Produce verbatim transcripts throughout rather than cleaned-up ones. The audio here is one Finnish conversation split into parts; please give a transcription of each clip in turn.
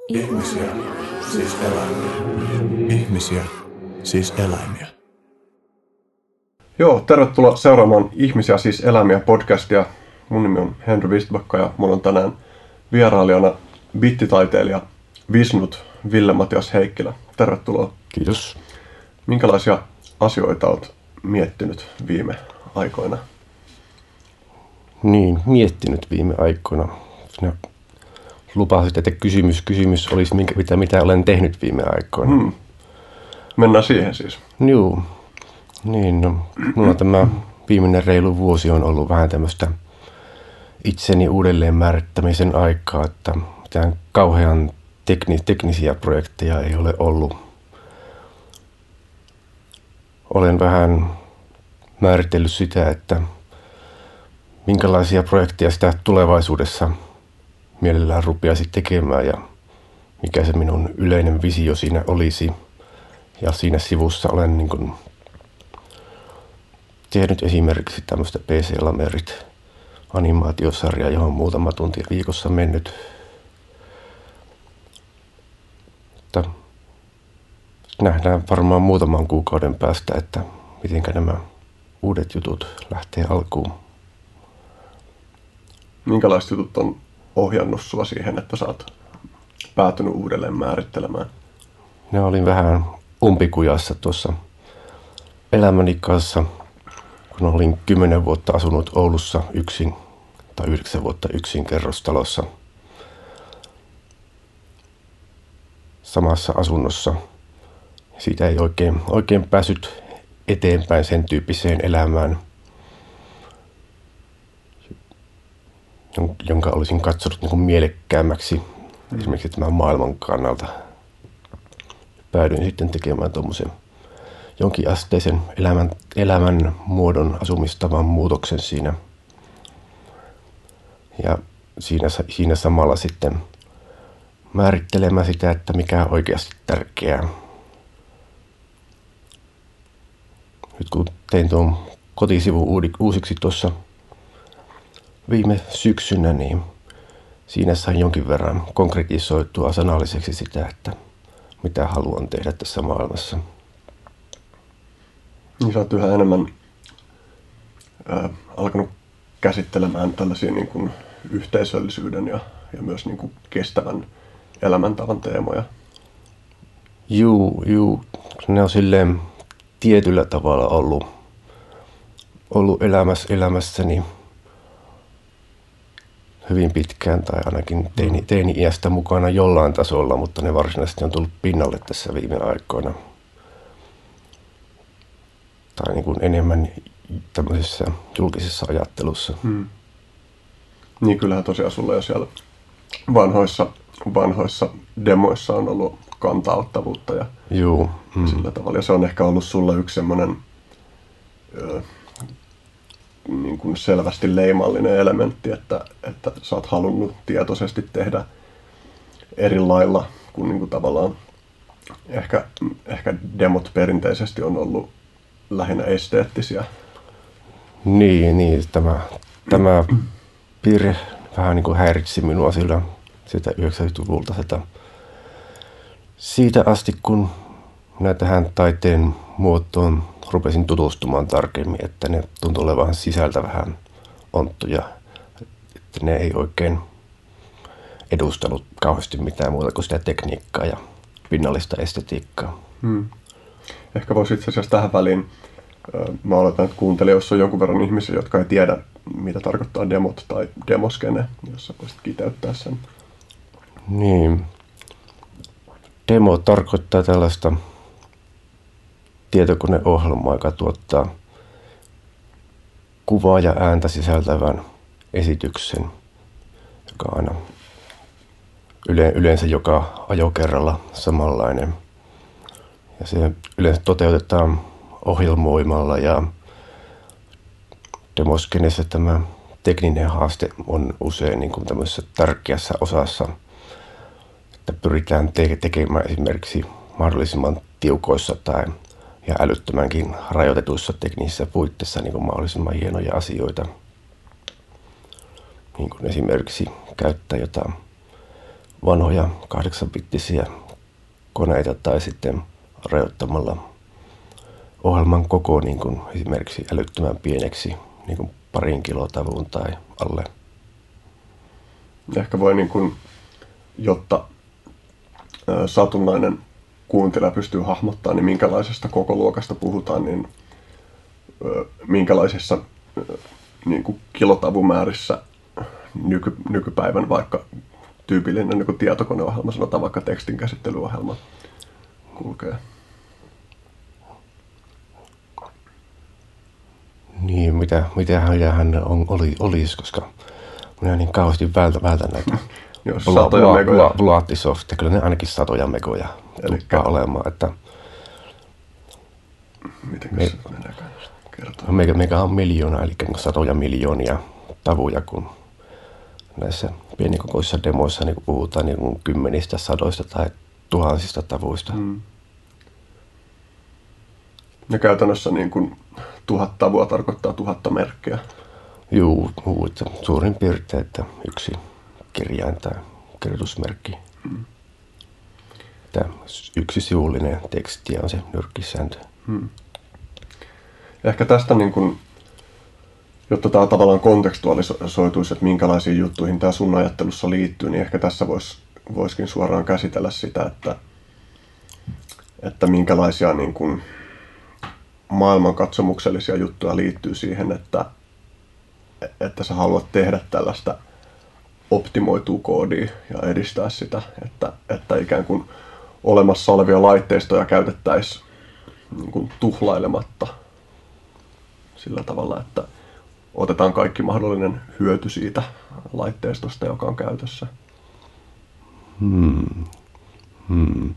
Ihmisiä, siis eläimiä. Ihmisiä, siis eläimiä. Joo, tervetuloa seuraamaan Ihmisiä, siis eläimiä podcastia. Mun nimi on Henry Vistbacka ja mulla on tänään vierailijana bittitaiteilija Visnut Ville-Matias Heikkilä. Tervetuloa. Kiitos. Minkälaisia asioita olet miettinyt viime aikoina? Niin, miettinyt viime aikoina. Sinä lupasit, että kysymys, kysymys olisi, minkä, mitä, mitä olen tehnyt viime aikoina. Hmm. Mennään siihen siis. Joo. Niin, no, mulla tämä viimeinen reilu vuosi on ollut vähän tämmöistä itseni uudelleen määrittämisen aikaa, että mitään kauhean tekni, teknisiä projekteja ei ole ollut. Olen vähän määritellyt sitä, että minkälaisia projekteja sitä tulevaisuudessa mielellään rupeaisi tekemään ja mikä se minun yleinen visio siinä olisi. Ja siinä sivussa olen niin kuin tehnyt esimerkiksi tämmöistä P C-lamerit animaatiosarjaa, johon muutama tunti viikossa mennyt. Mutta nähdään varmaan muutaman kuukauden päästä, että mitenkä nämä uudet jutut lähtee alkuun. Minkälaiset jutut on ohjannut sua siihen, että sä oot päätynyt uudelleen määrittelemään? Ne olin vähän umpikujassa tuossa elämäni kanssa, kun olin kymmenen vuotta asunut Oulussa yksin, tai yhdeksän vuotta yksin kerrostalossa samassa asunnossa. Siitä ei oikein, oikein päässyt eteenpäin sen tyyppiseen elämään, jonka olisin katsonut niin kuin mielekkäämmäksi mm. esimerkiksi tämän maailman kannalta. Päädyin sitten tekemään tuommoisen jonkinasteisen elämän, elämän muodon asumistavan muutoksen siinä. Ja siinä, siinä samalla sitten määrittelemään sitä, että mikä on oikeasti tärkeää. Nyt kun tein tuon kotisivun uusiksi tuossa viime syksynä, niin siinä sain jonkin verran konkretisoitua sanalliseksi sitä, että mitä haluan tehdä tässä maailmassa. Niin sä oot yhä enemmän ää, alkanut käsittelemään tällaisia niin kuin yhteisöllisyyden ja, ja myös niin kuin kestävän elämäntavan teemoja. Juu, juu. Ne on silleen tietyllä tavalla ollut, ollut elämässä, elämässäni hyvin pitkään tai ainakin teini, teini-iästä mukana jollain tasolla, mutta ne varsinaisesti on tullut pinnalle tässä viime aikoina. Tai niin kuin enemmän tämmöisessä julkisessa ajattelussa. Hmm. Niin kyllähän tosiaan sulla jo siellä vanhoissa, vanhoissa demoissa on ollut kantauttavuutta ja Juu. Hmm. sillä tavalla. Ja se on ehkä ollut sulla yksi semmoinen ö, niin kuin selvästi leimallinen elementti, että, että sä oot halunnut tietoisesti tehdä eri lailla, kun niin kuin tavallaan ehkä, ehkä demot perinteisesti on ollut lähinnä esteettisiä. Niin, niin tämä, tämä piirre vähän niin kuin häiritsi minua sillä sitä yhdeksänkymmentäluvulta sitä. Siitä asti, kun minä tähän taiteen muotoon rupesin tutustumaan tarkemmin, että ne tuntui olevan sisältä vähän onttuja, että ne ei oikein edustanut kauheasti mitään muuta kuin sitä tekniikkaa ja pinnallista estetiikkaa. Hmm. Ehkä voisi itse asiassa tähän väliin, mä oletan, että kuuntelijoissa on jonkun verran ihmisiä, jotka ei tiedä, mitä tarkoittaa demot tai demoskene, jos sä voisit kiteyttää sen. Niin. Demo tarkoittaa tällaista tietokoneohjelmaa, joka tuottaa kuvaa ja ääntä sisältävän esityksen, joka on aina yleensä joka ajokerralla samanlainen. Ja se yleensä toteutetaan ohjelmoimalla ja demoskenessä tämä tekninen haaste on usein niin kuin tämmöisessä tärkeässä osassa, että pyritään te- tekemään esimerkiksi mahdollisimman tiukoissa tai ja älyttömänkin rajoitetuissa teknisissä puitteissa niin kuin mahdollisimman hienoja asioita. Niin kuin esimerkiksi käyttää jotain vanhoja kahdeksanbittisiä koneita tai sitten rajoittamalla ohjelman koko niin kuin esimerkiksi älyttömän pieneksi, niin kuin parin kilotavun tai alle. Ehkä voi, niin kuin, jotta ä, satunnainen kuuntelija pystyy hahmottamaan, niin minkälaisesta kokoluokasta puhutaan, niin ä, minkälaisissa ä, niin kuin kilotavumäärissä nyky, nykypäivän vaikka tyypillinen niin kuin tietokoneohjelma, sanotaan vaikka tekstinkäsittelyohjelma, kulkee. Niin, mitä, mitä hän on, oli, olisi, koska minä niin kauheasti vältän, vältän näitä Jos satoja megoja. Blaattisoftia, kyllä ne ainakin satoja megoja tuppaa olemaan. Että mitenkäs me, se meneekään kertoa? Mega, mega on miljoona, eli satoja miljoonia tavuja, kun näissä pienikokoisissa demoissa niin kun puhutaan niin kun kymmenistä, sadoista tai tuhansista tavuista. Hmm. Ja käytännössä niin kuin tuhat tavua tarkoittaa tuhatta merkkiä. Juu, juu, että suurin piirtein, että yksi kirjain tai kirjoitusmerkki. Hmm. Tämä yksi sivullinen teksti on se nyrkkisääntö. Hmm. Ehkä tästä, niin kun, jotta tämä tavallaan kontekstualisoituisi, että minkälaisiin juttuihin tämä sun ajattelussa liittyy, niin ehkä tässä vois, voisikin suoraan käsitellä sitä, että, että minkälaisia niin kun, maailmankatsomuksellisia juttuja liittyy siihen, että, että sä haluat tehdä tällaista optimoitua koodia ja edistää sitä, että, että ikään kuin olemassa olevia laitteistoja käytettäisiin niin kuin tuhlailematta sillä tavalla, että otetaan kaikki mahdollinen hyöty siitä laitteistosta, joka on käytössä. Hmm. Hmm.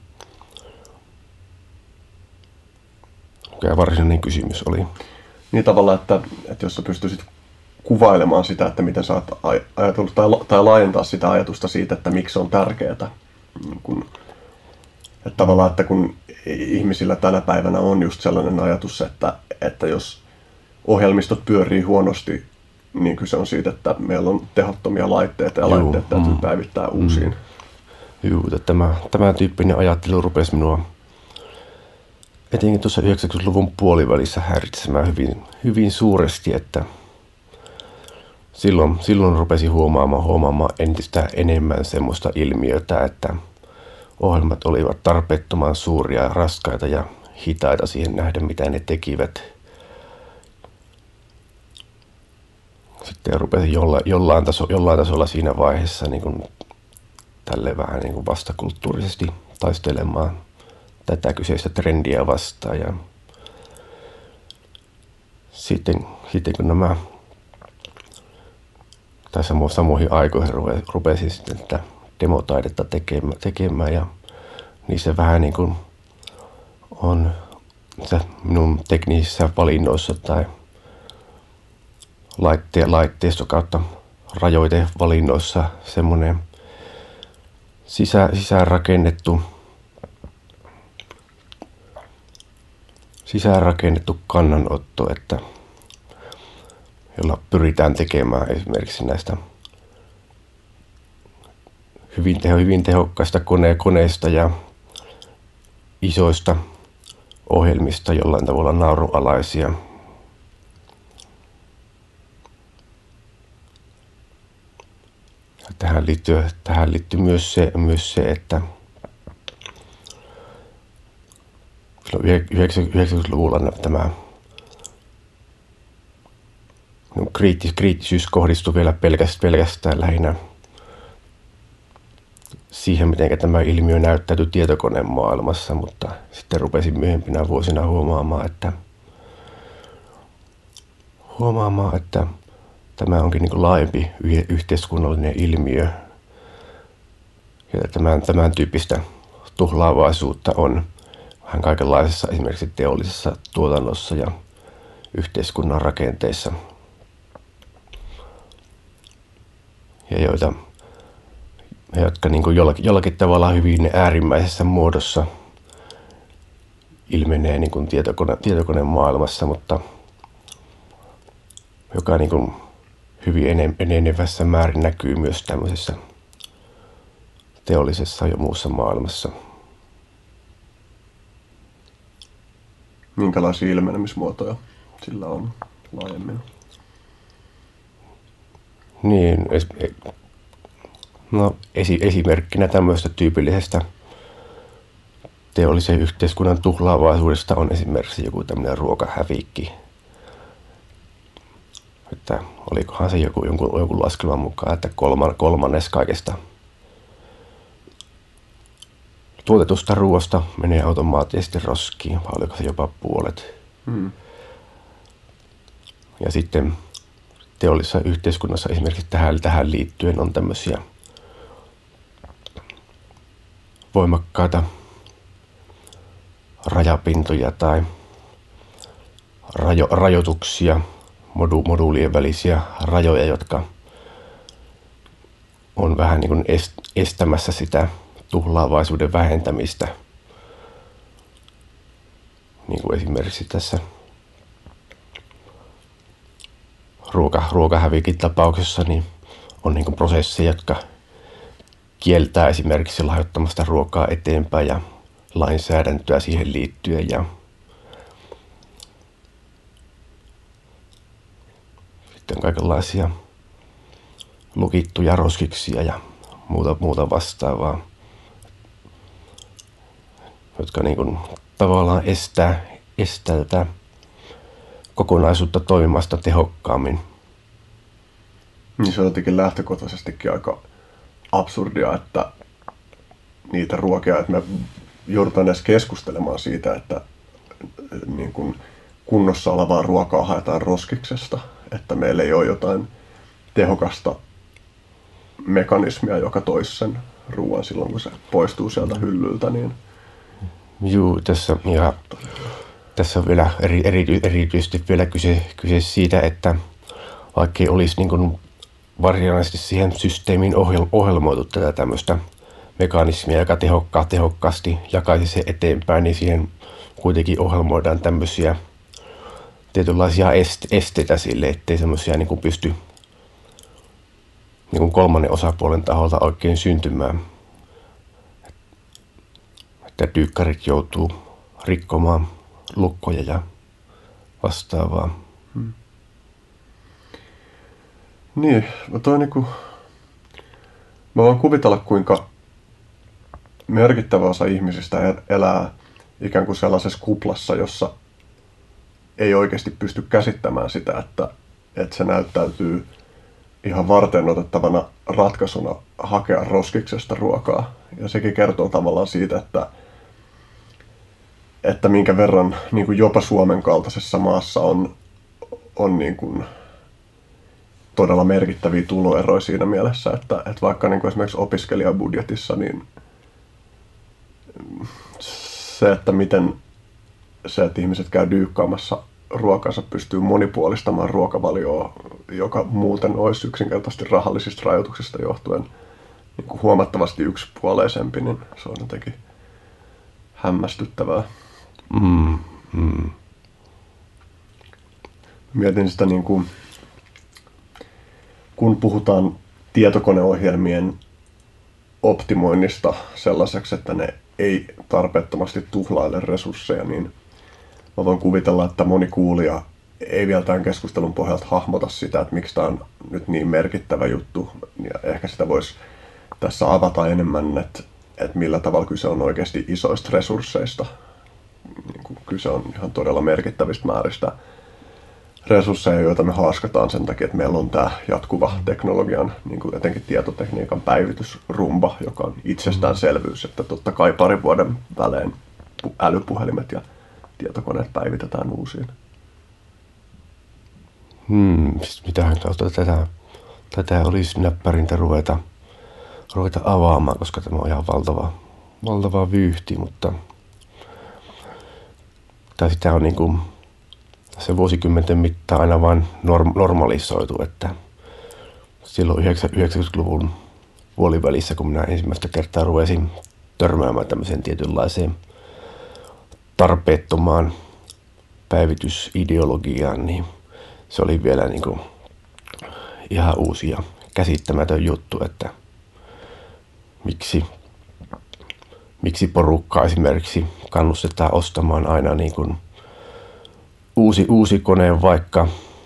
Mikä varsinainen kysymys oli? Niin tavalla, että, että jos sä pystyisit kuvailemaan sitä, että miten sä oot ajatellut, tai, tai laajentaa sitä ajatusta siitä, että miksi se on tärkeää. Niin kun, että tavallaan, että kun ihmisillä tänä päivänä on just sellainen ajatus, että, että jos ohjelmistot pyörii huonosti, niin kyse on siitä, että meillä on tehottomia laitteita ja Juu, laitteet täytyy mm, päivittää uusiin. Mm. Joo, tämä, tämä tyyppinen ajattelu rupesi minua etenkin tuossa yhdeksänkymmentäluvun puolivälissä häiritsemään hyvin, hyvin suuresti, että silloin, silloin rupesin huomaamaan, huomaamaan entistä enemmän semmoista ilmiötä, että ohjelmat olivat tarpeettoman suuria, raskaita ja hitaita siihen nähdä, mitä ne tekivät. Sitten rupesin jollain, jollain, taso, jollain tasolla siinä vaiheessa niin kuin, tälle vähän niin kuin vastakulttuurisesti taistelemaan tätä kyseistä trendiä vastaan. Ja sitten, sitten kun nämä, tai samo, samoihin aikoihin rupesin sitten tätä demotaidetta tekemään, tekemään ja niissä vähän niin kuin on minun teknisissä valinnoissa tai laitte, laitteisto kautta rajoitevalinnoissa semmoinen sisä, sisäänrakennettu sisäänrakennettu kannanotto, että jolla pyritään tekemään esimerkiksi näistä hyvin, teho, hyvin tehokkaista kone, koneista ja isoista ohjelmista jollain tavalla naurunalaisia. Tähän liittyy, tähän liittyy myös, se, myös se, että yhdeksänkymmentäluvulla tämä kriittis, kriittisyys kohdistui vielä pelkästään, pelkästään lähinnä siihen, miten tämä ilmiö näyttäytyi tietokoneen maailmassa, mutta sitten rupesin myöhempinä vuosina huomaamaan, että, huomaamaan, että tämä onkin niin kuin laajempi yhteiskunnallinen ilmiö ja tämän, tämän tyyppistä tuhlaavaisuutta on vähän kaikenlaisessa esimerkiksi teollisessa tuotannossa ja yhteiskunnan rakenteissa, ja joita, jotka niin kuin jollakin, jollakin tavalla hyvin äärimmäisessä muodossa ilmenee niin kuin tietokone, tietokoneen maailmassa, mutta joka niin kuin hyvin enenevässä määrin näkyy myös tämmöisessä teollisessa ja muussa maailmassa. Minkälaisia ilmenemismuotoja sillä on laajemmin? Niin, es, no, esi, esimerkkinä tämmöistä tyypillisestä teollisen yhteiskunnan tuhlaavaisuudesta on esimerkiksi joku tämmöinen ruokahävikki. Että olikohan se joku, jonkun, jonkun laskelman mukaan, että kolman, kolmannes kaikesta tuotetusta ruoasta menee automaattisesti roskiin, vai oliko se jopa puolet. Hmm. Ja sitten teollisessa yhteiskunnassa esimerkiksi tähän, tähän liittyen on tämmöisiä voimakkaita rajapintoja tai rajo, rajoituksia, modu, moduulien välisiä rajoja, jotka on vähän niin kuin est, estämässä sitä tuhlaavaisuuden vähentämistä. Niin kuin esimerkiksi tässä ruoka, ruokahävikin tapauksessa niin on niin kuin prosesseja, jotka kieltää esimerkiksi lahjoittamasta ruokaa eteenpäin ja lainsäädäntöä siihen liittyen ja sitten kaikenlaisia lukittuja roskiksia ja muuta, muuta vastaavaa, jotka niin kuin tavallaan estää, estää tätä kokonaisuutta toimimasta tehokkaammin. Niin se on jotenkin lähtökohtaisestikin aika absurdia, että niitä ruokia, että me joudutaan edes keskustelemaan siitä, että niin kuin kunnossa olevaa ruokaa haetaan roskiksesta, että meillä ei ole jotain tehokasta mekanismia, joka toisi sen ruoan silloin, kun se poistuu sieltä hyllyltä. Niin... Juu, tässä, ja, tässä on vielä eri, eri, erityisesti vielä kyse, kyse siitä, että vaikka ei olisi niin kuin varsinaisesti siihen systeemiin ohjel, ohjelmoitu tätä tämmöistä mekanismia, joka tehokkaa, tehokkaasti jakaisi se eteenpäin, niin siihen kuitenkin ohjelmoidaan tämmöisiä tietynlaisia esteitä sille, ettei semmoisia niin kuin pysty niin kuin kolmannen osapuolen taholta oikein syntymään. Että dyykkarit joutuu rikkomaan lukkoja ja vastaavaa. Hmm. Niin, toi niinku... Mä voin kuvitella, kuinka merkittävä osa ihmisistä elää ikään kuin sellaisessa kuplassa, jossa ei oikeasti pysty käsittämään sitä, että, että se näyttäytyy ihan varteenotettavana ratkaisuna hakea roskiksesta ruokaa. Ja sekin kertoo tavallaan siitä, että, että minkä verran niin kuin jopa Suomen kaltaisessa maassa on, on niin kuin todella merkittäviä tuloeroja siinä mielessä, että, että vaikka niin kuin esimerkiksi opiskelijabudjetissa, niin se, että miten se, että ihmiset käy dyykkaamassa ruokansa, pystyy monipuolistamaan ruokavalioa, joka muuten olisi yksinkertaisesti rahallisista rajoituksista johtuen niin kuin huomattavasti yksipuoleisempi, niin se on jotenkin hämmästyttävää. Mm, mm. Mietin sitä, niin kuin, kun puhutaan tietokoneohjelmien optimoinnista sellaiseksi, että ne ei tarpeettomasti tuhlaile resursseja, niin mä voin kuvitella, että moni kuulija ei vielä tämän keskustelun pohjalta hahmota sitä, että miksi tämä on nyt niin merkittävä juttu. Ja ehkä sitä voisi tässä avata enemmän, että, että millä tavalla kyse on oikeasti isoista resursseista. Niin kuin kyse on ihan todella merkittävistä määristä resursseja, joita me haaskataan sen takia, että meillä on tämä jatkuva teknologian, niin kuin etenkin tietotekniikan päivitysrumba, joka on itsestäänselvyys, että totta kai parin vuoden välein älypuhelimet ja tietokoneet päivitetään uusiin. Hmm, mitähän kautta tätä, tätä olisi näppärintä ruveta, ruveta avaamaan, koska tämä on ihan valtava, valtava vyyhti, mutta tai sitä on niin kuin se vuosikymmenten mittaan aina vain norm- normalisoitu, että silloin yhdeksänkymmentäluvun puolivälissä, kun minä ensimmäistä kertaa ruvesin törmäämään tämmöiseen tietynlaiseen tarpeettomaan päivitysideologiaan, niin se oli vielä niin kuin ihan uusi ja käsittämätön juttu, että miksi miksi porukkaa esimerkiksi kannustetaan ostamaan aina niin kuin uusi, uusi kone, vaikka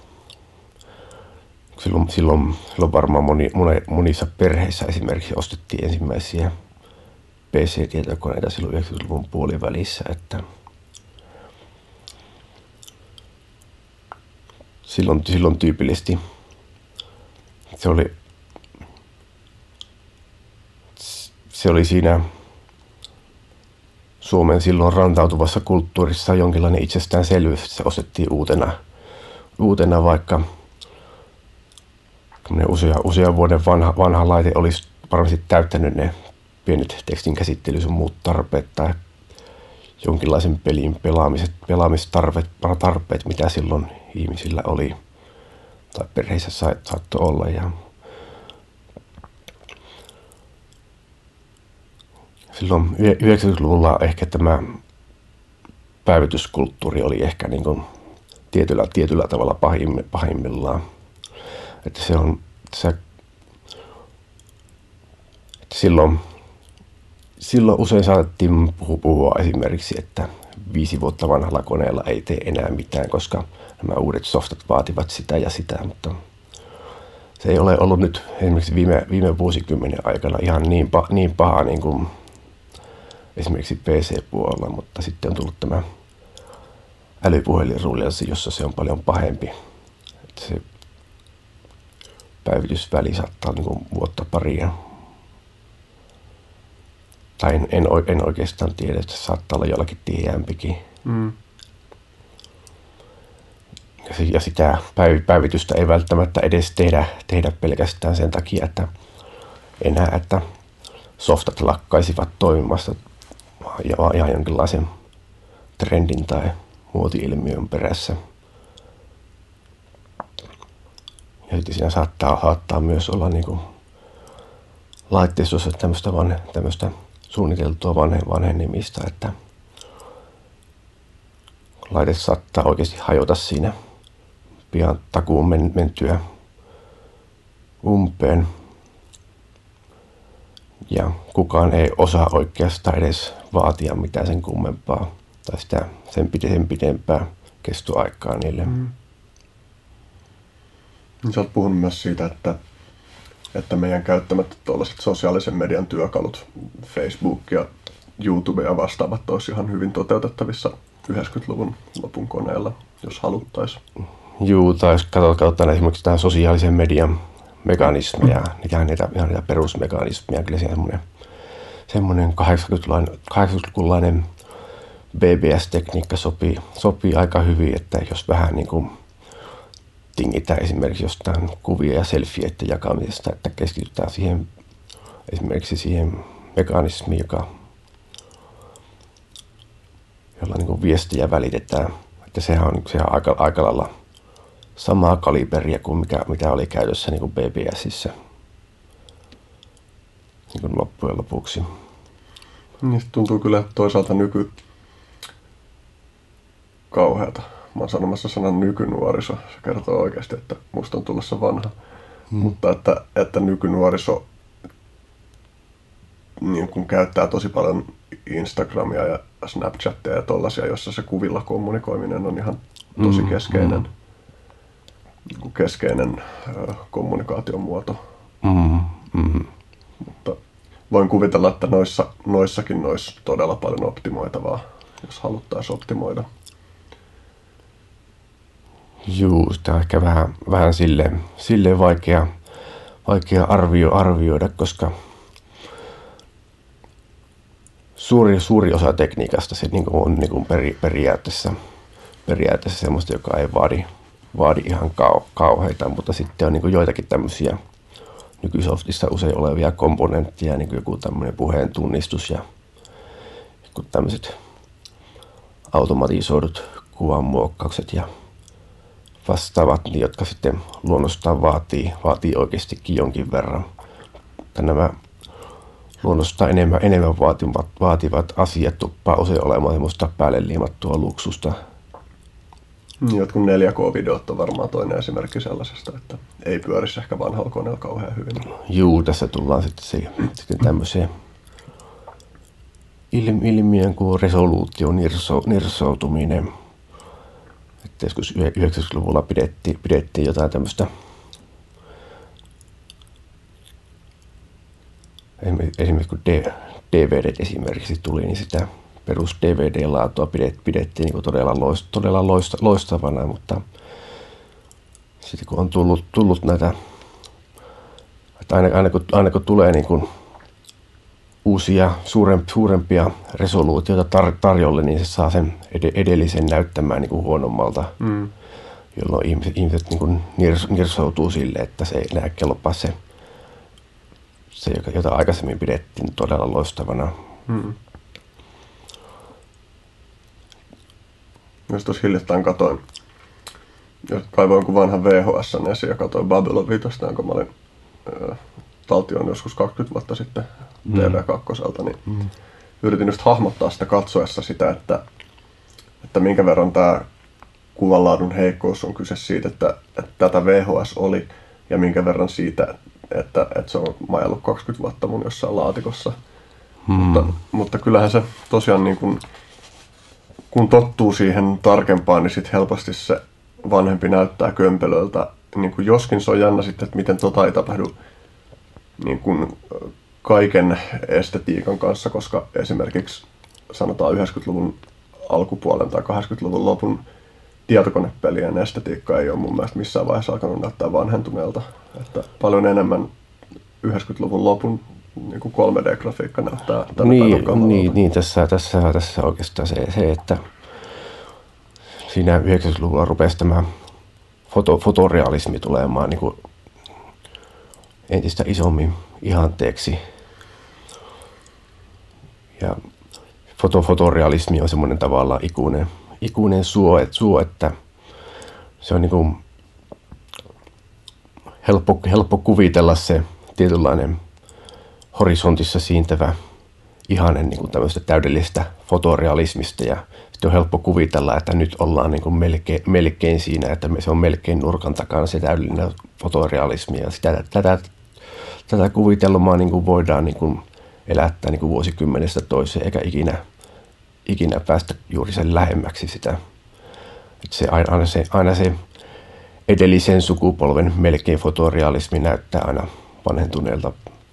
silloin, silloin, silloin varmaan moni, monissa perheissä esimerkiksi ostettiin ensimmäisiä P C-tietokoneita silloin yhdeksänkymmentäluvun puolivälissä, että silloin, silloin tyypillisesti se oli, se oli siinä Suomen silloin rantautuvassa kulttuurissa jonkinlainen itsestäänselvyys, että se ostettiin uutena, uutena vaikka usea, usea vuoden vanha, vanha laite olisi varmasti täyttänyt ne pienet tekstin käsittely sun muut tarpeet tai jonkinlaisen pelin pelaamiset, pelaamistarpeet, tarpeet, mitä silloin ihmisillä oli tai perheissä saattoi olla. Ja silloin yhdeksänkymmentäluvulla ehkä tämä päivityskulttuuri oli ehkä niin kuin tietyllä, tietyllä tavalla pahimmillaan. Että se on, se, että silloin, silloin usein saatettiin puhua, puhua esimerkiksi, että viisi vuotta vanhalla koneella ei tee enää mitään, koska nämä uudet softat vaativat sitä ja sitä, mutta se ei ole ollut nyt esimerkiksi viime, viime vuosikymmenen aikana ihan niin, pa, niin paha niin kuin esimerkiksi P C-puolella, mutta sitten on tullut tämä älypuhelinruljanssi, jossa se on paljon pahempi. Että se päivitysväli saattaa olla niin kuin vuotta paria. Tai en, en, en oikeastaan tiedä, että se saattaa olla jollakin tiheämpikin. Mm. Ja sitä päivitystä ei välttämättä edes tehdä, tehdä pelkästään sen takia, että enää, että softat lakkaisivat toimimasta ja ihan jonkinlaisen trendin tai muoti-ilmiön perässä. Ja sitten siinä saattaa, saattaa myös olla niin kuin laitteistossa tämmöistä, vanhe, tämmöistä suunniteltua vanhe, vanhenemista, että laite saattaa oikeasti hajota siinä pian takuun men, mentyä umpeen. Ja kukaan ei osaa oikeastaan edes vaatia mitään sen kummempaa tai sitä sen, pide, sen pidempää kestoaikaa niille. Mm. Sä oot puhunut myös siitä, että, että meidän käyttämät tuollaiset sosiaalisen median työkalut, Facebook ja YouTube ja vastaavat, olisi ihan hyvin toteutettavissa yhdeksänkymmentäluvun lopun koneella, jos haluttaisiin. Juu, tai jos katsotaan esimerkiksi tähän sosiaalisen median mekanismeja, niitä, niitä, ihan niitä perusmekanismeja, kyllä semmoinen, semmoinen kahdeksankymmentälukulainen B B S-tekniikka sopii, sopii aika hyvin, että jos vähän niin kuin tingitään esimerkiksi jostain kuvia ja selfieiden jakamisesta, että keskitytään siihen esimerkiksi siihen mekanismiin, joka, jolla niin kuin viestiä välitetään, että sehän on, sehän on aika, aika lailla samaa kaliberia kuin mikä, mitä oli käytössä niin kuin B B Sissä niin kuin loppujen lopuksi. Niin tuntuu kyllä toisaalta nyky kauheata. Mä oon sanomassa sanan nykynuoriso. Se kertoo oikeasti, että musta on tulossa vanha. Hmm. Mutta että, että nykynuoriso niin kun käyttää tosi paljon Instagramia ja Snapchatia ja tollaisia, jossa se kuvilla kommunikoiminen on ihan tosi keskeinen, hmm. keskeinen äh, kommunikaation muoto. Hmm. Hmm. Mutta voin kuvitella, että noissa, noissakin olisi todella paljon optimoitavaa, jos haluttaisiin optimoida. Juu, sitä on ehkä vähän, vähän silleen, silleen vaikea, vaikea arvio, arvioida, koska suuri, suuri osa tekniikasta se niin on niin peri, periaatteessa, periaatteessa semmoista, joka ei vaadi, vaadi ihan kau, kauheita, mutta sitten on niin joitakin tämmöisiä nykysoftissa usein olevia komponentteja, niin kuin joku tämmöinen puheen tunnistus ja joku tämmöiset automatisoidut kuvanmuokkaukset ja vastaavat, niin jotka sitten luonnostaan vaatii, vaatii oikeastikin jonkin verran. Mutta nämä luonnostaan enemmän, enemmän vaativat, vaativat asiat tuppaa usein olemaan semmoista päälle liimattua luksusta. Jotkut neljä K-videot on varmaan toinen esimerkki sellaisesta, että ei pyörisi ehkä vanhalla koneella kauhean hyvin. Juu, tässä tullaan sitten, se, sitten tämmöiseen ilmiön kuin resoluution nirso, nirsoutuminen. Että joskus yhdeksänkymmentäluvulla pidettiin, pidettiin jotain tämmöistä esimerkiksi kun D V D esimerkiksi tuli, niin sitä perus D V D-laatua pidettiin niin todella, loist, todella loista, loistavana, mutta sitten kun on tullut, tullut näitä, että aina, aina, kun, aina kun tulee niin kuin uusia suurempia resoluutioita tar, tarjolle, niin se saa sen edellisen näyttämään niin kuin huonommalta, mm. jolloin ihmiset, ihmiset niin kuin nirs, nirsoutuu sille, että se ei enää kelpaa se, se, jota aikaisemmin pidettiin todella loistavana. Mm. Myös tuossa hiljattain katoin, kaivoin jonkun vanhan V H S:n esiin ja katoin Babylon viitosta, jonka mä olin äh, taltioon joskus kaksikymmentä vuotta sitten T V kaksi, niin mm. yritin just hahmottaa sitä katsoessa sitä, että, että minkä verran tämä kuvanlaadun heikkous on kyse siitä, että, että tätä V H S oli, ja minkä verran siitä, että, että se on majallut kaksikymmentä vuotta mun jossain laatikossa. Mm. Mutta, mutta kyllähän se tosiaan niin kun, kun tottuu siihen tarkempaan, niin sit helposti se vanhempi näyttää kömpelöltä. Niin kun joskin se on jännä sitten, että miten tota ei tapahdu niin kun kaiken estetiikan kanssa, koska esimerkiksi sanotaan yhdeksänkymmentäluvun alkupuolen tai kahdeksankymmentäluvun lopun tietokonepelien estetiikka ei ole mun mielestä missään vaiheessa alkanut näyttää vanhentuneelta. Että paljon enemmän yhdeksänkymmentäluvun lopun niin kuin kolme D-grafiikka näyttää tänä niin, niin, niin, tässä, tässä, tässä oikeastaan se, se, että siinä yhdeksänkymmentäluvulla rupesi tämä foto, fotorealismi tulemaan niin kuin entistä isommin ihanteeksi. Ja foto, fotorealismi on semmoinen tavallaan ikuinen, ikuinen suo, suo, että se on niin kuin helppo, helppo kuvitella se tietynlainen horisontissa siintävä ihanen niin kuin tämmöistä täydellistä fotorealismista, ja sitten on helppo kuvitella, että nyt ollaan niin kuin melkein, melkein siinä, että se on melkein nurkan takana se täydellinen fotorealismi, ja sitä, tätä, tätä kuvitelmaa niin kuin voidaan niin kuin elättää niin kuin vuosikymmenestä toiseen, eikä ikinä, ikinä päästä juuri sen lähemmäksi sitä. Että se, aina, se, aina se edellisen sukupolven melkein fotorealismi näyttää aina vanhentuneelta.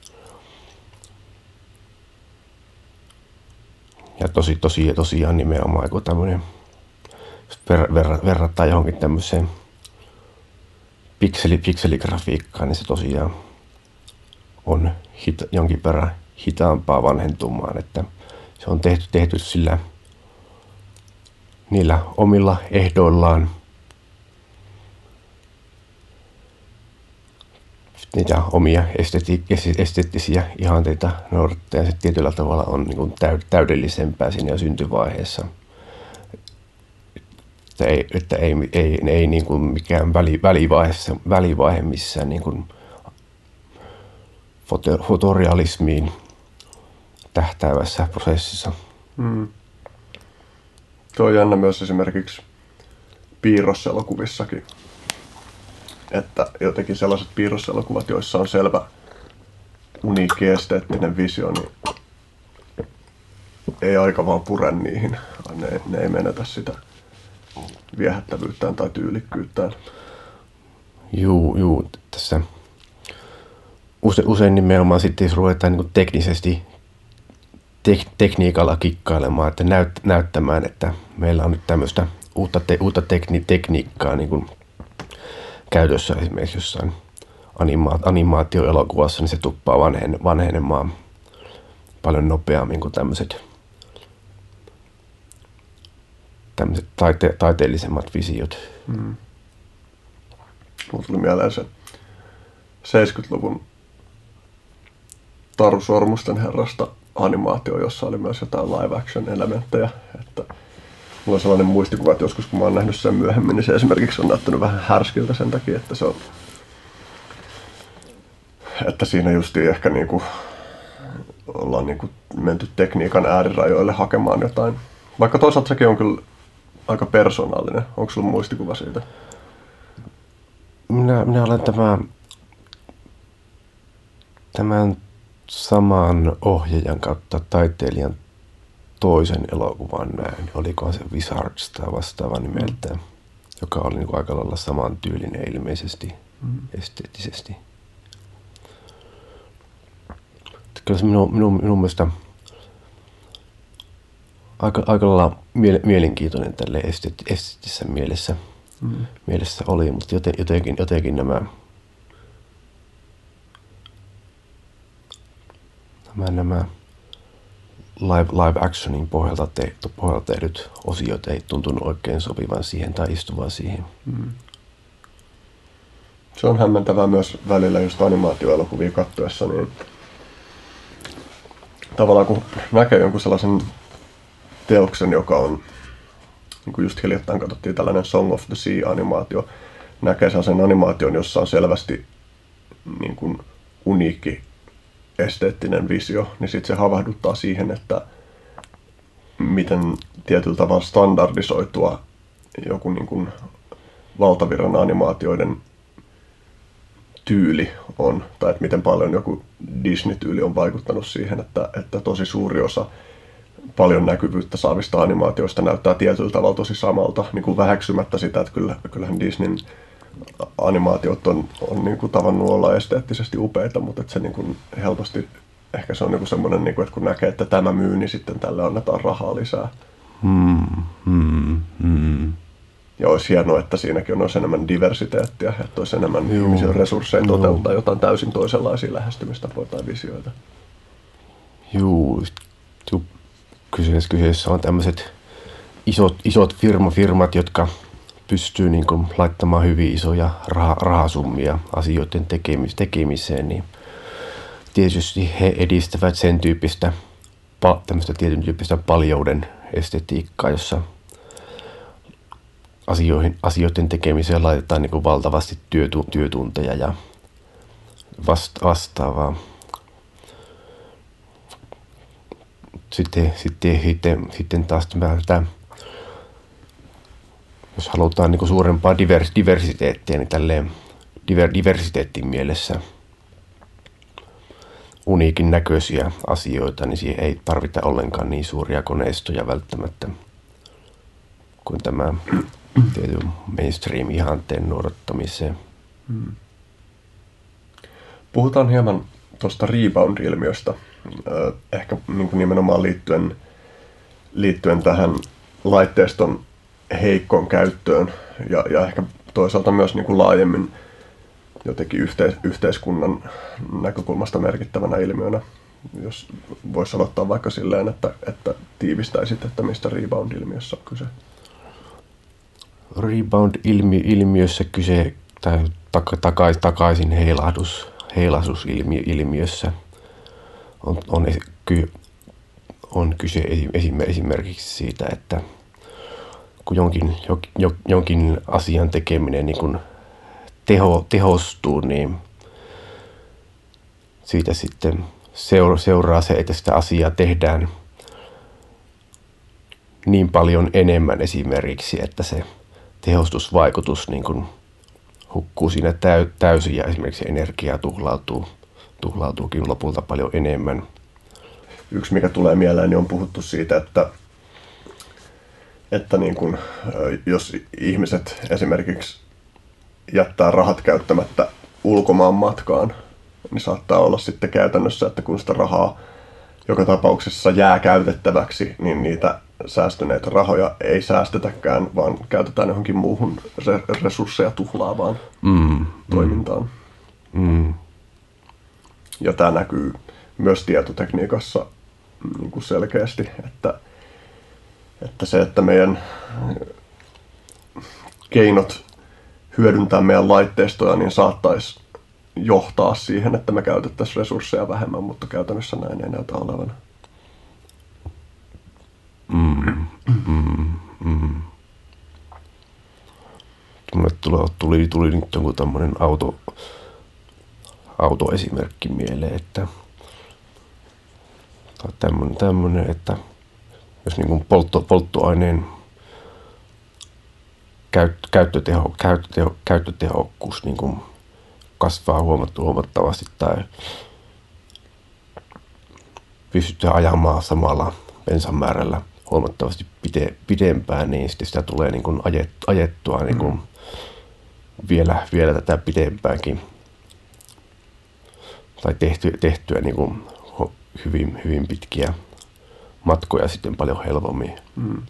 Ja tosi, tosi, tosiaan nimenomaan joku tämmöinen, jos ver, ver, verrataan johonkin tämmöiseen pikseli, pikseligrafiikkaan, niin se tosiaan on hita, jonkin verran hitaampaa vanhentumaan, että se on tehty, tehty sillä niillä omilla ehdoillaan. Niitä omia esteettisiä ihanteita noudattaa, ja se tietyllä tavalla on niin kuin täydellisempää siinä syntyvaiheessa. Että ei, että ei, ei, ei niin kuin mikään väli, välivaihe, välivaihe missään niin kuin foto, fotorealismiin tähtäävässä prosessissa. Mm. Tuo on jännä myös esimerkiksi piirroselokuvissakin. Että jotenkin sellaiset piirroselokuvat, joissa on selvä uniikki esteettinen visio, niin ei aika vaan pure niihin. Ne, ne ei menetä sitä viehättävyyttään tai tyylikkyyttään. Juu, juu. Tässä use, usein nimenomaan sitten, jos ruvetaan niin kuin teknisesti tek, tekniikalla kikkailemaan, että näyt, näyttämään, että meillä on nyt tämmöistä uutta, te, uutta tekni, tekniikkaa niin kuin käytössä esimerkiksi jossain anima- animaatioelokuvassa, niin se tuppaa vanhen, vanhenemaan paljon nopeammin kuin tämmöiset, tämmöiset taite- taiteellisemmat visiot. Mm. Mulla tuli mieleen se seitsemänkymmentäluvun Taru Sormusten herrasta animaatio, jossa oli myös jotain live action elementtejä. Että mulla on sellainen muistikuva, että joskus kun mä oon nähnyt sen myöhemmin, niin se esimerkiksi on näyttänyt vähän härskiltä sen takia, että se on, että siinä justiin ehkä niinku ollaan niinku menty tekniikan äärirajoille hakemaan jotain. Vaikka toisaalta sekin on kyllä aika persoonallinen. Onko sulla muistikuva siitä? Minä, minä olen tämä, tämän saman ohjaajan kautta taiteilijan toisen elokuvan näin. Olikohan se Wizards tai vastaava nimeltään, mm. joka oli niin kuin aika lailla samantyylinen ilmeisesti, mm. esteettisesti. Kyllä se minun, minun, minun mielestä aika, aika lailla mielenkiintoinen tälle esteettisessä mielessä, mm. mielessä oli, mutta joten, jotenkin, jotenkin nämä, nämä, nämä live, live actionin pohjalta, te, pohjalta tehdyt osiot ei tuntunut oikein sopivan siihen tai istuvan siihen. Mm. Se on hämmentävää myös välillä just animaatioelokuvia katsoessa, niin tavallaan kun näkee jonkun sellaisen teoksen, joka on, niin kuin just hiljattain katsottiin tällainen Song of the Sea-animaatio, näkee sellaisen animaation, jossa on selvästi niin kuin uniikki esteettinen visio, niin sitten se havahduttaa siihen, että miten tietyllä tavalla standardisoitua joku niin kuin valtavirran animaatioiden tyyli on, tai että miten paljon joku Disney-tyyli on vaikuttanut siihen, että, että tosi suuri osa paljon näkyvyyttä saavista animaatioista näyttää tietyllä tavalla tosi samalta, niin kuin väheksymättä sitä, että kyllä, kyllähän Disneyn animaatiot on, on niin kuin tavannut olla esteettisesti upeita, mutta että se niin kuin helposti, ehkä se on niin semmoinen, niin että kun näkee, että tämä myy, niin sitten tälle annetaan rahaa lisää. Hmm, hmm, hmm. Ja olisi hienoa, että siinäkin olisi enemmän diversiteettiä, että olisi enemmän Juu. ihmisiä resursseja toteuttaa jotain täysin toisenlaisia lähestymistapoja tai visioita. Juu, kyseessä, kyseessä on tämmöiset isot, isot firma, firmat, jotka pystyy niin kuin laittamaan hyvin isoja rah, rahasummia asioiden tekemis, tekemiseen, niin tietysti he edistävät sen tyyppistä, tämmöistä tietyn tyyppistä paljouden estetiikkaa, jossa asioihin, asioiden tekemiseen laitetaan niin kuin valtavasti työtu, työtunteja ja vasta, vastaavaa. Sitten, sitten, sitten, sitten taas tämä, jos halutaan niin kuin suurempaa divers, diversiteettiä, niin tälleen diver, diversiteettin mielessä uniikin näköisiä asioita, niin siihen ei tarvita ollenkaan niin suuria koneistoja välttämättä kuin tämä tietyn mainstream-ihanteen noudattamiseen. Hmm. Puhutaan hieman tuosta rebound-ilmiöstä, ehkä niin kuin nimenomaan liittyen, liittyen tähän laitteiston heikkoon käyttöön ja, ja ehkä toisaalta myös niin kuin laajemmin jotenkin yhteis- yhteiskunnan näkökulmasta merkittävänä ilmiönä. Jos voisi aloittaa vaikka silleen, että, että tiivistäisit, että mistä rebound-ilmiössä on kyse. Rebound-ilmiössä kyse, tai takais, takaisin heilahdus, heilahdusilmiössä on, on, on kyse esimerkiksi siitä, että kun jonkin, jonkin asian tekeminen niin kun teho, tehostuu, niin siitä sitten seuraa se, että sitä asiaa tehdään niin paljon enemmän esimerkiksi, että se tehostusvaikutus niin kun hukkuu siinä täysin ja esimerkiksi energiaa tuhlautuu, tuhlautuukin lopulta paljon enemmän. Yksi, mikä tulee mieleen, niin on puhuttu siitä, että, että niin kun, jos ihmiset esimerkiksi jättää rahat käyttämättä ulkomaan matkaan, niin saattaa olla sitten käytännössä, että kun sitä rahaa joka tapauksessa jää käytettäväksi, niin niitä säästyneitä rahoja ei säästetäkään, vaan käytetään johonkin muuhun resursseja tuhlaavaan mm, toimintaan. Mm. Ja tämä näkyy myös tietotekniikassa niin kuin selkeästi, että, että se, että meidän keinot hyödyntää meidän laitteistoja, niin saattaisi johtaa siihen, että me käytettäisiin resursseja vähemmän, mutta käytännössä näin ei näytä olevan. Mm, mm, mm. Mulle tuli, tuli, tuli nyt joku tämmöinen auto, autoesimerkki mieleen, että tai tämmöinen, tämmöinen, että jos niin kuin poltto, polttoaineen käyt, käyttöteho, käyttöteho, käyttötehokkuus niin kuin kasvaa huomattavasti tai pystytään ajamaan samalla bensan määrällä huomattavasti pide, pidempään, niin sitten sitä tulee niin kuin ajet, ajettua niin kuin mm. vielä, vielä tätä pidempäänkin. Tai tehtyä, tehtyä niin kuin hyvin, hyvin pitkiä matkoja sitten paljon helpommin. Mm.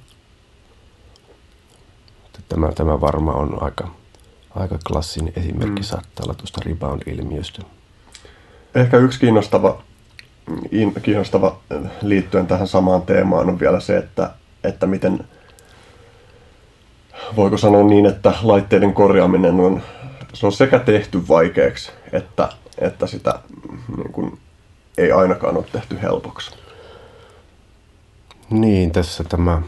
Tämä, tämä varmaan on aika, aika klassinen esimerkki, mm. saattaa olla tuosta rebound-ilmiöstä. Ehkä yksi kiinnostava, kiinnostava liittyen tähän samaan teemaan on vielä se, että, että miten, voiko sanoa niin, että laitteiden korjaaminen on, se on sekä tehty vaikeaksi, että, että sitä niin kuin, ei ainakaan ole tehty helpoksi. Niin, tässä tämä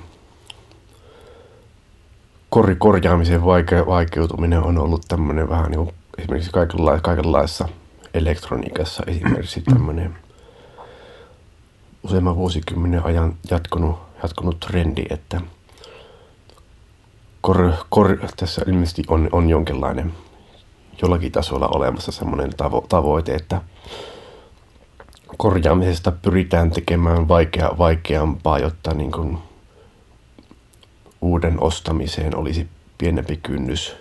kor- korjaamisen vaike- vaikeutuminen on ollut tämmöinen vähän niin kuin esimerkiksi kaikenla- kaikenlaisessa elektroniikassa esimerkiksi tämmöinen useamman vuosikymmenen ajan jatkunut, jatkunut trendi, että kor, kor, tässä ilmeisesti on, on jonkinlainen jollakin tasolla olemassa semmoinen tavo, tavoite, että korjaamisesta pyritään tekemään vaikea, vaikeampaa, jotta niin kuin uuden ostamiseen olisi pienempi kynnys.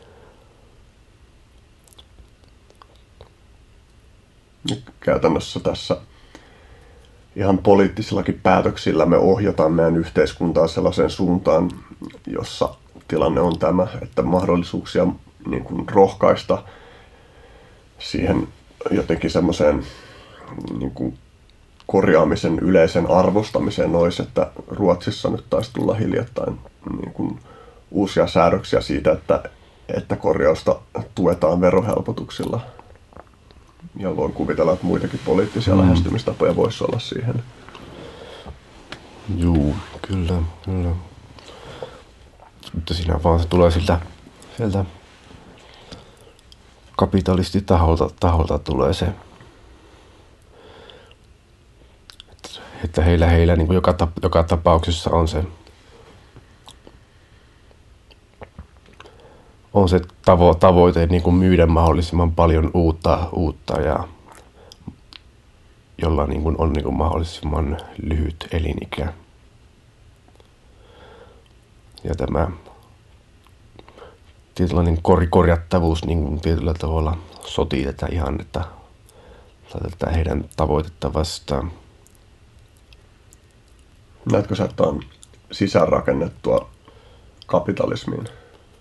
Käytännössä tässä ihan poliittisillakin päätöksillä me ohjataan meidän yhteiskuntaa sellaiseen suuntaan, jossa tilanne on tämä, että mahdollisuuksia niin kuin rohkaista siihen jotenkin semmoiseen niin kuin korjaamisen yleisen arvostamiseen olisi, että Ruotsissa nyt taisi tulla hiljattain niin kuin uusia säädöksiä siitä, että, että korjausta tuetaan verohelpotuksilla. Ja voin kuvitella, että muitakin poliittisia mm. lähestymistapoja voisi olla siihen. Juu, kyllä, kyllä. Mutta siinä vaan se tulee siltä, sieltä kapitalistitaholta taholta tulee se, että heillä, heillä niin kuin joka, tap, joka tapauksessa on se, on se tavo, tavoite niin kuin myydä mahdollisimman paljon uutta, uutta ja jolla niin kuin on niin kuin mahdollisimman lyhyt elinikä. Ja tämä tietynlainen kor, korjattavuus niin kuin tietyllä tavalla sotii tätä ihannetta tai tätä heidän tavoitetta vastaan. Näetkö sä, että on sisäänrakennettua kapitalismiin?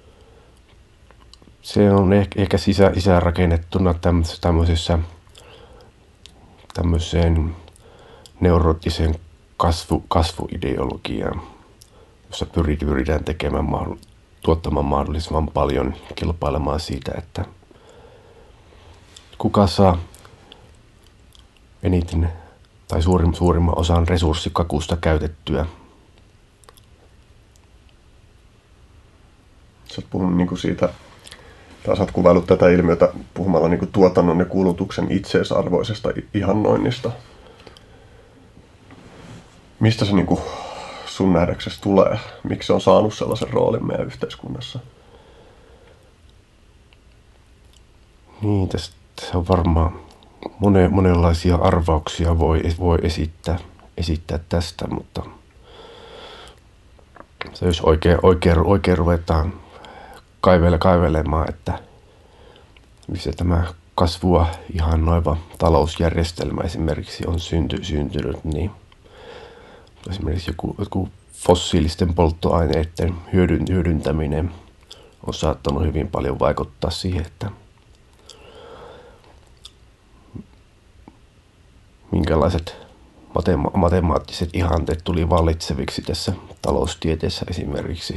Se on ehkä, ehkä sisä, sisäänrakennettuna tämmöisessä tämmöiseen neuroottiseen kasvu, kasvuideologiaan, jossa pyritään tekemään, tuottamaan mahdollisimman paljon, kilpailemaan siitä, että kuka saa eniten tai suurim, suurimman osan resurssikakusta käytettyä. Sä oot puhunut niin kuin siitä, tai sä oot kuvaillut tätä ilmiötä puhumalla niin kuin tuotannon ja kulutuksen itseisarvoisesta ihannoinnista. Mistä se niin kuin sun nähdäksesi tulee? Miksi se on saanut sellaisen roolin meidän yhteiskunnassa? Niin, tässä on varmaan monen, monenlaisia arvauksia voi, voi esittää, esittää tästä, mutta se jos oikein, oikein, oikein ruvetaan kaivele, kaivelemaan, että missä tämä kasvua ihannoiva talousjärjestelmä esimerkiksi on synty, syntynyt, niin esimerkiksi joku, joku fossiilisten polttoaineiden hyödyn, hyödyntäminen on saattanut hyvin paljon vaikuttaa siihen, että minkälaiset matema- matemaattiset ihanteet tuli vallitseviksi tässä taloustieteessä esimerkiksi.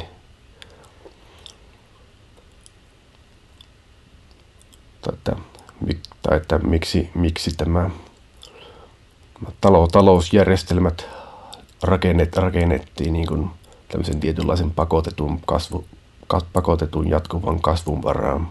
Tai että, tai että miksi, miksi tämä talousjärjestelmät rakennet, rakennettiin niin kuin tämmöisen tietynlaisen pakotetun, kasvu, pakotetun jatkuvan kasvun varaan.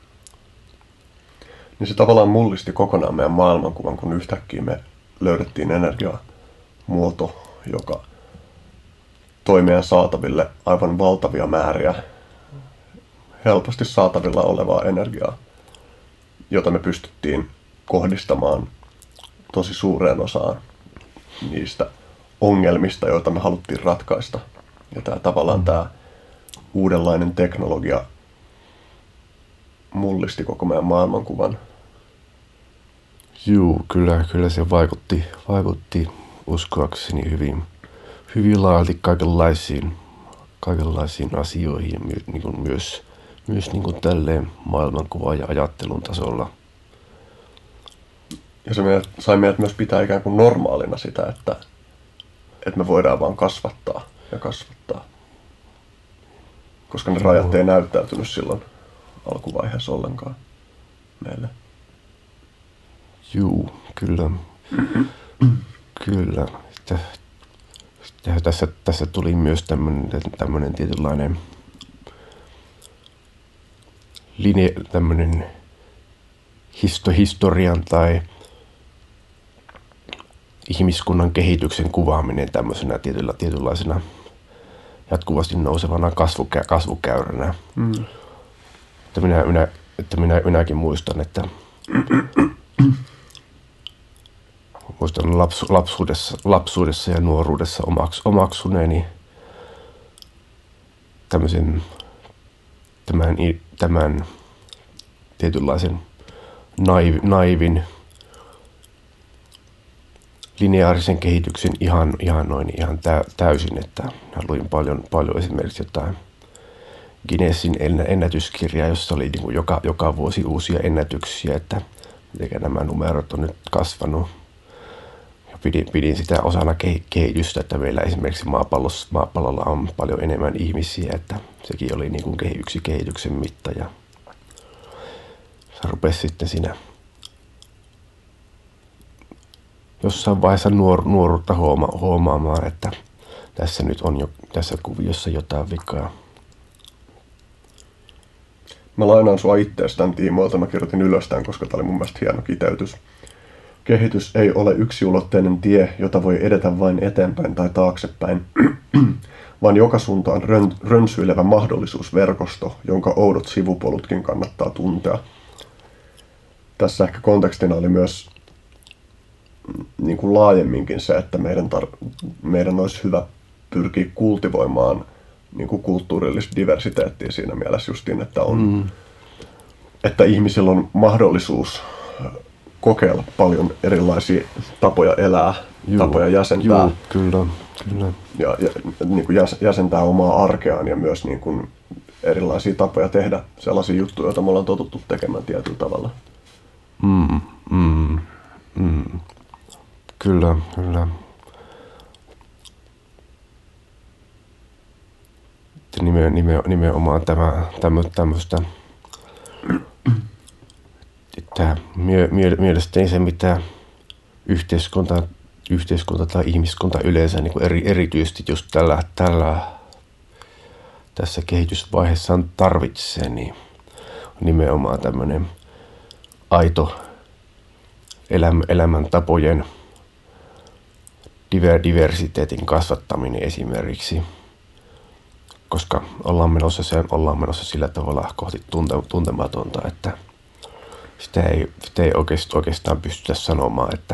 Niin se tavallaan mullisti kokonaan meidän maailmankuvan, kun yhtäkkiä me löydettiin energiamuoto, joka toi meidän saataville aivan valtavia määriä helposti saatavilla olevaa energiaa, jota me pystyttiin kohdistamaan tosi suureen osaan niistä ongelmista, joita me haluttiin ratkaista. Ja tämä tavallaan tämä uudenlainen teknologia mullisti koko meidän maailmankuvan. Juu, kyllä, kyllä se vaikutti, vaikutti uskoakseni hyvin, hyvin laajalti kaikenlaisiin, kaikenlaisiin asioihin ja my, niin kuin myös, myös niin kuin tälleen maailmankuvan ja ajattelun tasolla. Ja se meidät, sai meidät myös pitää ikään kuin normaalina sitä, että, että me voidaan vaan kasvattaa ja kasvattaa. Koska ne rajat ei näyttäytynyt silloin alkuvaiheessa ollenkaan meille. Juu, kyllä. Kyllä. Ja tässä, tässä tuli myös tämmöinen, tämmöinen tietynlainen linja, tämmöinen histo, historian tai ihmiskunnan kehityksen kuvaaminen tämmöisenä tietyllä, tietynlaisena jatkuvasti nousevana kasvukä, kasvukäyränä. Mm. Että, minä, minä, että minä, minäkin muistan, että muistan lapsu, lapsuudessa, lapsuudessa ja nuoruudessa omaks, omaksuneeni tämmöisen, tämän, tämän tietynlaisen naiv, naivin lineaarisen kehityksen ihan, ihan noin ihan täysin, että luin paljon, paljon esimerkiksi jotain Guinnessin ennätyskirjaa, jossa oli niin kuin joka, joka vuosi uusia ennätyksiä, että miten nämä numerot on nyt kasvanut. Ja pidin, pidin sitä osana kehitystä, että meillä esimerkiksi maapallossa, maapallolla on paljon enemmän ihmisiä, että sekin oli niin kuin yksi kehityksen mitta. Ja se rupesi sitten siinä jossain vaiheessa nuor, nuoruutta huoma, huomaamaan, että tässä nyt on jo tässä kuviossa jotain vikaa. Mä lainaan sua itseestään tiimoilta, mä kirjoitin ylös tämän, koska tää oli mun mielestä hieno kiteytys. Kehitys ei ole yksiulotteinen tie, jota voi edetä vain eteenpäin tai taaksepäin, vaan joka suuntaan rön, rönsyilevä mahdollisuusverkosto, jonka oudot sivupolutkin kannattaa tuntea. Tässä ehkä kontekstina oli myös niin kuin laajemminkin se, että meidän, tar- meidän olisi hyvä pyrkiä kultivoimaan niin kuin kulttuurillista diversiteettiä siinä mielessä justiin, että, on, mm. että ihmisillä on mahdollisuus kokeilla paljon erilaisia tapoja elää, Juu, tapoja jäsentää. Juu, kyllä, kyllä. Ja, ja niin kuin jäsentää omaa arkeaan ja myös niin kuin erilaisia tapoja tehdä sellaisia juttuja, joita me ollaan totuttu tekemään tietyllä tavalla. Mm, mm, mm. Kyllä, kyllä. Nime, nime, nimenomaan tämä, tämmöistä, että mie, mie, mielestäni se, mitä yhteiskunta, yhteiskunta tai ihmiskunta yleensä niin kuin eri, erityisesti just tällä, tällä tässä kehitysvaiheessaan tarvitsee, niin nimenomaan tämmöinen aito elämä, elämäntapojen diver, diversiteetin kasvattaminen esimerkiksi. Koska ollaan menossa, sen, ollaan menossa sillä tavalla kohti tunte, tuntematonta, että sitä ei, sitä ei oikeastaan, oikeastaan pystytä sanomaan, että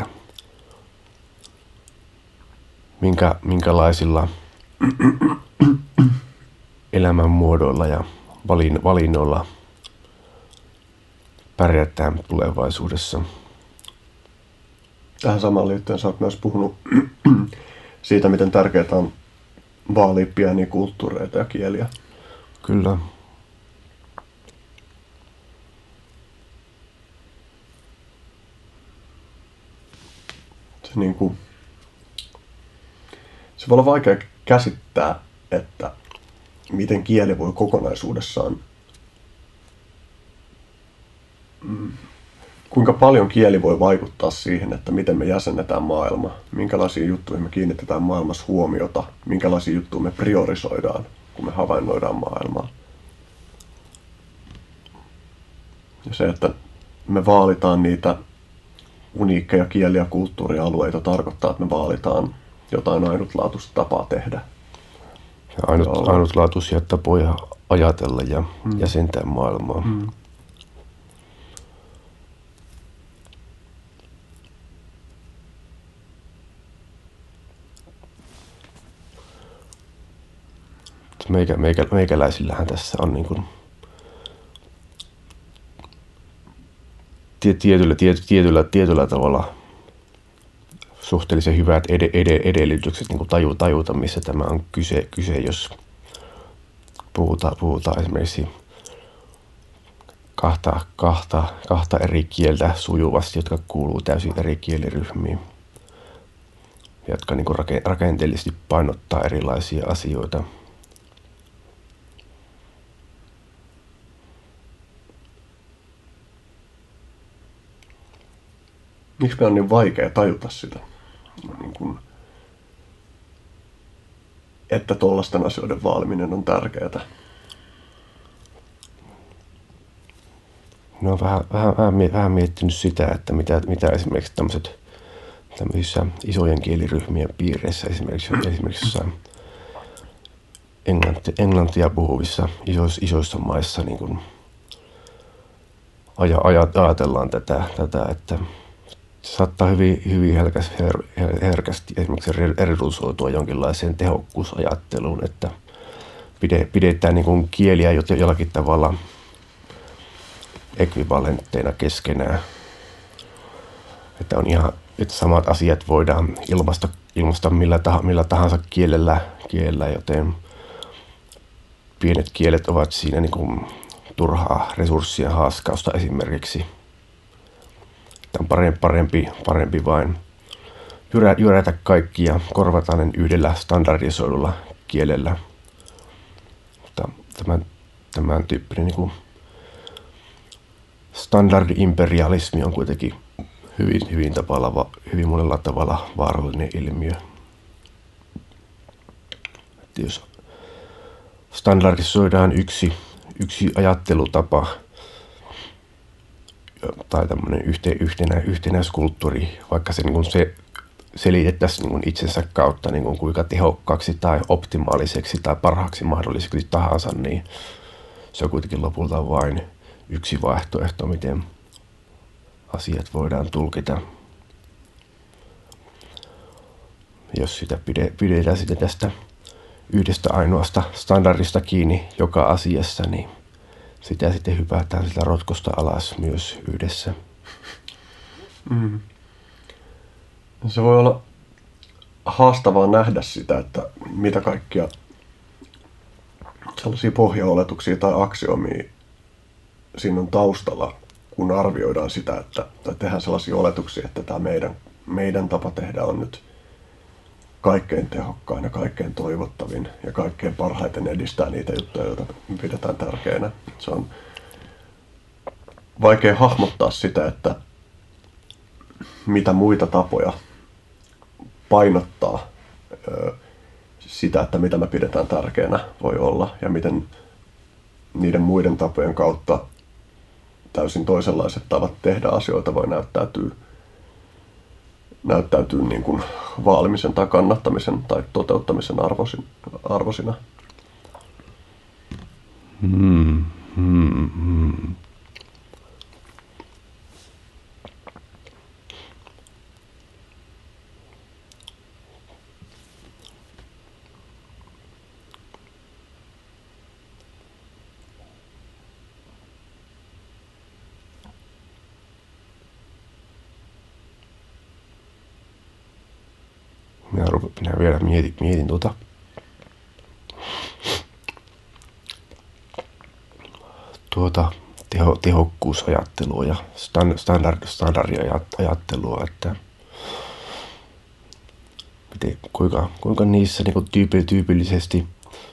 minkä, minkälaisilla elämänmuodoilla ja valin, valinnoilla pärjätään tulevaisuudessa. Tähän samaan liittyen sä oot myös puhunut siitä, miten tärkeää on vaalia pieniä kulttuureita ja kieliä. Kyllä. Se, niin kuin, se voi olla vaikea käsittää, että miten kieli voi kokonaisuudessaan, mm, kuinka paljon kieli voi vaikuttaa siihen, että miten me jäsennetään maailma, minkälaisia juttuja me kiinnitetään maailmassa huomiota, minkälaisia juttuja me priorisoidaan, kun me havainnoidaan maailmaa. Ja se, että me vaalitaan niitä uniikkeja kieli- ja kulttuurialueita, tarkoittaa, että me vaalitaan jotain ainutlaatuista tapaa tehdä. Ja ainut, ainutlaatuisia tapoja ajatella ja hmm. jäsentää maailmaa. Hmm. meikä, meikä, meikäläisillähän tässä on niin kuin tietyllä, tietyllä, tietyllä tavalla suhteellisen hyvät ed, ed, edellytykset niin kuin taju, tajuta, missä tämä on kyse, kyse jos puhutaan, puhutaan esimerkiksi kahta, kahta, kahta eri kieltä sujuvasti, jotka kuuluu täysin eri kieliryhmiin, jotka niin kuin rakenteellisesti painottaa erilaisia asioita. Miksi me on niin vaikea tajuta sitä, niin kuin, että tuollaisten asioiden vaaliminen on tärkeää? No vähän, vähän, vähän, vähän miettinyt sitä, että mitä, mitä esimerkiksi tämmöiset tämmöisissä isojen kieliryhmien piireissä, esimerkiksi, esimerkiksi jossain englantia, englantia puhuvissa isoissa, isoissa maissa niin kuin aja, aja, ajatellaan tätä, tätä, että saattaa hyvin, hyvin herkästi, her, herkästi esimerkiksi redusoitua jonkinlaiseen tehokkuusajatteluun, että pidetään niin kuin kieliä jollakin tavalla ekvivalentteina keskenään. Että on ihan, että samat asiat voidaan ilmaista, ilmaista millä, tah, millä tahansa kielellä, kielellä, joten pienet kielet ovat siinä niin kuin turhaa resurssien haaskausta esimerkiksi. Että on parempi, parempi, parempi vain jyrä, jyrätä kaikki ja korvata ne yhdellä standardisoidulla kielellä. Mutta tämän, tämän tyyppinen niin kuin standardi-imperialismi on kuitenkin hyvin, hyvin, tavalla, hyvin monella tavalla vaarallinen ilmiö. Että jos standardisoidaan yksi, yksi ajattelutapa tai tämmöinen yhte, yhtenä, yhtenäiskulttuuri, vaikka se, niin kuin se selitettäisiin niin kuin itsensä kautta niin kuin kuinka tehokkaaksi tai optimaaliseksi tai parhaaksi mahdolliseksi tahansa, niin se on kuitenkin lopulta vain yksi vaihtoehto, miten asiat voidaan tulkita. Jos sitä pidetään sitä tästä yhdestä ainoasta standardista kiinni joka asiassa, niin sitä sitten hypätään sitä rotkosta alas myös yhdessä. Mm. Se voi olla haastavaa nähdä sitä, että mitä kaikkia sellaisia pohjaoletuksia tai aksioomia siinä on taustalla, kun arvioidaan sitä, että tai tehdään sellaisia oletuksia, että tämä meidän, meidän tapa tehdä on nyt kaikkein tehokkain ja kaikkein toivottavin ja kaikkein parhaiten edistää niitä juttuja, joita pidetään tärkeänä. Se on vaikea hahmottaa sitä, että mitä muita tapoja painottaa sitä, että mitä me pidetään tärkeänä voi olla ja miten niiden muiden tapojen kautta täysin toisenlaiset tavat tehdä asioita voi näyttäytyä, näyttäytyy niin kuin vaalimisen tai kannattamisen tai toteuttamisen arvosin, arvosina. Hmm, hmm, hmm. Minä, rupe, minä vielä mietin, mietin tuota tuota teho, tehokkuusajattelua ja standard, standardiajattelua, että miten, kuinka, kuinka niissä niin kuin tyypil, tyypillisesti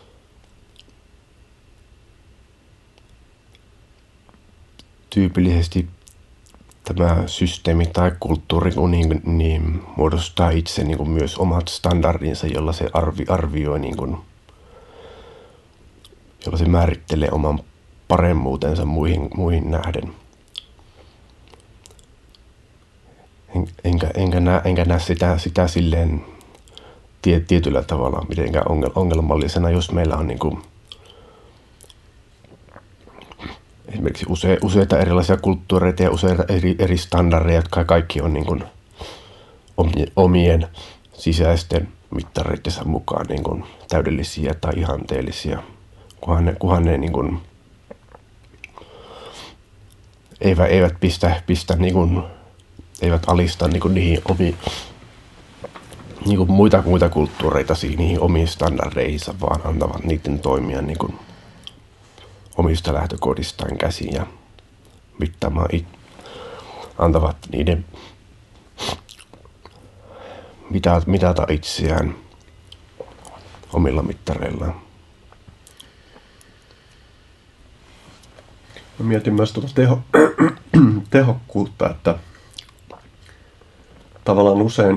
tyypillisesti tämä systeemi tai kulttuuri niin, niin muodostaa itse niin kuin myös omat standardinsa, jolla se arvi, arvioi, niin kuin, jolla se määrittelee oman paremmuutensa muihin, muihin nähden. En, enkä, enkä, näe, enkä näe sitä, sitä silleen tie, tietyllä tavalla mitenkään ongelmallisena, jos meillä on niin kuin esimerkiksi use, useita erilaisia kulttuureita ja useita eri, eri standardeja, jotka kaikki on niin kuin omien sisäisten mittareittensa mukaan niin kuin täydellisiä tai ihanteellisia, kunhan ne, kunhan ne niin kuin eivät, eivät pistä, pistä niin kuin, eivät alista niin kuin niihin omiin niin kuin muita, muita kulttuureita niihin omiin standardeihinsa, vaan antavat niiden toimia niin kuin omista lähtökohdistaan käsin ja mittaamaan it, antavat niiden mitata, mitata itseään omilla mittareillaan. Mä mietin myös tuota teho, tehokkuutta, että tavallaan usein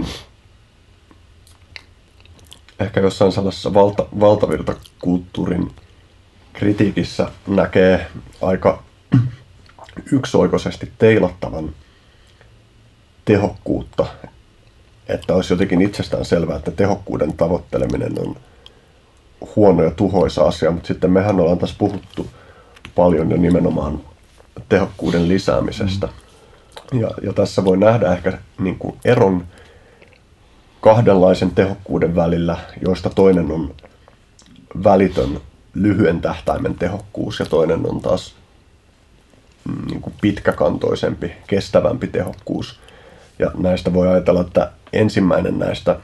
ehkä jossain sellaisessa valta, valtavirtakulttuurin kritiikissä näkee aika yksioikoisesti teilattavan tehokkuutta, että olisi jotenkin itsestään selvää, että tehokkuuden tavoitteleminen on huono ja tuhoisa asia, mutta sitten mehän ollaan tässä puhuttu paljon jo nimenomaan tehokkuuden lisäämisestä. Ja, ja tässä voi nähdä ehkä niin kuin eron kahdenlaisen tehokkuuden välillä, joista toinen on välitön lyhyen tähtäimen tehokkuus ja toinen on taas niin kuin pitkäkantoisempi, kestävämpi tehokkuus. Ja näistä voi ajatella, että ensimmäinen näistä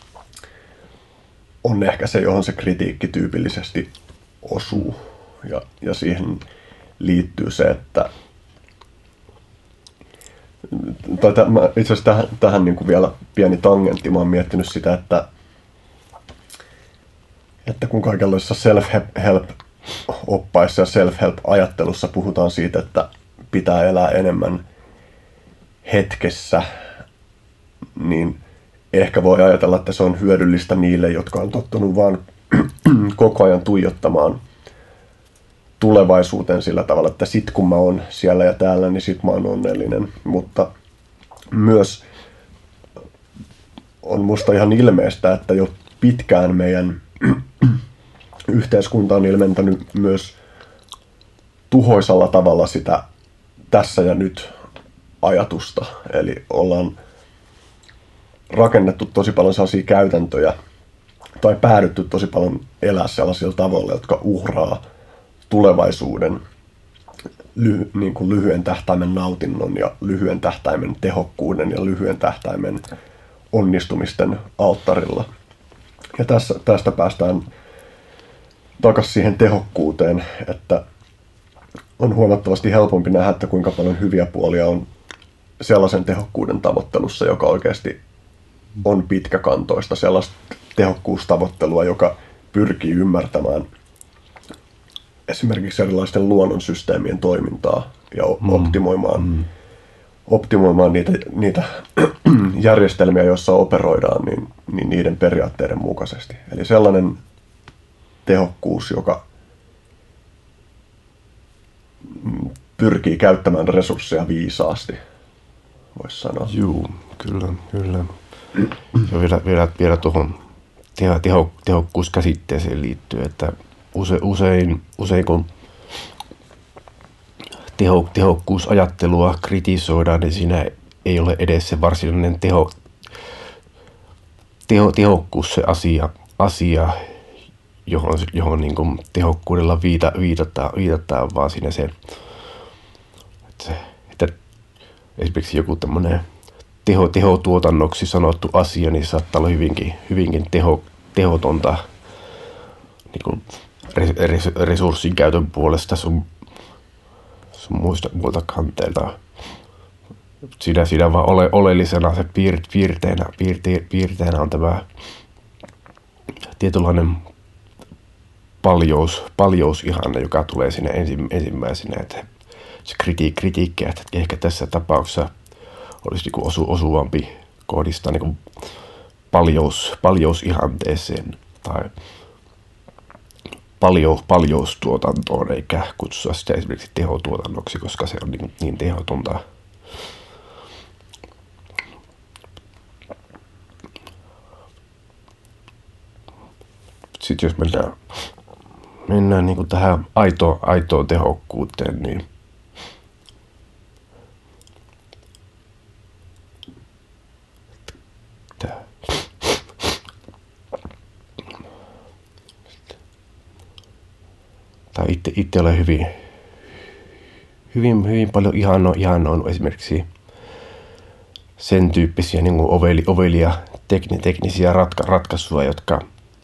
on ehkä se, johon se kritiikki tyypillisesti osuu. Ja, ja siihen liittyy se, että tai t- mä itse asiassa tähän, tähän niin kuin vielä pieni tangentti. Mä oon miettinyt sitä, että, että kun kaikenlaisissa self-help-oppaissa ja self-help-ajattelussa puhutaan siitä, että pitää elää enemmän hetkessä, niin ehkä voi ajatella, että se on hyödyllistä niille, jotka on tottunut vaan koko ajan tuijottamaan tulevaisuuteen sillä tavalla, että sit kun mä oon siellä ja täällä, niin sit mä oon onnellinen. Mutta myös on musta ihan ilmeistä, että jo pitkään meidän yhteiskunta on ilmentänyt myös tuhoisalla tavalla sitä tässä ja nyt ajatusta. Eli ollaan rakennettu tosi paljon sellaisia käytäntöjä tai päädytty tosi paljon elää sellaisilla tavoilla, jotka uhraa tulevaisuuden lyhy, niin kuin lyhyen tähtäimen nautinnon ja lyhyen tähtäimen tehokkuuden ja lyhyen tähtäimen onnistumisten alttarilla. Ja tässä, tästä päästään takaisin siihen tehokkuuteen, että on huomattavasti helpompi nähdä, että kuinka paljon hyviä puolia on sellaisen tehokkuuden tavoittelussa, joka oikeasti on pitkäkantoista, sellaista tehokkuustavoittelua, joka pyrkii ymmärtämään esimerkiksi erilaisten luonnonsysteemien toimintaa ja optimoimaan, mm. optimoimaan niitä, niitä järjestelmiä, joissa operoidaan, niin, niin niiden periaatteiden mukaisesti. Eli sellainen tehokkuus, joka pyrkii käyttämään resursseja viisaasti, voisi sanoa. Juu, kyllä, kyllä. Ja vielä, vielä, vielä tuohon teho, teho, tehokkuuskäsitteeseen liittyy, että use, usein, usein kun teho, tehokkuusajattelua kritisoidaan, niin siinä ei ole edes se varsinainen teho, teho, tehokkuus se asia, asia johon, johon niin kuin tehokkuudella viita, viitataan, viitataan, vaan siinä se, että, se, että esimerkiksi joku tämmöinen teho, tehotuotannoksi sanottu asia, niin saattaa olla hyvinkin, hyvinkin teho, tehotonta niin kuin res, resurssin käytön puolesta sun, sun muista, muilta kanteilta. Siinä, siinä vaan ole, oleellisena se piir, piirteenä, piirte, piirteenä on tämä tietynlainen paljous, paljousihanne, joka tulee sinne ensi, ensimmäisenä. Että se kritiik, kritiikki, että ehkä tässä tapauksessa olisi niin kuin osu, osuvampi kohdistaa niin kuin paljous, paljousihanteeseen tai paljous, paljoustuotantoon, eikä kutsua sitä esimerkiksi tehotuotannoksi, koska se on niin, niin tehotonta. Sitten jos mennään, mennään niin kuin tähän aitoon, aitoon tehokkuuteen, niin tai itse, itse olen hyvin, hyvin, hyvin paljon ihano, ihanoinut esimerkiksi sen tyyppisiä niin kuin oveli, ovelia tekni, teknisiä ratka, ratkaisuja, jotka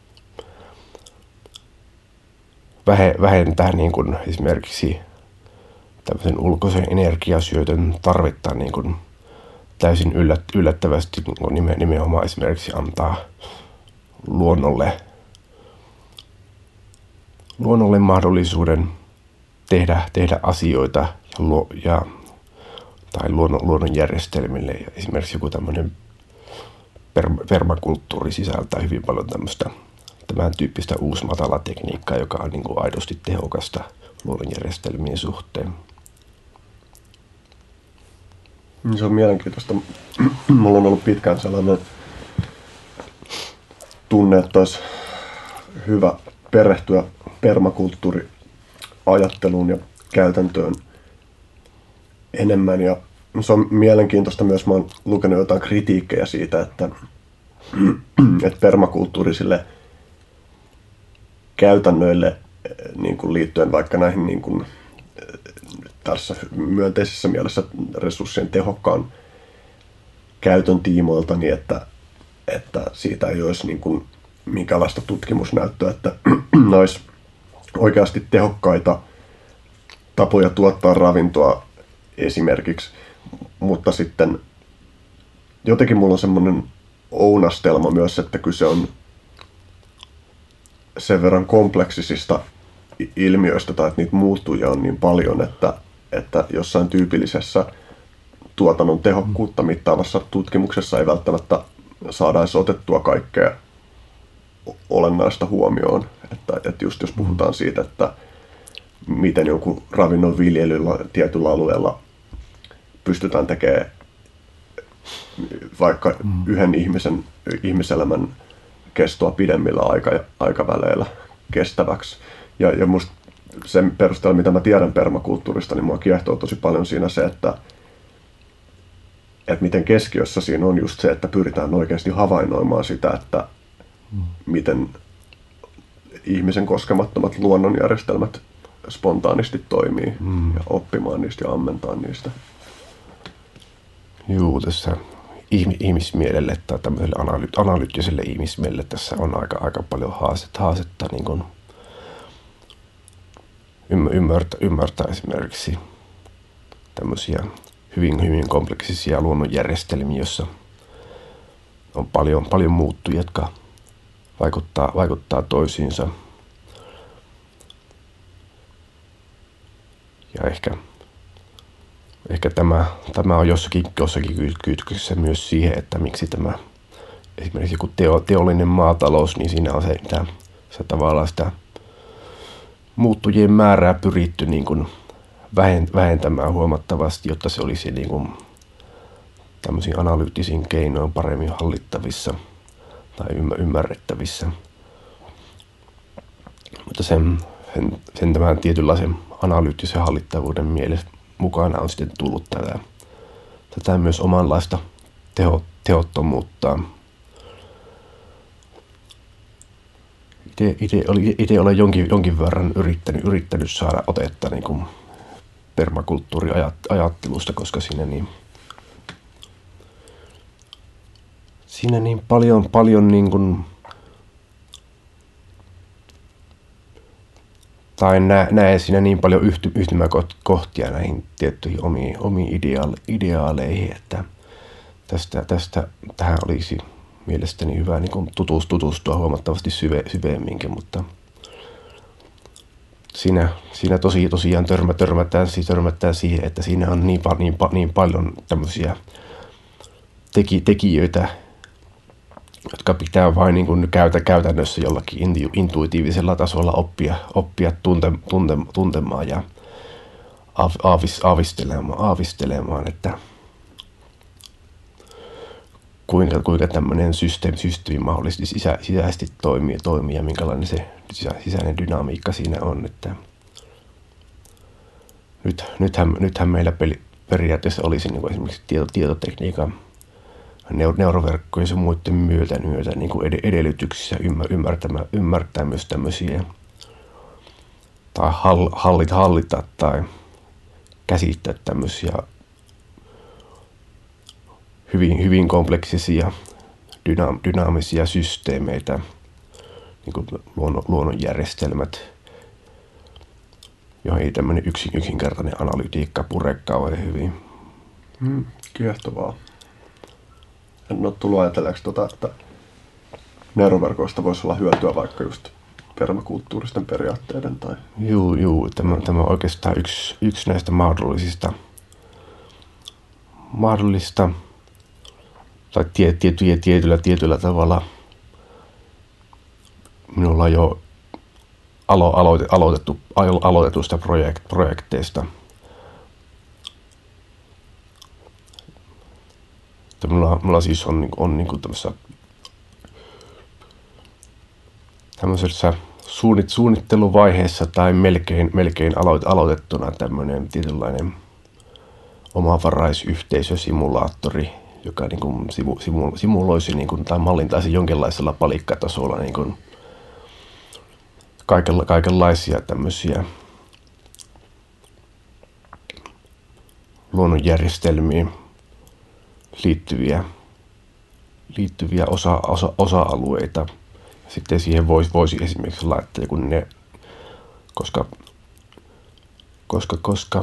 vähentää niin kuin esimerkiksi tämmöisen ulkoisen energiasyötön tarvetta niin kuin täysin yllät, yllättävästi niin kuin nime, nimenomaan esimerkiksi antaa luonnolle, luonnolle mahdollisuuden tehdä, tehdä asioita ja, luo, ja, tai luonnon, luonnon järjestelmille. Ja esimerkiksi joku tämmöinen per, permakulttuuri sisältää hyvin paljon tämmöistä tämän tyyppistä uusmatala tekniikkaa, joka on niin kuin aidosti tehokasta luonnonjärjestelmien suhteen. Se on mielenkiintoista. Mulla on ollut pitkään sellainen tunne, että olisi hyvä perehtyä permakulttuuriajatteluun ja käytäntöön enemmän. Ja se on mielenkiintoista myös, mä oon lukenut jotain kritiikkejä siitä, että, että permakulttuurisille käytännöille niin kuin liittyen vaikka näihin niin kuin, tässä myönteisessä mielessä resurssien tehokkaan käytön tiimoilta, niin että, että siitä ei olisi niin kuin minkäänlaista tutkimusnäyttöä, että ne olisi oikeasti tehokkaita tapoja tuottaa ravintoa esimerkiksi, mutta sitten jotenkin mulla on semmoinen ounastelma myös, että kyse on sen verran kompleksisista ilmiöistä tai että niitä muuttujia on niin paljon, että, että jossain tyypillisessä tuotannon tehokkuutta mittaavassa tutkimuksessa ei välttämättä saada edes otettua kaikkea olennaista huomioon. Että, että just jos puhutaan siitä, että miten jonkun ravinnon viljelyllä tietyllä alueella pystytään tekemään vaikka yhden ihmisen, ihmiselämän kestoa pidemmillä aika, aikaväleillä kestäväksi. Ja, ja musta sen perusteella, mitä mä tiedän permakulttuurista, niin mua kiehtoo tosi paljon siinä se, että, että miten keskiössä siinä on just se, että pyritään oikeasti havainnoimaan sitä, että mm. miten ihmisen koskemattomat luonnonjärjestelmät spontaanisti toimii mm. ja oppimaan niistä ja ammentaa niistä. Juu, tässä ihmismielelle tai tämmöiselle analy- analyyttiselle ihmismielelle tässä on aika, aika paljon haastetta, haastetta niin kuin ymmärtää, ymmärtää esimerkiksi tämmöisiä hyvin, hyvin kompleksisia luonnonjärjestelmiä, joissa on paljon, paljon muuttujia, jotka vaikuttaa, vaikuttaa toisiinsa. Ja ehkä, ehkä tämä, tämä on jossakin, jossakin kytköksessä myös siihen, että miksi tämä esimerkiksi joku teo, teollinen maatalous, niin siinä on se, että se tavallaan sitä muuttujien määrää pyritty niin kuin vähentämään huomattavasti, jotta se olisi niin kuin tämmöisiin analyyttisiin keinoin paremmin hallittavissa tai ymmärrettävissä. Mutta sen, sen, sen tämän tietynlaisen analyyttisen hallittavuuden mielessä mukana on sitten tullut tätä, tätä myös omanlaista teho, tehottomuutta. Itse olen jonkin, jonkin verran yrittänyt, yrittänyt saada otetta niin kuin permakulttuuriajattelusta, koska siinä niin, siinä niin paljon, paljon niin kuin, tai nä, näen siinä niin paljon yhty, yhtymäkohtia näihin tiettyihin omiin, omiin ideaale, ideaaleihin, että tästä, tästä tähän olisi mielestäni hyvä niin kuin tutustua huomattavasti syve, syvemminkin, mutta siinä, siinä tosi, tosiaan törmä, törmätään, siis törmätään siihen, että siinä on niin, niin, niin paljon tämmöisiä teki, tekijöitä, jotka pitää vain niin kuin käytä, käytännössä jollakin intuitiivisella tasolla oppia, oppia tunte, tunte, tuntemaan ja aavis, aavistelemaan, aavistelemaan, että kuinka, kuinka tämmöinen systeemi, systeemi mahdollisesti sisä, sisäisesti toimii, toimii ja minkälainen se sisä, sisäinen dynamiikka siinä on. Että nyt, nythän, nythän meillä peli, periaatteessa olisi niin kuin esimerkiksi tieto, tietotekniikan, neuroverkkojen ja muiden myötä, myötä niin kuin edellytyksissä ymmärtää, ymmärtää myös tämmöisiä, tai hallita, hallita tai käsittää tämmöisiä hyvin, hyvin kompleksisia dyna, dynaamisia systeemeitä, niin kuin luonnon, luonnonjärjestelmät, joihin ei tämmöinen yksin, yksinkertainen analytiikka pure kauhean hyvin. Hmm, kiehtovaa. En ole tullut ajatelleeksi, tuota, että neuroverkoista voisi olla hyötyä vaikka just permakulttuuristen periaatteiden tai... Juu, juu. Tämä, tämä on oikeastaan yksi, yksi näistä mahdollisista, mahdollista tai tie, tietyllä, tietyllä, tietyllä tavalla minulla on jo alo, aloite, aloitettu, aloitetusta projekt, projekteista. Minulla, minulla siis on, on niin kuin tämmöisessä, tämmöisessä suunnit, suunnitteluvaiheessa tai melkein, melkein aloitettuna tämmöinen tietynlainen omavaraisyhteisösimulaattori, joka niin kuin simu, simu, simuloisi niin kuin, tai mallintaisi jonkinlaisella palikkatasolla niin kuin kaikenla, kaikenlaisia tämmöisiä luonnonjärjestelmiin liittyviä, liittyviä osa, osa, osa-alueita. Sitten siihen voisi, voisi esimerkiksi laittaa joku ne, koska, koska, koska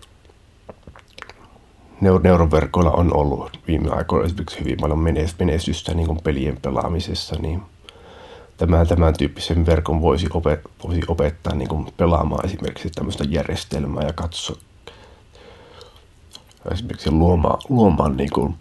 neuroverkoilla on ollut viime aikoina esimerkiksi hyvin paljon menestystä niin kuin pelien pelaamisessa, niin tämän, tämän tyyppisen verkon voisi, opet, voisi opettaa niin kuin pelaamaan esimerkiksi tämmöistä järjestelmää ja katsoa, esimerkiksi luomaan, luomaan niin kuin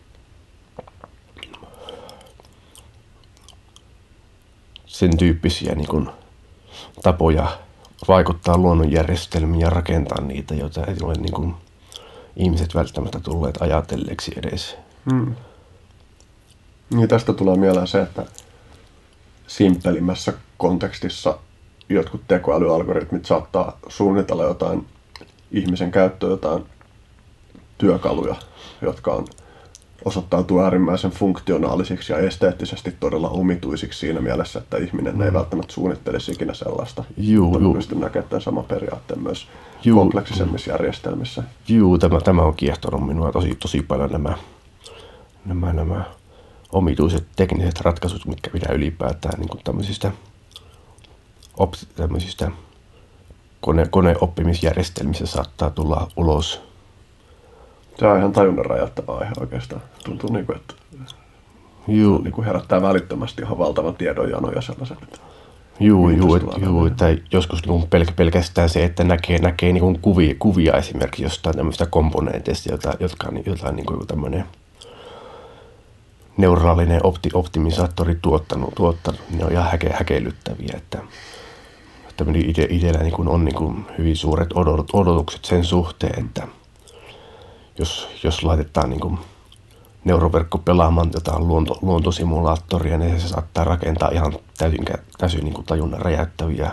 sen tyyppisiä niin kuin tapoja vaikuttaa luonnonjärjestelmiin ja rakentaa niitä, joita ei ole niin kuin ihmiset välttämättä tulleet ajatelleeksi edes. Hmm. Niin tästä tulee mieleen se, että simppelimmässä kontekstissa jotkut tekoälyalgoritmit saattaa suunnitella jotain ihmisen käyttöön jotain työkaluja, jotka on, osoittautuu äärimmäisen funktionaalisiksi ja esteettisesti todella omituisiksi siinä mielessä, että ihminen mm. ei välttämättä suunnittelisi ikinä sellaista. Juu, juu. Pystyn näkemään tämän saman periaatteen myös juu. kompleksisemmissa järjestelmissä. Joo, tämä, tämä on kiehtonut minua tosi, tosi paljon nämä, nämä, nämä omituiset tekniset ratkaisut, mitkä pitää ylipäätään niin kuin tämmöisistä, op, tämmöisistä kone, koneoppimisjärjestelmissä saattaa tulla ulos. Se on ihan tajunnan rajattava aihe oikeastaan. Tuntuu niin kuin, että niin kuin herättää välittömästi ihan valtavan tiedonjano ja sellaiset. Joo, joo, joo, tai joskus niin pelk- pelkästään se, että näkee, näkee niin kuin kuvia, kuvia esimerkiksi jostain tämmöistä komponenteista, jota, jotka on jotain niin kuin tämmöinen neuraalinen opti, optimisaattori tuottanut, tuottanut, ne on ihan häke, häkeilyttäviä, että ite, itsellä niin kuin on niin kuin hyvin suuret odot, odotukset sen suhteen, että jos, jos laitetaan niin kuin neuroverkko pelaamaan jotain luonto, luontosimulaattoria, niin se saattaa rakentaa ihan täysin, täysin niin kuin tajunnan räjäyttäviä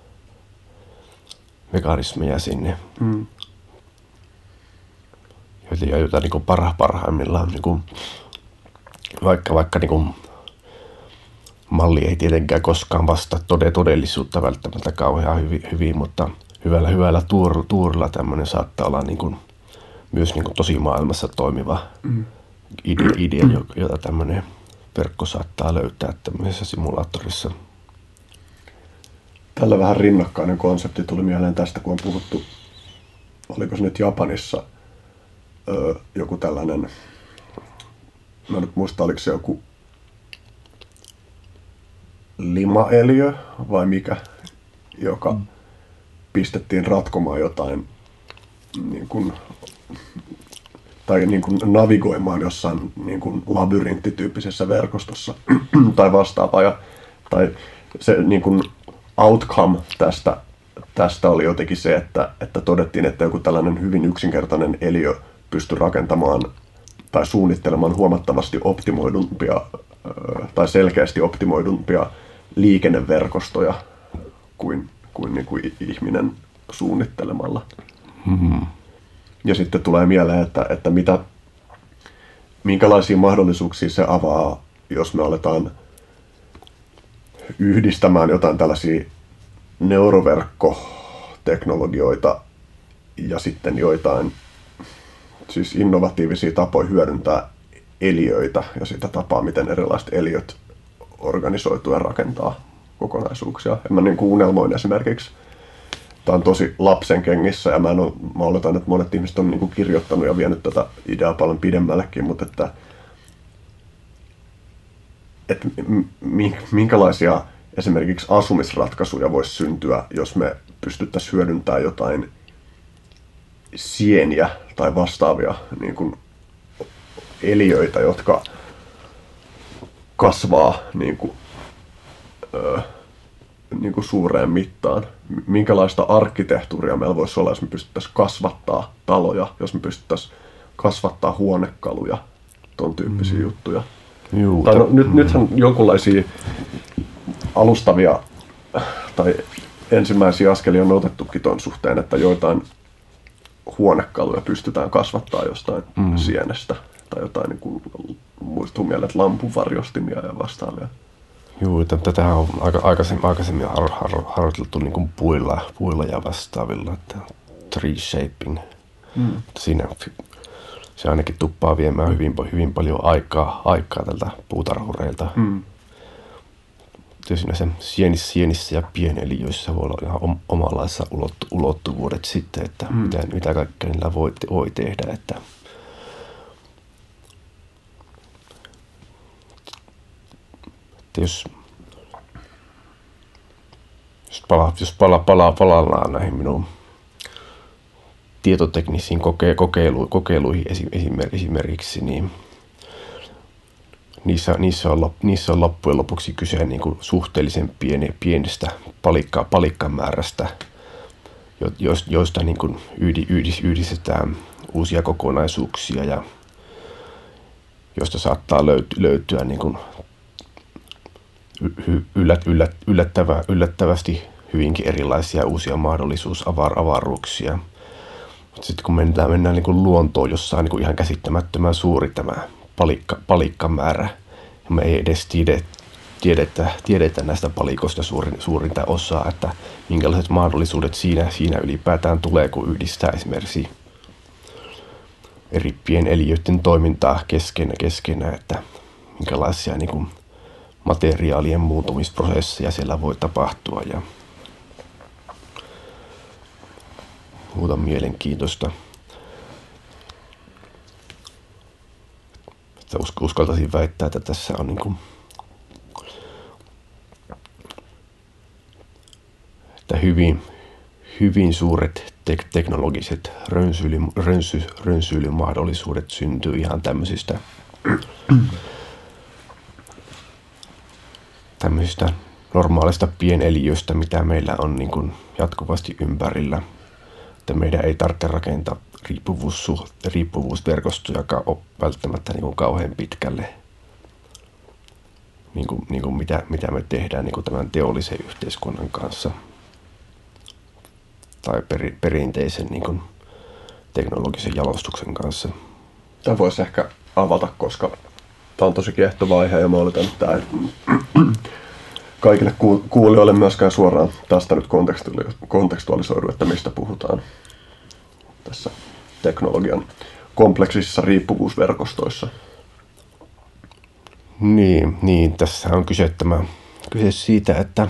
mekanismeja sinne. Mm. Joita, joita niin kuin parha, parhaimmillaan, niin kuin, vaikka, vaikka niin kuin malli ei tietenkään koskaan vastaa todellisuutta välttämättä kauhean hyvin, hyvin mutta hyvällä, hyvällä tuur, tuurilla tämmöinen saattaa olla niin kuin, myös niin kuin tosi maailmassa toimiva mm. idea, idea, jota tämmöinen verkko saattaa löytää tämmöisessä simulaattorissa. Tällä vähän rinnakkainen konsepti tuli mieleen tästä, kun on puhuttu, oliko se nyt Japanissa öö, joku tällainen, mä nyt muista, oliko se joku limaeliö vai mikä, joka mm. pistettiin ratkomaan jotain niin kuin, tai niin kuin navigoimaan jossain niin kuin labyrinttityyppisessä verkostossa tai vastaavaa. Ja, tai se niin kuin outcome tästä, tästä oli jotenkin se, että, että todettiin, että joku tällainen hyvin yksinkertainen eliö pystyi rakentamaan tai suunnittelemaan huomattavasti optimoidumpia tai selkeästi optimoidumpia liikenneverkostoja kuin, kuin, niin kuin ihminen suunnittelemalla. Mm-hmm. Ja sitten tulee mieleen, että, että mitä, minkälaisia mahdollisuuksia se avaa, jos me aletaan yhdistämään jotain tällaisia neuroverkko teknologioita ja sitten joitain siis innovatiivisia tapoja hyödyntää eliöitä ja sitä tapaa, miten erilaiset eliöt organisoituu ja rakentaa kokonaisuuksia. Ja mä niin kuin unelmoin esimerkiksi, tämä on tosi lapsen kengissä ja mä, en ole, mä oletan, että monet ihmiset on niin kuin kirjoittanut ja vienyt tätä ideaa paljon pidemmällekin, mutta että, että minkälaisia esimerkiksi asumisratkaisuja voisi syntyä, jos me pystyttäisiin hyödyntämään jotain sieniä tai vastaavia niin kuin eliöitä, jotka kasvaa niin kuin, ö, niin kuin suureen mittaan. Minkälaista arkkitehtuuria meillä voisi olla, jos me pystyttäisiin kasvattaa taloja, jos me pystyttäisiin kasvattaa huonekaluja, ton tyyppisiä mm. juttuja. Juu, tai no, t- nyt, mm. nythän jonkunlaisia alustavia tai ensimmäisiä askelia on otettukin ton suhteen, että joitain huonekaluja pystytään kasvattaa jostain mm. sienestä tai jotain niin kuin, muistuu mieleen, että lampunvarjostimia ja vastaavia. Joo, tätähän on aika, aikaisemmin, aikaisemmin har, har, harjoiteltu niin kuin puilla, puilla ja vastaavilla, että tree shaping. Mm. Siinä se ainakin tuppaa viemään hyvin, hyvin paljon aikaa, aikaa tältä puutarhureilta. Mm. Tietysti näissä sienissä, sienissä ja pieneliöissä voi olla ihan omanlaissa ulottu, ulottuvuudet sitten, että mm. mitä, mitä kaikkea niillä voi, voi tehdä. Että että jos, jos, pala, jos pala, pala, palallaan näihin minun tietoteknisiin koke, kokeilu, kokeiluihin esimerkiksi, niin niissä, niissä, on, niissä on loppujen lopuksi kyse niin kuin suhteellisen pieni, pienestä palikka, palikkamäärästä, joista niin kuin yhdistetään uusia kokonaisuuksia ja josta saattaa löytyä, löytyä niin kuin yllät, yllät, yllättävä, yllättävästi hyvinkin erilaisia uusia mahdollisuusavaruuksia. Mutta sitten kun mennään, mennään niin kuin luontoon, jossa on niin kuin ihan käsittämättömän suuri tämä palikka, palikkamäärä, ja me ei edes tiede, tiedetä, tiedetä näistä palikoista suurin, suurinta osaa, että minkälaiset mahdollisuudet siinä, siinä ylipäätään tulee, kun yhdistää esimerkiksi eri pieneliöiden toimintaa keskenään, keskenään että minkälaisia niin kuin materiaalien muuntumisprosesseja siellä voi tapahtua ja muuta mielenkiintoista. Että uskaltaisin väittää, että tässä on niin kuin, että hyvin, hyvin suuret tek- teknologiset rönsyily, rönsy, rönsyilymahdollisuudet syntyy ihan tämmöisistä tämmöisistä normaalista pieneliöistä, mitä meillä on niin kuin jatkuvasti ympärillä. Että meidän ei tarvitse rakentaa riippuvuus, riippuvuusverkostojakaan ole välttämättä niin kuin kauhean pitkälle, niin kuin, niin kuin mitä, mitä me tehdään niin kuin tämän teollisen yhteiskunnan kanssa tai peri, perinteisen niin kuin teknologisen jalostuksen kanssa. Tämä voisi ehkä avata, koska tämä on tosi kiehtova aihe ja mä oletan, että tämä kaikille kuulijoille myöskään suoraan tästä nyt kontekstualisoidu, että mistä puhutaan tässä teknologian kompleksisissa riippuvuusverkostoissa. Niin, niin tässä on kyse, tämä, kyse siitä, että,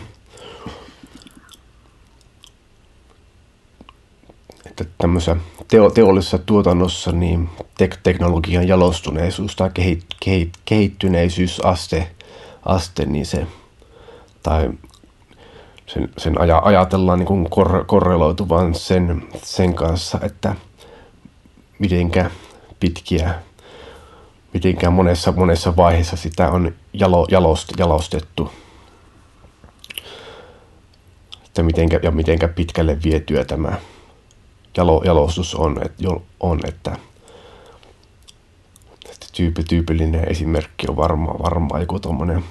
että tämmöisessä teo, teollisessa tuotannossa niin tek, teknologian jalostuneisuus tai kehit, kehit, kehittyneisyys-aste, aste, niin se tai sen, sen ajatellaan niin kuin kor, korreloituvan sen, sen kanssa, että mitenkä pitkiä, mitenkä monessa, monessa vaiheessa sitä on jalo, jalost, jalostettu. Että mitenkä, ja mitenkä pitkälle vietyä tämä jalo, jalostus on, et, on että, että tyyppi, tyypillinen esimerkki on varmaan varma joku tommonen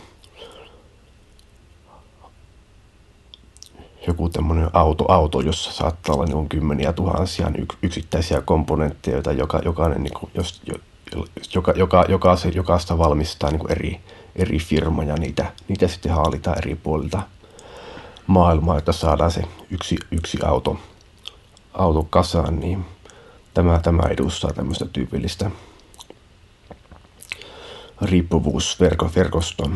joku tämmöinen auto, auto, jossa saattaa olla niin kymmeniä tuhansia yksittäisiä komponentteja, joita joka, jokainen, niin kuin, jos, jo, joka, joka, joka, jokaista valmistaa niin kuin eri, eri firma ja niitä, niitä sitten haalitaan eri puolilta maailmaa, että saadaan se yksi, yksi auto, auto kasaan, niin tämä, tämä edustaa tämmöistä tyypillistä riippuvuusverkoston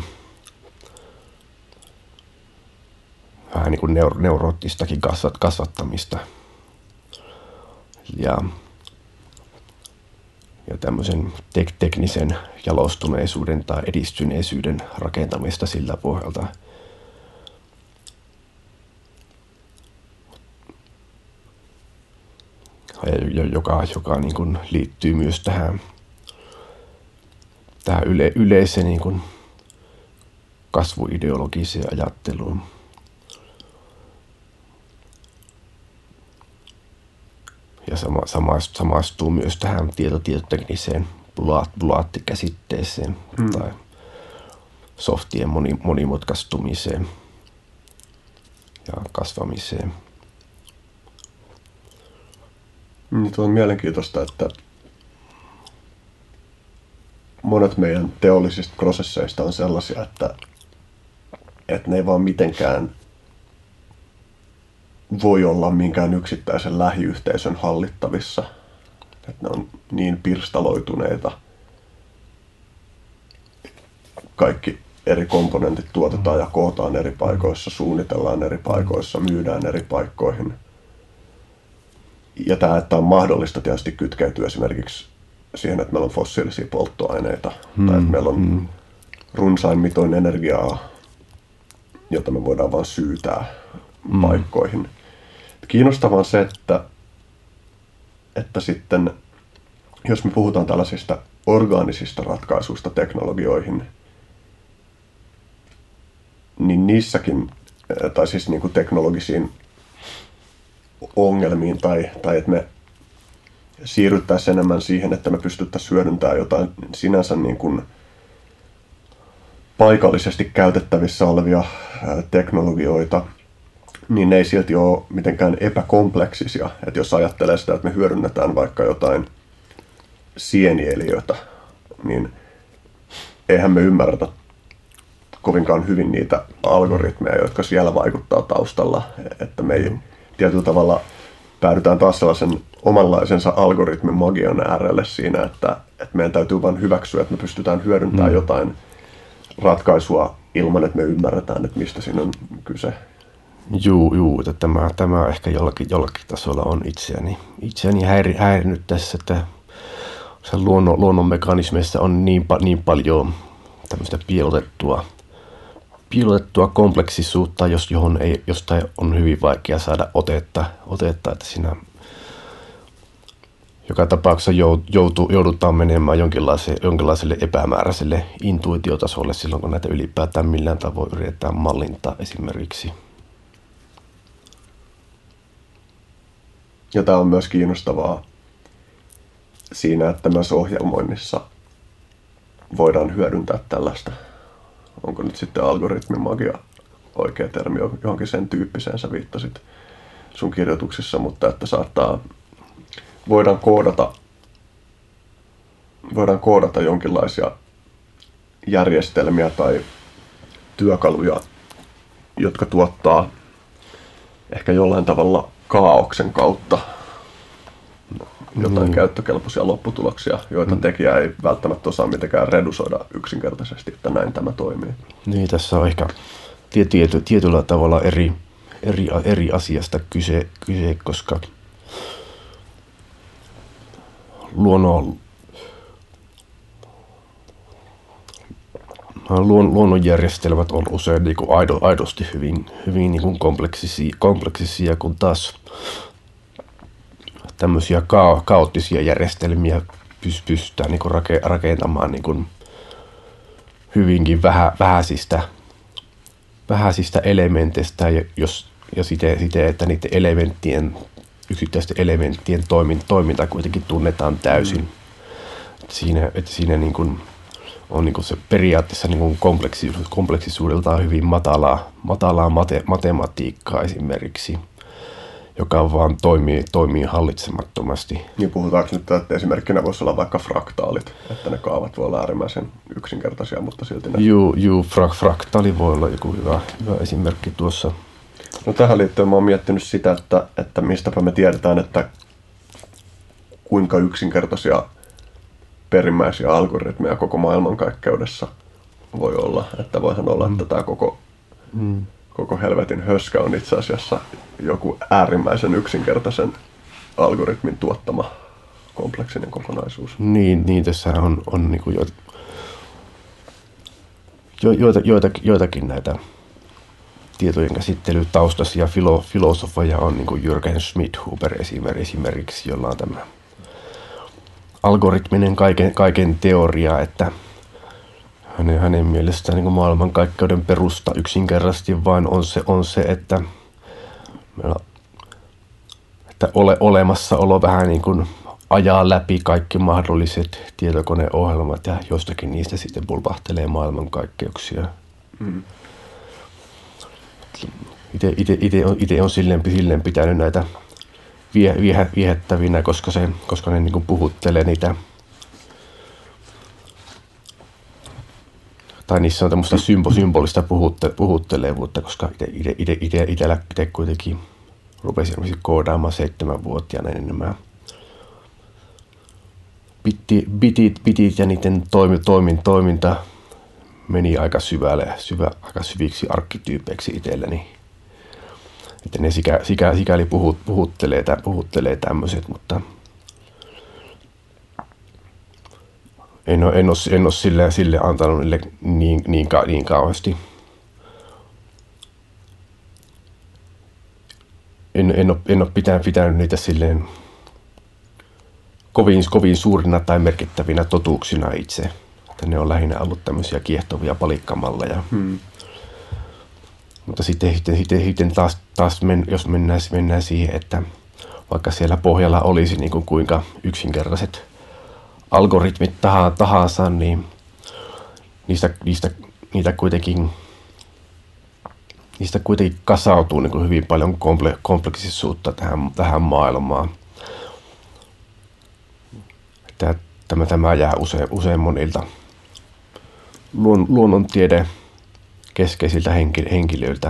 vähän niin kuin neuro, neuroottistakin kasvat, kasvattamista ja, ja tämmöisen tek, teknisen jalostuneisuuden tai edistyneisyyden rakentamista sillä pohjalta. Joka, joka niin kuin liittyy myös tähän, tähän yle, yleiseen niin kuin kasvuideologiseen ajatteluun. Ja sama, samaistuu myös tähän tietotietotekniseen bulaattikäsitteeseen hmm. tai softien moni, monimutkaistumiseen ja kasvamiseen. Niin tuo on mielenkiintoista, että monet meidän teollisista prosesseista on sellaisia, että, että ne ei vaan mitenkään voi olla minkään yksittäisen lähiyhteisön hallittavissa. Että ne on niin pirstaloituneita. Kaikki eri komponentit tuotetaan ja kootaan eri paikoissa, suunnitellaan eri paikoissa, myydään eri paikkoihin. Ja tämä, että on mahdollista tietysti kytkeytyy esimerkiksi siihen, että meillä on fossiilisia polttoaineita hmm. tai että meillä on hmm. runsain mitoin energiaa, jota me voidaan vain syytää hmm. paikkoihin. Kiinnostavaa on se, että, että sitten, jos me puhutaan tällaisista orgaanisista ratkaisuista teknologioihin, niin niissäkin, tai siis niin kuin teknologisiin ongelmiin tai, tai että me siirryttäisiin enemmän siihen, että me pystyttäisiin hyödyntämään jotain sinänsä niin kuin paikallisesti käytettävissä olevia ää, teknologioita, niin ne ei silti ole mitenkään epäkompleksisia. Että jos ajattelee sitä, että me hyödynnetään vaikka jotain sienieliötä, niin eihän me ymmärretä kovinkaan hyvin niitä algoritmeja, jotka siellä vaikuttaa taustalla, että me ei tietyllä tavalla päädytään taas sellaisen omanlaisensa algoritmin magian äärelle siinä, että, että meidän täytyy vain hyväksyä, että me pystytään hyödyntämään mm. jotain ratkaisua ilman, että me ymmärretään, että mistä siinä on kyse. Juu, juu että tämä, tämä ehkä jollakin, jollakin tasolla on itseäni, itseäni häiri, häirinyt tässä, että se luonnon, luonnon mekanismeissa on niin, niin paljon tämmöistä piilotettua piilotettua kompleksisuutta, jos johon ei, jostain on hyvin vaikea saada otetta, otetta että siinä joka tapauksessa joutuu, joudutaan menemään jonkinlaiselle, jonkinlaiselle epämääräiselle intuitiotasolle silloin, kun näitä ylipäätään millään tavoin yritetään mallintaa esimerkiksi. Ja tämä on myös kiinnostavaa siinä, että myös ohjelmoinnissa voidaan hyödyntää tällaista. Onko nyt sitten algoritmimagia oikea termi, johonkin sen tyyppiseen sä viittasit sun kirjoituksissa, mutta että saattaa, voidaan koodata, voidaan koodata jonkinlaisia järjestelmiä tai työkaluja, jotka tuottaa ehkä jollain tavalla kaaoksen kautta jotain mm. käyttökelpoisia lopputuloksia, joita mm. tekijä ei välttämättä osaa mitenkään redusoida yksinkertaisesti, että näin tämä toimii. Niin, tässä on ehkä tiety, tietyllä tavalla eri, eri, eri asiasta kyse, kyse koska luonnon, luon, luonnonjärjestelmät on usein niin kuin aido, aidosti hyvin, hyvin niin kuin kompleksisia, kompleksisia, kun taas tämmöisiä ka- kaoottisia järjestelmiä pystytään niin kuin rake- rakentamaan niin kuin hyvinkin vähä, vähäisistä, vähäisistä elementeistä ja, jos, ja siten, siten, että niiden elementtien, yksittäisten elementtien toimin, toiminta kuitenkin tunnetaan täysin. Mm. Että siinä, että siinä niin kuin on niin kuin se periaatteessa niin kuin kompleksisuus, kompleksisuudeltaan hyvin matalaa, matalaa mate, matematiikkaa esimerkiksi, joka vaan toimii, toimii hallitsemattomasti. Niin puhutaanko nyt, että esimerkkinä voisi olla vaikka fraktaalit, että ne kaavat voi olla äärimmäisen yksinkertaisia, mutta silti ne... Juu, juu fra, fraktaali voi olla joku hyvä, hyvä esimerkki tuossa. No tähän liittyen mä oon miettinyt sitä, että, että mistäpä me tiedetään, että kuinka yksinkertaisia perimmäisiä algoritmeja koko maailmankaikkeudessa voi olla. Että voihan olla, mm. että tämä koko, mm. koko helvetin höskä on itse asiassa joku äärimmäisen yksinkertaisen algoritmin tuottama kompleksinen kokonaisuus. Niin, niin tässä on, on niin kuin joita, jo, joita, joitakin, joitakin näitä tietojen käsittelytaustaisia filo, filosofeja on, niin kuin Jürgen Schmidhuber esimerkiksi, jolla on tämä algoritminen kaiken, kaiken teoria, että hänen, hänen mielestään niin maailmankaikkeuden perusta yksinkertaisesti vain on se, on se että, meillä, että ole, olemassaolo vähän niin kuin ajaa läpi kaikki mahdolliset tietokoneohjelmat ja jostakin niistä sitten pulpahtelee maailmankaikkeuksia. Mm. Itse on, ite on silleen, silleen pitänyt näitä vie, vie, viehättävinä, koska, se, koska ne niin kuin puhuttelee niitä, tai niissä on tämmöistä symbo, symbolista puhutte, puhuttelevuutta, koska itse kuitenkin rupesin koodaamaan seitsemänvuotiaana, niin nämä bitit, bitit, bitit ja niiden toimi, toimin, toiminta meni aika syvälle, syvä, aika syviksi arkkityypeiksi itselleni. Että ne sikä, sikä, sikäli puhut, puhuttelee, puhuttelee tämmöiset, mutta en ole, en ole, en ole sille, sille antanut niille niin, niin, niin kauheasti. En, en, ole, en ole pitänyt, pitänyt niitä silleen kovin, kovin suurina tai merkittävinä totuuksina itse. Että ne on lähinnä ollut tämmöisiä kiehtovia palikkamalleja. Hmm. Mutta sitten, sitten, sitten, sitten taas, taas men, jos mennään, mennään siihen, että vaikka siellä pohjalla olisi niin kuin kuinka yksinkertaiset algoritmit tahansa, niin niistä, niistä, niitä kuitenkin, niistä kuitenkin kasautuu niin kuin hyvin paljon komple, kompleksisuutta tähän, tähän maailmaan. Että tämä, tämä jää usein, usein monilta luon, luonnontiede keskeisiltä henkilöiltä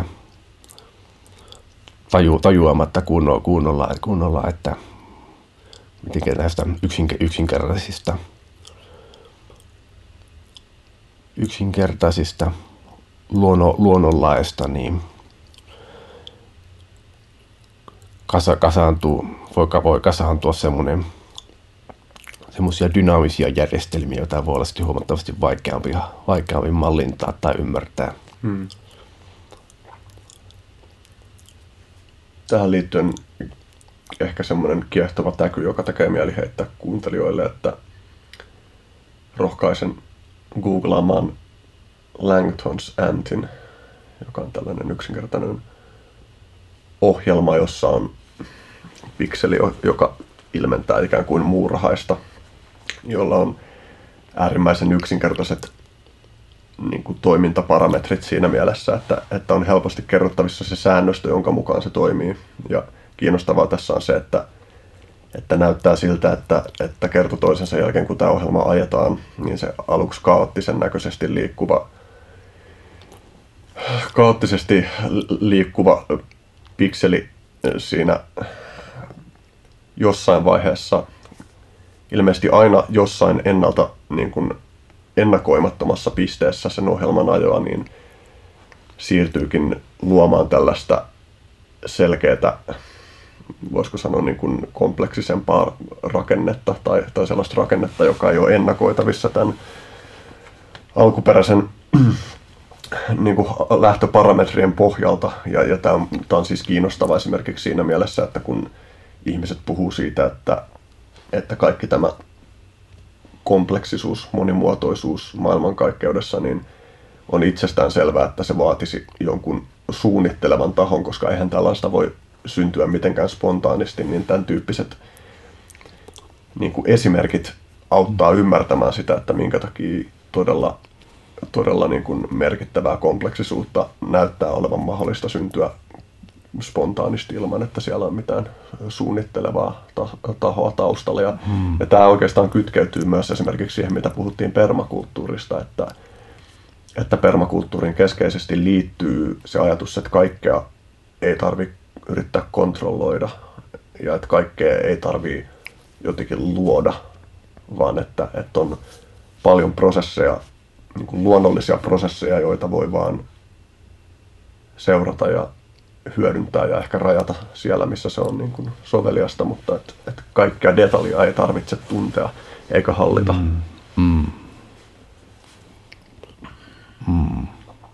taju, tajuamatta kunnolla, kunnolla, kunnolla, että miten näistä yksinke, yksinkertaisista, yksinkertaisista luonno, luonnonlaista niin kasa, kasaantuu, voi, voi kasaantua semmoinen semmoisia dynaamisia järjestelmiä, joita voi olla sitten huomattavasti vaikeampi, vaikeampi mallintaa tai ymmärtää. Hmm. Tähän liittyen ehkä semmoinen kiehtova täky, joka tekee mieli heittää kuuntelijoille, että rohkaisen googlaamaan Langton's Antin, joka on tällainen yksinkertainen ohjelma, jossa on pikseli, joka ilmentää ikään kuin muurahaista, jolla on äärimmäisen yksinkertaiset niin kuin toimintaparametrit siinä mielessä, että, että on helposti kerrottavissa se säännöstö, jonka mukaan se toimii. Ja kiinnostavaa tässä on se, että, että näyttää siltä, että, että kerta toisensa jälkeen, kun tämä ohjelma ajetaan, niin se aluksi kaoottisen näköisesti liikkuva, kaoottisesti liikkuva pikseli siinä jossain vaiheessa, ilmeisesti aina jossain ennalta niin kuin ennakoimattomassa pisteessä sen ohjelman ajoa, niin siirtyykin luomaan tällaista selkeää, voisiko sanoa niin kuin kompleksisempaa rakennetta tai, tai sellaista rakennetta, joka ei ole ennakoitavissa tämän alkuperäisen niin kuin lähtöparametrien pohjalta. Ja, ja tämä on, tämä on siis kiinnostava esimerkiksi siinä mielessä, että kun ihmiset puhuu siitä, että, että kaikki tämä kompleksisuus, monimuotoisuus maailmankaikkeudessa, niin on itsestään selvää, että se vaatisi jonkun suunnittelevan tahon, koska eihän tällaista voi syntyä mitenkään spontaanisti, niin tämän tyyppiset niin kuin esimerkit auttaa ymmärtämään sitä, että minkä takia todella, todella niin kuin merkittävää kompleksisuutta näyttää olevan mahdollista syntyä spontaanisti ilman, että siellä on mitään suunnittelevaa tahoa taustalla. Ja, hmm. ja tämä oikeastaan kytkeytyy myös esimerkiksi siihen, mitä puhuttiin permakulttuurista, että, että permakulttuurin keskeisesti liittyy se ajatus, että kaikkea ei tarvitse yrittää kontrolloida ja että kaikkea ei tarvitse jotenkin luoda, vaan että, että on paljon prosesseja, niin kuin luonnollisia prosesseja, joita voi vaan seurata ja hyödyntää ja ehkä rajata siellä, missä se on niin kuin soveliasta, mutta että, että kaikkea detaljia ei tarvitse tuntea eikä hallita. Mm. Mm. Mm.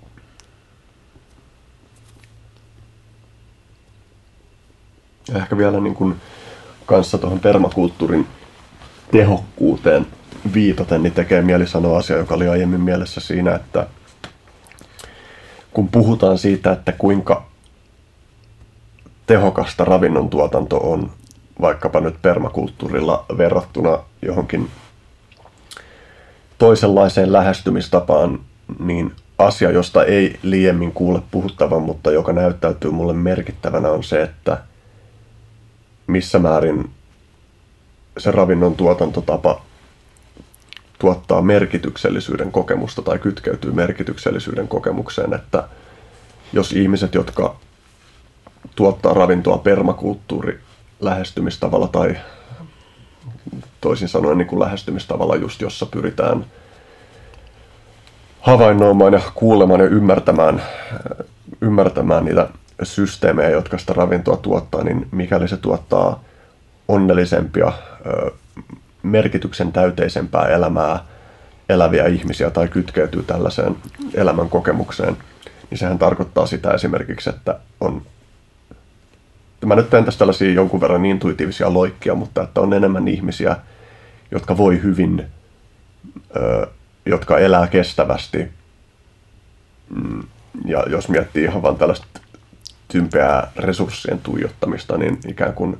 Ja ehkä vielä niin kuin kanssa tuohon permakulttuurin tehokkuuteen viitaten, niin tekee mieli sanoa asia, joka oli aiemmin mielessä siinä, että kun puhutaan siitä, että kuinka tehokasta ravinnon tuotanto on vaikkapa nyt permakulttuurilla verrattuna johonkin toisenlaiseen lähestymistapaan, niin asia, josta ei liiemmin kuule puhuttavan, mutta joka näyttäytyy mulle merkittävänä, on se, että missä määrin se ravinnon tuotantotapa tuottaa merkityksellisyyden kokemusta tai kytkeytyy merkityksellisyyden kokemukseen, että jos ihmiset, jotka tuottaa ravintoa permakulttuuri lähestymistavalla tai toisin sanoen niin kuin lähestymistavalla just, jossa pyritään havainnoimaan ja kuulemaan ja ymmärtämään, ymmärtämään niitä systeemejä, jotka sitä ravintoa tuottaa, niin mikäli se tuottaa onnellisempia, merkityksen täyteisempää elämää eläviä ihmisiä tai kytkeytyy tällaiseen elämän kokemukseen, niin sehän tarkoittaa sitä esimerkiksi, että on, mä nyt teen tässä tällaisia jonkun verran intuitiivisia loikkia, mutta että on enemmän ihmisiä, jotka voi hyvin, jotka elää kestävästi, ja jos miettii ihan vaan tällaista tympeää resurssien tuijottamista, niin ikään kuin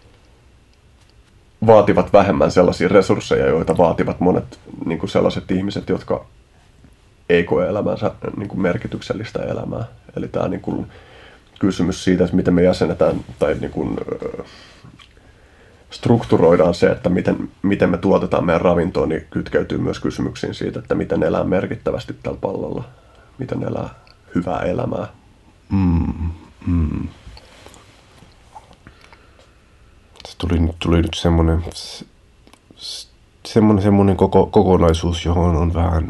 vaativat vähemmän sellaisia resursseja, joita vaativat monet niin kuin sellaiset ihmiset, jotka ei koe elämänsä niin kuin merkityksellistä elämää. Eli tämä niin kuin kysymys siitä, että miten me jäsenetään tai niin kuin, strukturoidaan se, että miten, miten me tuotetaan meidän ravintoa, niin kytkeytyy myös kysymyksiin siitä, että miten elää merkittävästi tällä pallolla, miten elää hyvää elämää. Mm, mm. Se tuli, tuli nyt semmoinen, semmoinen, semmoinen koko, kokonaisuus, johon on vähän,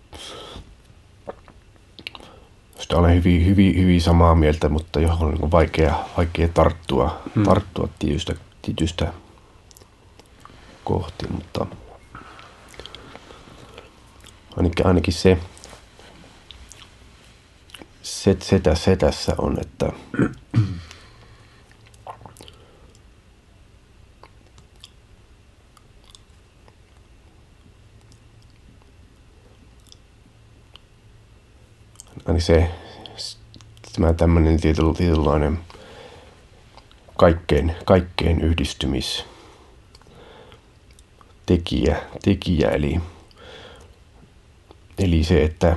josta olen hyvin, hyvin, hyvin samaa mieltä, mutta johon on niin vaikea, vaikea tarttua, hmm. tarttua tietystä, tietystä kohti, mutta ainakin, ainakin se, se, se, se tässä on, että niin se tämä tämmöinen tietynlainen kaikkeen, kaikkeen yhdistymis tekijä, tekijä eli, eli se, että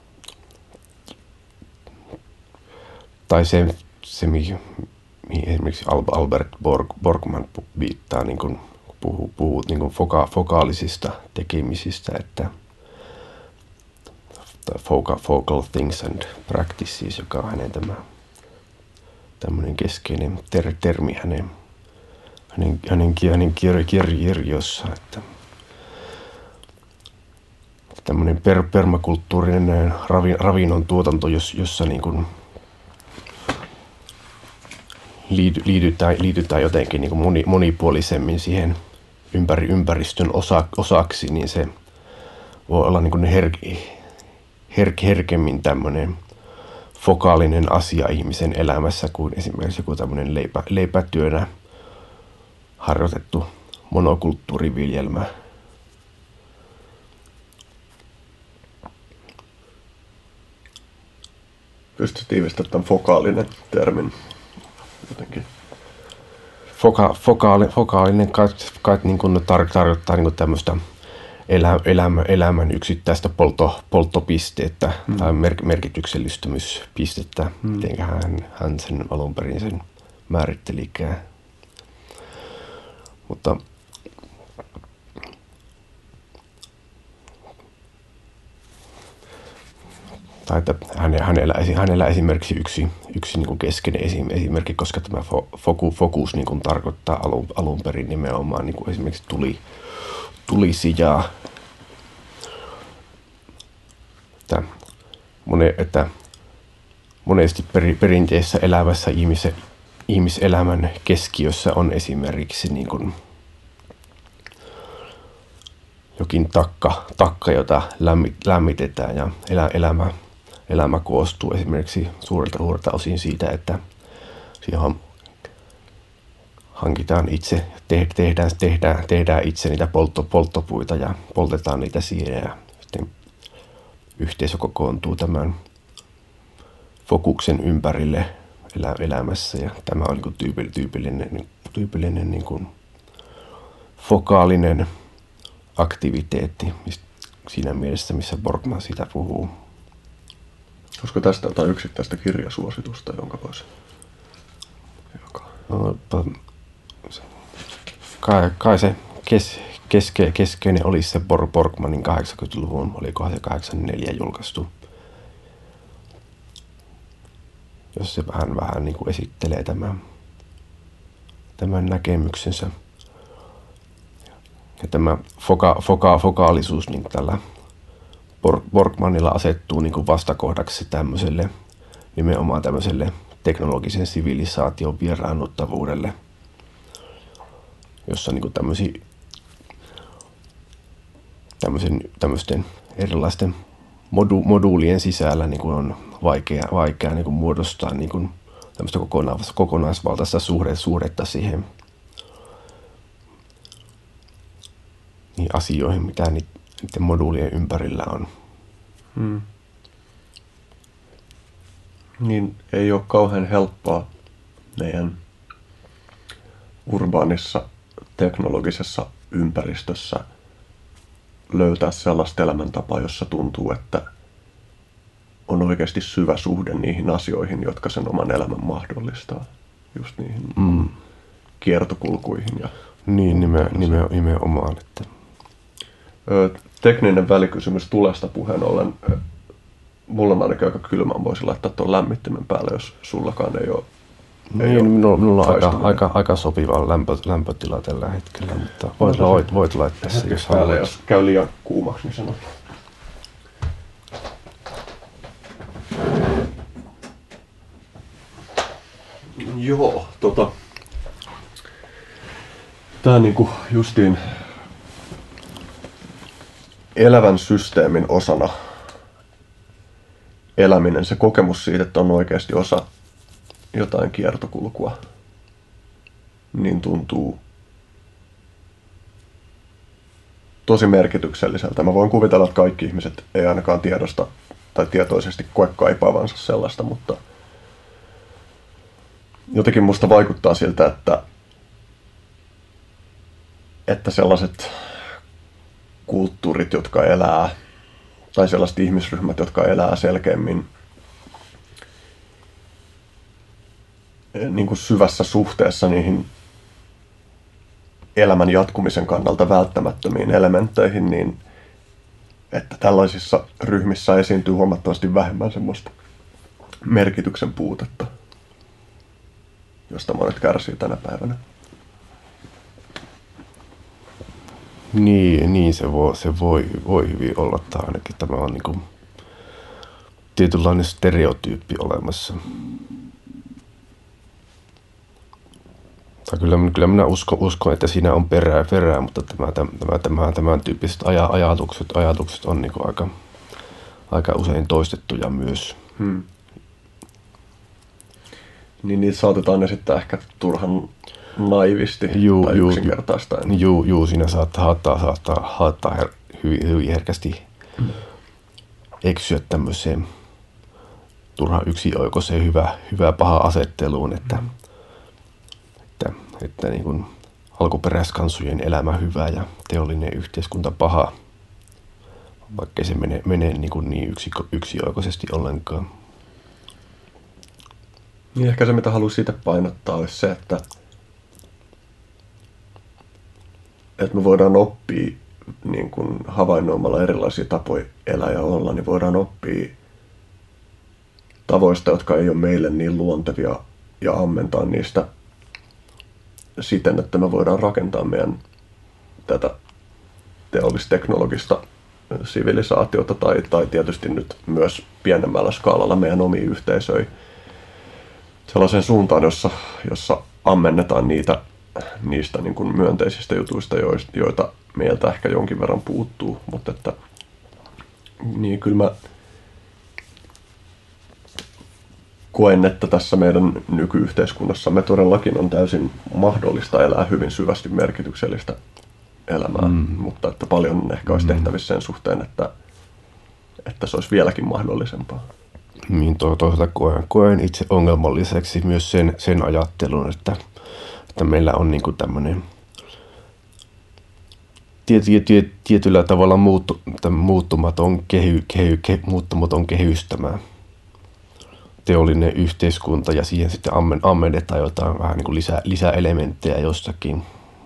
tai se, se mihin esimerkiksi Albert Borg, Borgman viittaa, niin kuin puhuu, puhuu niin kuin foka, fokaalisista tekemisistä, että Focal, focal things and practices, joka on hänen tämä tämmöinen keskeinen ter, termi hänen, hänen, hänen, hänen kir, kir, kirjossa, että tämmöinen per, permakulttuurinen ravi, ravinnon tuotanto, jossa niin kuin liitytään, liitytään jotenkin niin kuin moni, monipuolisemmin siihen ympäri, ympäristön osa, osaksi, niin se voi olla niin kuin herki Her- herkemmin tämmöinen fokaalinen asia ihmisen elämässä kuin esimerkiksi joku tämmöinen leipä, leipätyönä harjoitettu monokulttuuriviljelmä. Pystytkö tiivistämään tämän fokaalinen termin jotenkin? Foka, fokaali, fokaalinen kai, kai niin kuin tar- tarkoittaa niin kuin tämmöistä Elä, elämä, elämän yksittäistä polto, polttopistettä mm. tai mer, merkityksellistymispistettä, mm. miten hän, hän sen alun perin sen määrittelikään. Mutta tai että hänellä, hänellä esimerkiksi yksi, yksi niin kuin keskeinen esimerkki, koska tämä fokus, fokus niin kuin tarkoittaa alun, alun perin nimenomaan niin kuin esimerkiksi tuli, tulisijaa. Että, mone, että monesti per, perinteisessä elävässä ihmisen, ihmiselämän keskiössä on esimerkiksi niin kuin jokin takka, takka jota lämmitetään ja elä, elämä, elämä koostuu esimerkiksi suurelta, suurelta osin siitä, että siihen hankitaan itse, te, tehdään, tehdään, tehdään itse niitä poltto, polttopuita ja poltetaan niitä siihen ja sitten yhteisö kokoontuu tämän fokuksen ympärille elä, elämässä ja tämä on niin kuin tyypillinen, tyypillinen, tyypillinen niin kuin fokaalinen aktiviteetti siinä mielessä, missä Borgman siitä puhuu. Olisiko tästä jotain yksittäistä kirjasuositusta, jonka voisi jakaa? No, kai, kai se kes, keske, keskeinen olisi se Borgmanin kahdeksankymmentäluvun, olikohan se kahdeksankymmentäneljä julkaistu, jos se vähän, vähän niin kuin esittelee tämän, tämän näkemyksensä. Ja tämä foka, foka, fokaalisuus niin tällä Borgmanilla asettuu niin kuin vastakohdaksi tämmöiselle, nimenomaan tämmöiselle teknologisen sivilisaation vieraannuttavuudelle, jossa niin kuin tämmöisiä, tämmöisen, tämmöisten erilaisten modu, moduulien sisällä niin kuin on vaikea, vaikea niin kuin muodostaa niin kuin tämmöistä kokonais, kokonaisvaltaista suhde, suhdetta siihen niin asioihin, mitä niiden moduulien ympärillä on. Hmm. Niin ei ole kauhean helppoa meidän urbaanissa teknologisessa ympäristössä löytää sellaista elämäntapaa, jossa tuntuu, että on oikeasti syvä suhde niihin asioihin, jotka sen oman elämän mahdollistaa. Just niihin mm. kiertokulkuihin. Ja niin, nime, nime, nimenomaan. Että tekninen välikysymys tulesta puheen ollen. Mulla on ainakin aika kylmä, voisin laittaa tuon lämmittimen päälle, jos sullakaan ei ole. Ei niin, ole minulla, minulla on aika, aika, aika sopiva lämpö, lämpötila tällä hetkellä, mutta voit, no, voit, voit laittaa se, jos haluat. Jos käy liian kuumaksi, niin sano. Joo, tota. Tää niinku justiin elävän systeemin osana eläminen, se kokemus siitä, että on oikeasti osa jotain kiertokulkua, niin tuntuu tosi merkitykselliseltä. Mä voin kuvitella, että kaikki ihmiset ei ainakaan tiedosta tai tietoisesti koe kaipaavansa sellaista, mutta jotenkin musta vaikuttaa siltä, että, että sellaiset kulttuurit, jotka elää, tai sellaiset ihmisryhmät, jotka elää selkeämmin niin kuin syvässä suhteessa niihin elämän jatkumisen kannalta välttämättömiin elementteihin, niin että tällaisissa ryhmissä esiintyy huomattavasti vähemmän semmoista merkityksen puutetta, josta monet kärsii tänä päivänä. Niin, niin se voi, se voi, voi hyvin olla, että ainakin tämä on niin kuin tietynlainen stereotyyppi olemassa. Tai kyllä, kyllä minä uskon, uskon, että siinä on perää, perää mutta tämä, tämä, tämä, tämän tyyppiset aja, ajatukset, ajatukset on niin kuin aika, aika usein toistettuja myös. Hmm. Niin niitä saatetaan esittää ehkä turhan naivisti juu, tai yksinkertaistaen. Juu, juu, siinä saattaa, saattaa, saattaa, saattaa her, hyvin, hyvin herkästi hmm. eksyä tämmöiseen turhan yksioikoiseen hyvä, hyvä paha asetteluun, että hmm. että, että niin kuin alkuperäiskansojen elämä hyvä ja teollinen yhteiskunta paha, vaikkei se mene, mene niin, kuin niin yksi, yksioikoisesti ollenkaan. Niin ehkä se, mitä haluaisin siitä painottaa, olisi se, että, että me voidaan oppia niin kuin havainnoimalla erilaisia tapoja elää ja olla, niin voidaan oppia tavoista, jotka ei ole meille niin luontevia, ja ammentaa niistä siten, että me voidaan rakentaa meidän tätä teollisteknologista sivilisaatiota tai, tai tietysti nyt myös pienemmällä skaalalla meidän omia yhteisöjä sellaiseen suuntaan, jossa, jossa ammennetaan niitä, niistä niin kuin myönteisistä jutuista, joita meiltä ehkä jonkin verran puuttuu. Mutta että, niin kyllä mä koen, että tässä meidän nykyyhteiskunnassamme todellakin on täysin mahdollista elää hyvin syvästi merkityksellistä elämää, mm. mutta että paljon ehkä olisi tehtävissä sen suhteen, että, että se olisi vieläkin mahdollisempaa. Niin, to, toisaalta koen, koen itse ongelmalliseksi myös sen, sen ajattelun, että, että meillä on niin kuin tämmöinen tiet, tiet, tietyllä tavalla muuttu, muuttumaton, kehy, kehy, kehy, muuttumaton kehys tämä teollinen yhteiskunta, ja siihen sitten ammen, ammennetaan jotain vähän niin kuin lisä, lisäelementtejä jostakin.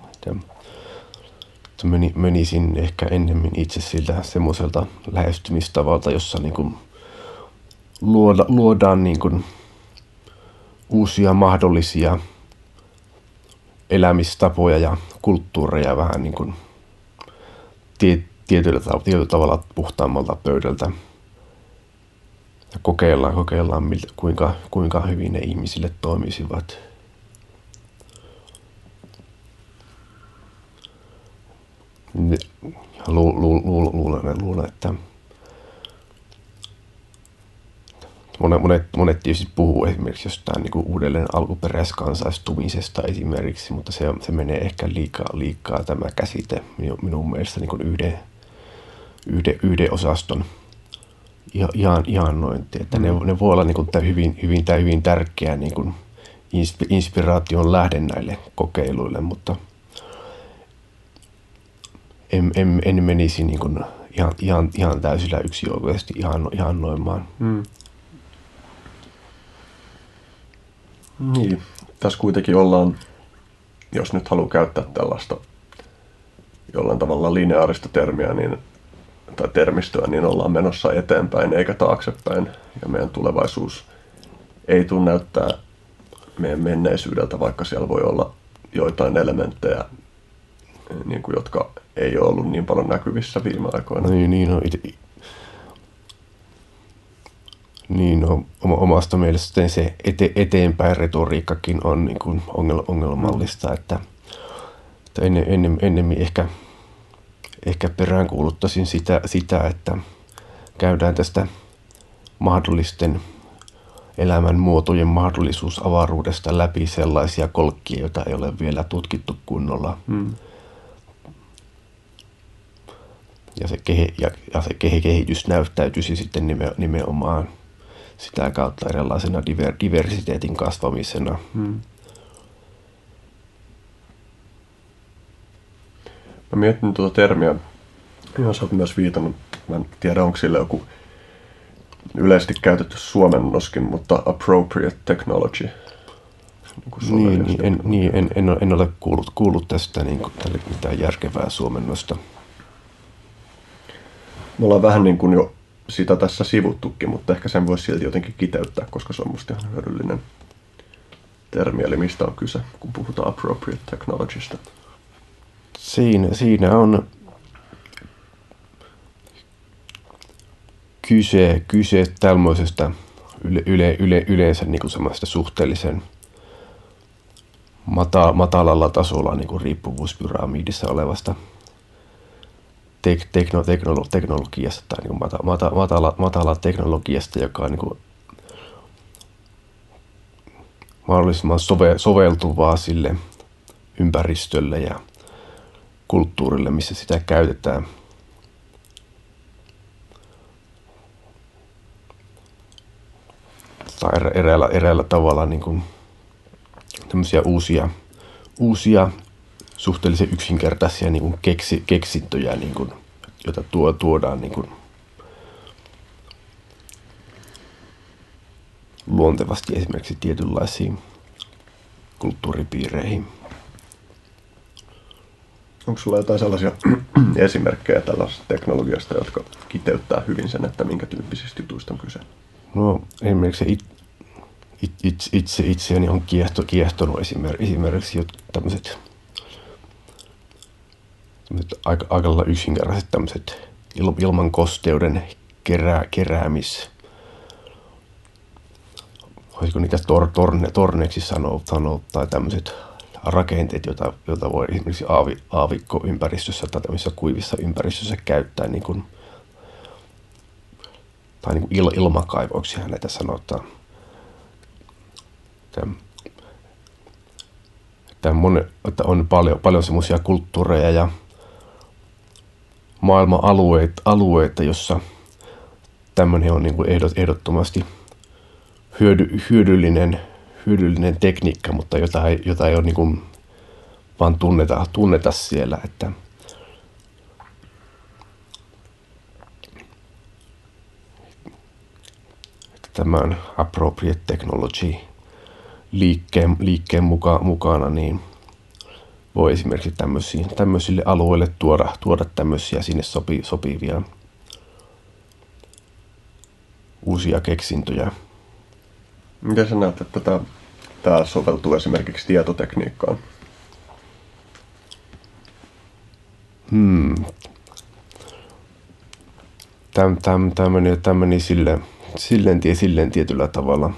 Menisin ehkä ennemmin itse siltä semmoiselta lähestymistavalta, jossa niin kuin luoda, luodaan niin kuin uusia mahdollisia elämistapoja ja kulttuureja vähän niin kuin tie, tietyllä, tietyllä tavalla puhtaammalta pöydältä. Ja kokeillaan, kokeillaan miltä, kuinka, kuinka hyvin ne ihmisille toimisivat. Lu, lu, lu, luulen, luulen, että monet, monet, monet tietysti puhuu esimerkiksi jostain niin kuin uudelleen alkuperäiskansastumisesta esimerkiksi, mutta se, se menee ehkä liikaa, liikaa tämä käsite minun, minun mielestä niin kuin yhden, yhden, yhden osaston ihan, ihannointi. Että mm. ne, ne voi olla niin kuin hyvin, hyvin, hyvin tärkeä niin kuin inspiraation lähde näille kokeiluille, mutta En, en, en menisi niin kuin ihan, ihan, ihan täysillä yksioikoisesti ihan, ihannoimaan. Hmm. Niin, tässä kuitenkin ollaan, jos nyt haluaa käyttää tällaista jollain tavalla lineaarista termiä, niin, tai termistöä, niin ollaan menossa eteenpäin eikä taaksepäin. Ja meidän tulevaisuus ei tule näyttää meidän menneisyydeltä, vaikka siellä voi olla joitain elementtejä, niin kuin, jotka ei ole ollut niin paljon näkyvissä viime aikoina. Niin, niin, no, ite, niin no, omasta mielestäni se ete, eteenpäin retoriikkakin on niin kuin ongelmallista, että, että ennen, ennen, ennemmin ehkä, ehkä peräänkuuluttaisin sitä, sitä, että käydään tästä mahdollisten elämän muotojen mahdollisuusavaruudesta läpi sellaisia kolkkia, joita ei ole vielä tutkittu kunnolla. Hmm. Ja se, kehe, ja, ja se kehe, kehitys näyttäytyisi sitten nime, nimenomaan sitä kautta erilaisena diver, diversiteetin kasvamisena. Hmm. Mä mietin tuota termiä, johon sä oot myös viitannut. Mä en tiedä, onko sille joku yleisesti käytetty suomennoskin, mutta appropriate technology. Niin, niin, en, niin en, en, ole, en ole kuullut, kuullut tästä niin kuin, tälle mitään järkevää suomennosta. Me ollaan vähän niin kuin jo sitä tässä sivuttukin, mutta ehkä sen voisi silti jotenkin kiteyttää, koska se on musta ihan hyödyllinen termi. Eli mistä on kyse, kun puhutaan appropriate technologysta? Siinä, siinä on kyse, kyse tämmöisestä yle, yle, yle, yleensä niin kuin semmoista suhteellisen mata, matalalla tasolla niin kuin riippuvuuspyramiidissa olevasta tek, tekno, teknolo, teknologiasta tai niin kuin mata, mata, matala, matala teknologiasta, joka on niin kuin mahdollisimman sove, soveltuvaa sille ympäristölle ja kulttuurille, missä sitä käytetään. Tai eräällä, eräällä tavalla niin kuin tämmöisiä uusia, uusia suhteellisen yksinkertaisia niin kuin keksi, keksintöjä, niin kuin, joita tuo, tuodaan niin kuin luontevasti esimerkiksi tietynlaisiin kulttuuripiireihin. Onko sulla jotain sellaisia esimerkkejä tällaisesta teknologiasta, jotka kiteyttää hyvin sen, että minkä tyyppisistä jutuista on kyse? No esimerkiksi it, it, it, itse, itseäni on kiehto, kiehtonut esimerkiksi, esimerkiksi tämmöiset aika, aika lailla yksinkertaiset tämmöiset il, ilman kosteuden kerää, keräämis. Olisiko niitä tor, torne, torneeksi sanoa, sanoa tai tämmöiset rakenteet, joita, joita voi esimerkiksi aavi, aavikkoympäristössä tai tämmöisissä kuivissa ympäristössä käyttää niin kuin, tai niin kuin il, ilmakaivoiksi näitä sanotaan. Että, että, moni, että on paljon, paljon semmoisia kulttuureja ja maailman alueita, alueita jossa tämmöinen on niin kuin ehdot, ehdottomasti hyödy, hyödyllinen, hyödyllinen tekniikka, mutta jota ei, jota ei ole niin kuin vaan tunneta, tunneta siellä. Että, että tämän appropriate technology liikkeen, liikkeen muka, mukana niin voi esimerkiksi tämmöisille alueille tuoda, tuoda tämmöisiä sinne sopi, sopivia uusia keksintöjä. Miten sä näet, että tämä, tämä soveltuu esimerkiksi tietotekniikkaan? Hmm. Tämä, tämä, tämä meni, tämä meni silleen, silleen, silleen tietyllä tavalla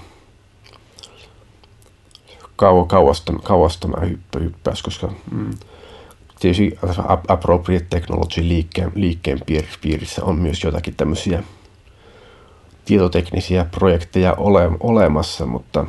Kauas, kauas, kauas tämä hyppä, hyppäys, koska mm. tietysti appropriate technology liikkeen, liikkeen piirissä on myös jotakin tämmöisiä tietoteknisiä projekteja ole, olemassa, mutta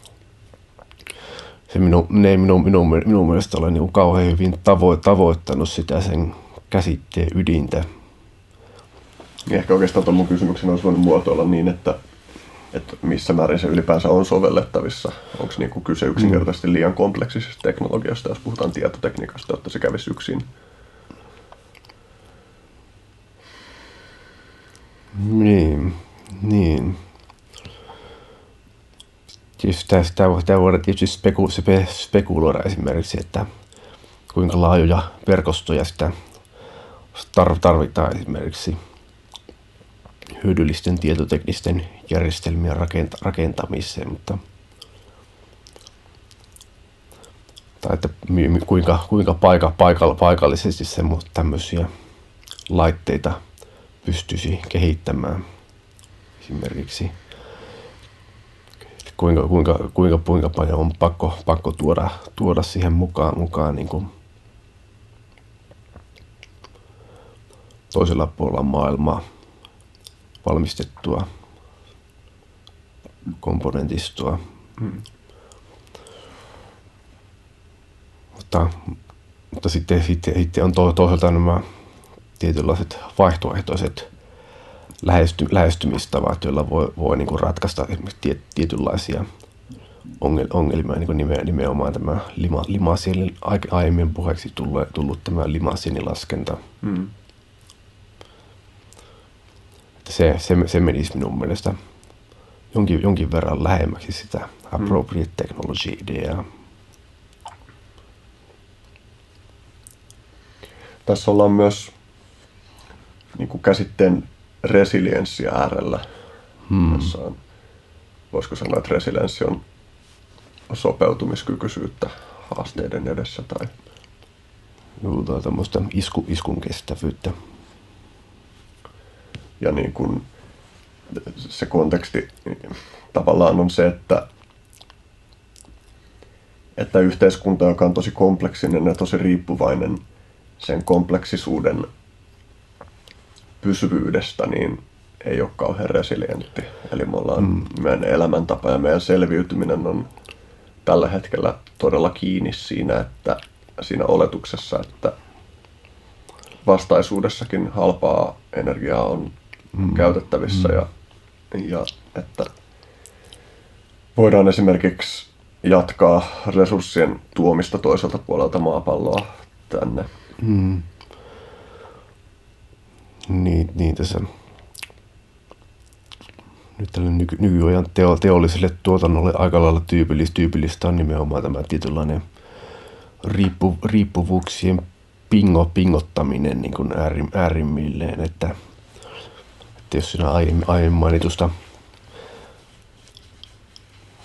se minu, ne ei minun, minun, minun mielestä ole niin kauhean hyvin tavo, tavoittanut sitä sen käsitteen ydintä. Ja ehkä oikeastaan tuon mun kysymyksen olisi voinut muotoilla niin, että että missä määrin se ylipäänsä on sovellettavissa. Onko niinku kyse yksinkertaisesti liian kompleksisesta teknologiasta, jos puhutaan tietotekniikasta, että se kävisi yksin? Niin, niin. Tietysti sitä voidaan tietysti speku, spe, spekuloida esimerkiksi, että kuinka laajoja verkostoja sitä tarvitaan esimerkiksi hyödyllisten tietoteknisten järjestelmien rakenta- rakentamiseen, mutta tai että kuinka, kuinka paika, paikall, paikallisesti semmoista tämmöisiä laitteita pystyisi kehittämään esimerkiksi. Kuinka, kuinka, kuinka, kuinka paljon on pakko, pakko tuoda, tuoda siihen mukaan, mukaan niin kuin toisella puolella maailmaa valmistettua komponentistoa. Hmm. Mutta, mutta sitten, sitten, sitten on to, toisaalta nämä tietynlaiset vaihtoehtoiset lähesty, lähestymistavat, joilla voi, voi niin kuin ratkaista esimerkiksi tiet, tietynlaisia ongelmia, niin kuin nimenomaan tämä lima, limasienin, aiemmin puheeksi tullut, tullut tämä limasienilaskenta. Hmm. Se, se, se menisi minun mielestä jonkin, jonkin verran lähemmäksi sitä appropriate technology-ideaa. Tässä ollaan myös niin kuin käsitteen resilienssi äärellä. Hmm. Tässä on, voisiko sanoa, että resilienssi on sopeutumiskykyisyyttä haasteiden edessä tai Joo, tai tämmöistä isku, iskun kestävyyttä. Ja niin kuin se konteksti tavallaan on se, että, että yhteiskunta, joka on tosi kompleksinen ja tosi riippuvainen sen kompleksisuuden pysyvyydestä, niin ei ole kauhean resilientti. Eli me ollaan, mm. meidän elämäntapa ja meidän selviytyminen on tällä hetkellä todella kiinni siinä, että siinä oletuksessa, että vastaisuudessakin halpaa energiaa on mm. käytettävissä mm. Ja, ja että voidaan esimerkiksi jatkaa resurssien tuomista toiselta puolelta maapalloa tänne. Mm. Niin, niin tässä nyt tälle nyky, nykyajan teo, teolliselle tuotannolle aika lailla tyypillistä, tyypillistä on nimenomaan tämä tietynlainen riippu, riippuvuuksien pingo, pingottaminen niin kuin äärim, äärimmilleen, että, että jos siinä aiemmin, aiemmin mainitusta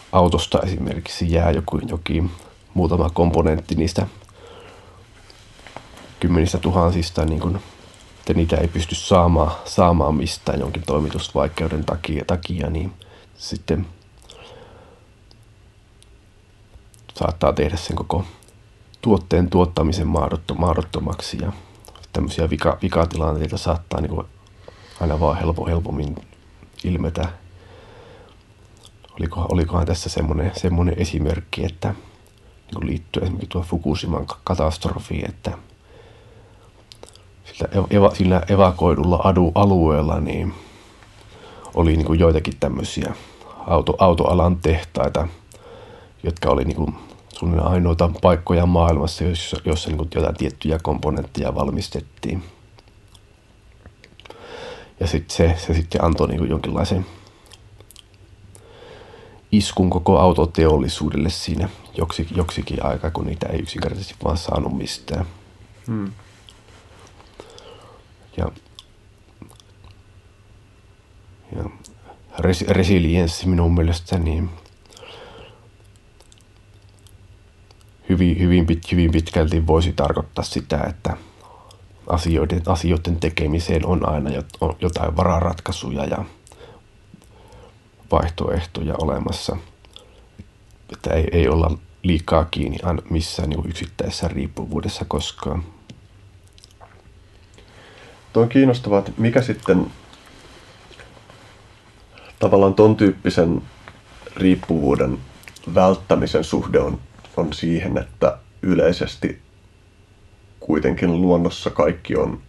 autosta esimerkiksi jää joku, jokin muutama komponentti niistä kymmenistä tuhansista, niin kun, että niitä ei pysty saamaan, saamaan mistään jonkin toimitusvaikeuden takia, takia, niin sitten saattaa tehdä sen koko tuotteen tuottamisen mahdottomaksi ja tämmöisiä vika, vikatilanteita saattaa niin kuin aina vaan helpo, helpommin ilmetä. Oliko, olikohan tässä semmoinen, semmoinen esimerkki, että niin liittyen esimerkiksi tuohon Fukushiman katastrofiin, että sillä, eva, sillä evakoidulla adu, alueella niin oli niin kuin joitakin tämmöisiä auto, autoalan tehtaita, jotka oli niin kuin suunnilleen ainoita paikkoja maailmassa, jossa, jossa niin kuin jotain tiettyjä komponentteja valmistettiin. Ja sitten se, se sitten antoi niin kuin jonkinlaisen iskun koko autoteollisuudelle siinä joksikin, joksikin aikaa, kun niitä ei yksinkertaisesti vaan saanut mistään. Hmm. Ja, ja res, resilienssi minun mielestä niin hyvin, hyvin, pit, hyvin pitkälti voisi tarkoittaa sitä, että asioiden, asioiden tekemiseen on aina jotain vararatkaisuja ja vaihtoehtoja olemassa. Että ei, ei olla liikaa kiinni missään niin yksittäisessä riippuvuudessa koskaan. Tuo on kiinnostavaa, että mikä sitten tavallaan ton tyyppisen riippuvuuden välttämisen suhde on, on siihen, että yleisesti kuitenkin luonnossa kaikki on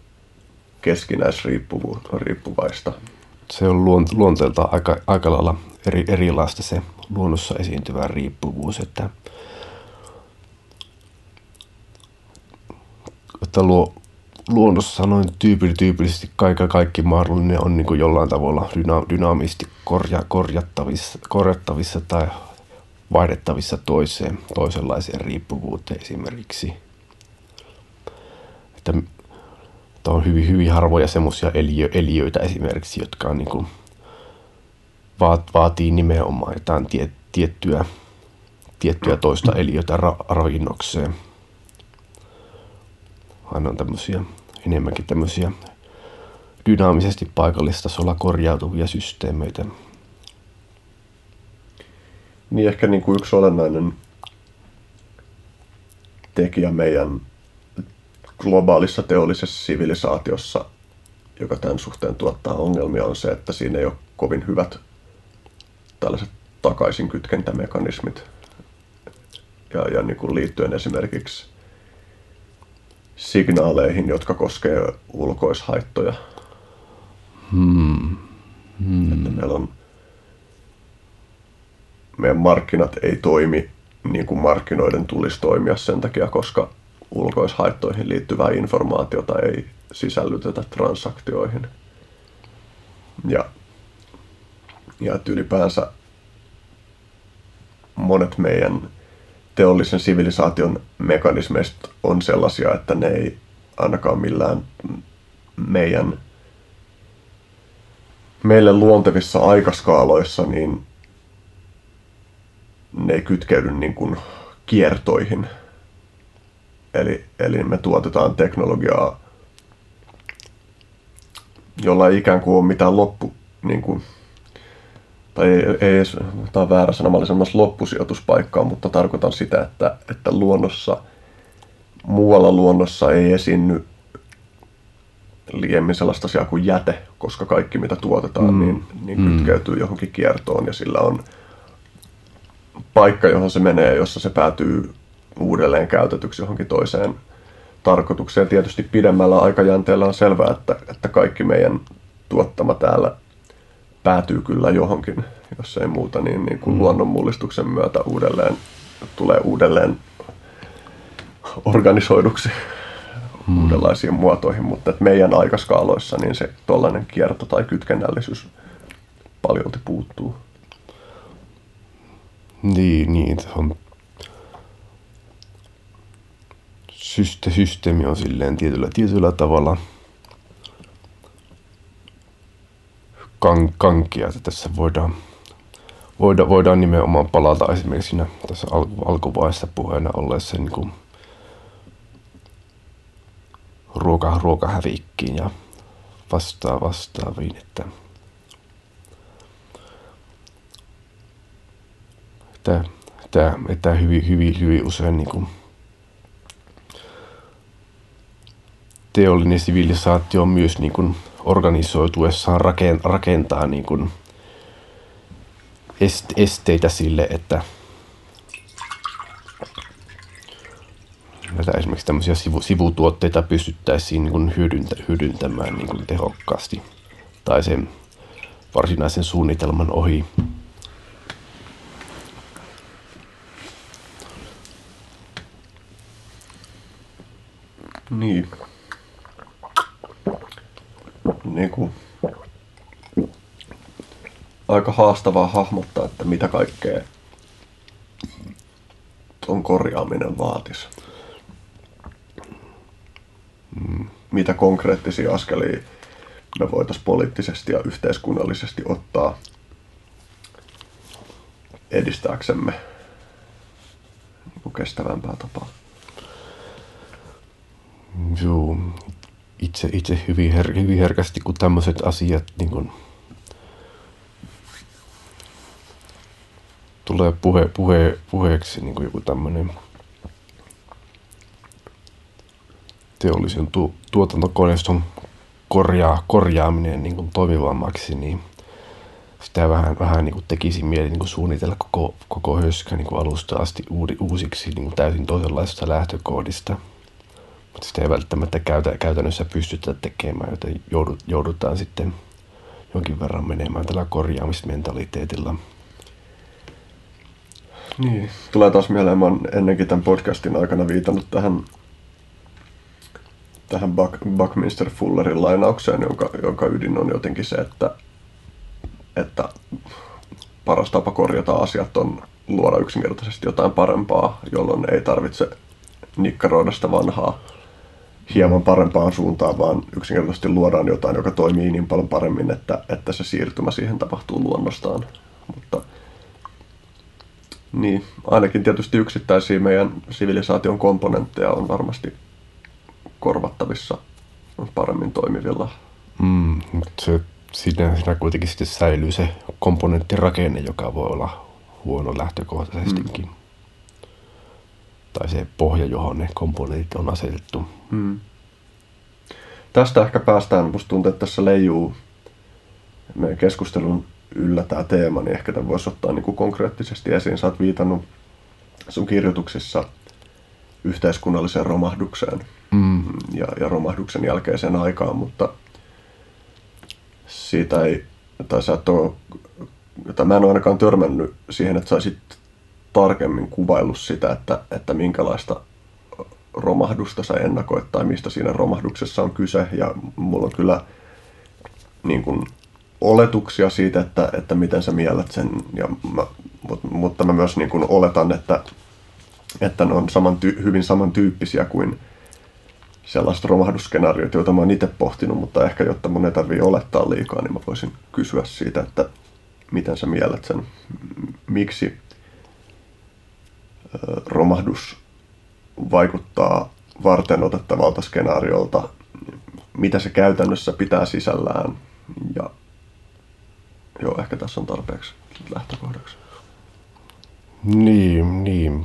keskinäisriippuvaista. Se on luonteeltaan aika, aika lailla eri, erilaista se luonnossa esiintyvä riippuvuus, että, että luo, luonnossa noin tyypillisesti, tyypillisesti kaikki, kaikki mahdollinen on niin kuin jollain tavalla dyna, dynaamisesti korja, korjattavissa, korjattavissa tai vaihdettavissa toiseen, toisenlaiseen riippuvuuteen esimerkiksi. Että, että on hyvin, hyvin harvoja semmoisia eliö, eliöitä esimerkiksi, jotka on niin kuin, vaat, vaatii nimenomaan jotain tie, tiettyä, tiettyä toista eliötä ra, ravinnokseen. Aina on tämmöisiä, enemmänkin tämmöisiä dynaamisesti paikallistasolla korjautuvia systeemeitä. Niin ehkä niin kuin yksi olennainen tekijä meidän globaalissa teollisessa sivilisaatiossa, joka tämän suhteen tuottaa ongelmia, on se, että siinä ei ole kovin hyvät tällaiset takaisinkytkentämekanismit. Ja, ja niin kuin liittyen esimerkiksi signaaleihin, jotka koskee ulkoishaittoja. Hmm. Hmm. Että meillä on, meidän markkinat ei toimi niin kuin markkinoiden tulisi toimia sen takia, koska ulkoishaittoihin liittyvää informaatiota ei sisällytetä transaktioihin. Ja, ja että ylipäänsä monet meidän teollisen sivilisaation mekanismeista on sellaisia, että ne ei ainakaan millään meidän meille luontevissa aikaskaaloissa, niin ne ei kytkeydy niin kuin kiertoihin. Eli, eli me tuotetaan teknologiaa, jolla ei ikään kuin ole mitään loppu, niin kuin, tai ei, ei edes, tämä on väärä sana, mä olin semmoista loppusijoituspaikkaa, mutta tarkoitan sitä, että, että luonnossa, muualla luonnossa ei esiinny liiemmin sellaista asiaa kuin jäte, koska kaikki mitä tuotetaan, mm. niin, niin kytkeytyy mm. johonkin kiertoon ja sillä on paikka, johon se menee, jossa se päätyy uudelleen käytetyksi johonkin toiseen tarkoitukseen. Tietysti pidemmällä aikajänteellä on selvää, että, että kaikki meidän tuottama täällä päätyy kyllä johonkin, jos ei muuta, niin, niin kuin mm. luonnonmullistuksen myötä uudelleen, tulee uudelleen organisoiduksi mm. uudenlaisiin muotoihin, mutta että meidän aikaskaaloissa niin se tuollainen kierto tai kytkennällisyys paljolti puuttuu. Niin, niin. On Syste, systeemi on silleen tietyllä, tietyllä tavalla kan, kankia, että tässä voidaan, voida, voidaan nimenomaan palata esimerkiksi siinä tässä alku, alkuvaiheessa puheena olleessa niin kuin ruoka, ruokahävikkiin ja vastaa, vastaaviin, että Tämä, tämä, tämä hyvin, hyvin, hyvin usein niin kuin teollinen sivilisaatio myös niin kuin organisoituessaan rakentaa niin kuin esteitä sille, että näitä esimerkiksi tämmöisiä sivu, sivutuotteita pystyttäisiin niin kuin hyödyntä, hyödyntämään niin kuin tehokkaasti tai sen varsinaisen suunnitelman ohi. Niin. Niin kuin aika haastavaa hahmottaa, että mitä kaikkea ton korjaaminen vaatisi. Mm. Mitä konkreettisia askelia me voitaisiin poliittisesti ja yhteiskunnallisesti ottaa edistääksemme niin kuin kestävämpää tapaa. Joo, itse, itse hyvin, her, hyvin herkästi, kun tämmöiset asiat niin kun tulee puhe, puhe, puheeksi niin kuin joku tämmöinen teollisen tu, tuotantokoneiston korjaa, korjaaminen niin kuin toimivammaksi, niin sitä vähän, vähän niin kuin tekisi mieli niin kuin suunnitella koko, koko höskä niin kuin alusta asti uudi, uusiksi niin kuin täysin toisenlaisesta lähtökohdista. Mutta sitä ei välttämättä käytä, käytännössä pystytä tekemään, joten joudut, joudutaan sitten jonkin verran menemään tällä korjaamismentaliteetilla. Niin, tulee taas mieleen, mä oon ennenkin tämän podcastin aikana viitannut tähän, tähän Buck, Buckminster Fullerin lainaukseen, jonka, jonka ydin on jotenkin se, että, että paras tapa korjata asiat on luoda yksinkertaisesti jotain parempaa, jolloin ei tarvitse nikkaroida sitä vanhaa hieman parempaan suuntaan, vaan yksinkertaisesti luodaan jotain, joka toimii niin paljon paremmin, että, että se siirtymä siihen tapahtuu luonnostaan. Mutta niin, ainakin tietysti yksittäisiä meidän sivilisaation komponentteja on varmasti korvattavissa paremmin toimivilla. Mm, se, siinä, siinä kuitenkin sitten säilyy se komponenttirakenne, joka voi olla huono lähtökohtaisestikin. Mm. Tai se pohja, johon ne komponentit on asetettu. Mm. Tästä ehkä päästään, musta tuntuu, että tässä leijuu meidän keskustelun yllä tämä teema, niin ehkä tämän voisi ottaa niin kuin konkreettisesti esiin. Sä oot viitannut sun kirjoituksissa yhteiskunnalliseen romahdukseen mm. ja, ja romahduksen jälkeiseen aikaan, mutta siitä ei, tai sä et ole, tai mä en ole ainakaan törmännyt siihen, että sä olisit tarkemmin kuvaillut sitä, että, että minkälaista romahdusta sä ennakoit tai mistä siinä romahduksessa on kyse, ja mulla on kyllä niin kuin oletuksia siitä, että, että miten sä miellät sen, ja mä, mutta mä myös niin kuin oletan, että, että ne on saman ty- hyvin samantyyppisiä kuin sellaiset romahdusskenaariot, joita mä oon itse pohtinut, mutta ehkä jotta mun ei tarvitse olettaa liikaa, niin mä voisin kysyä siitä, että miten sä miellät sen, miksi romahdus vaikuttaa varten otettavalta skenaariolta, mitä se käytännössä pitää sisällään, ja joo, ehkä tässä on tarpeeksi lähtökohdaksi. Niin, niin.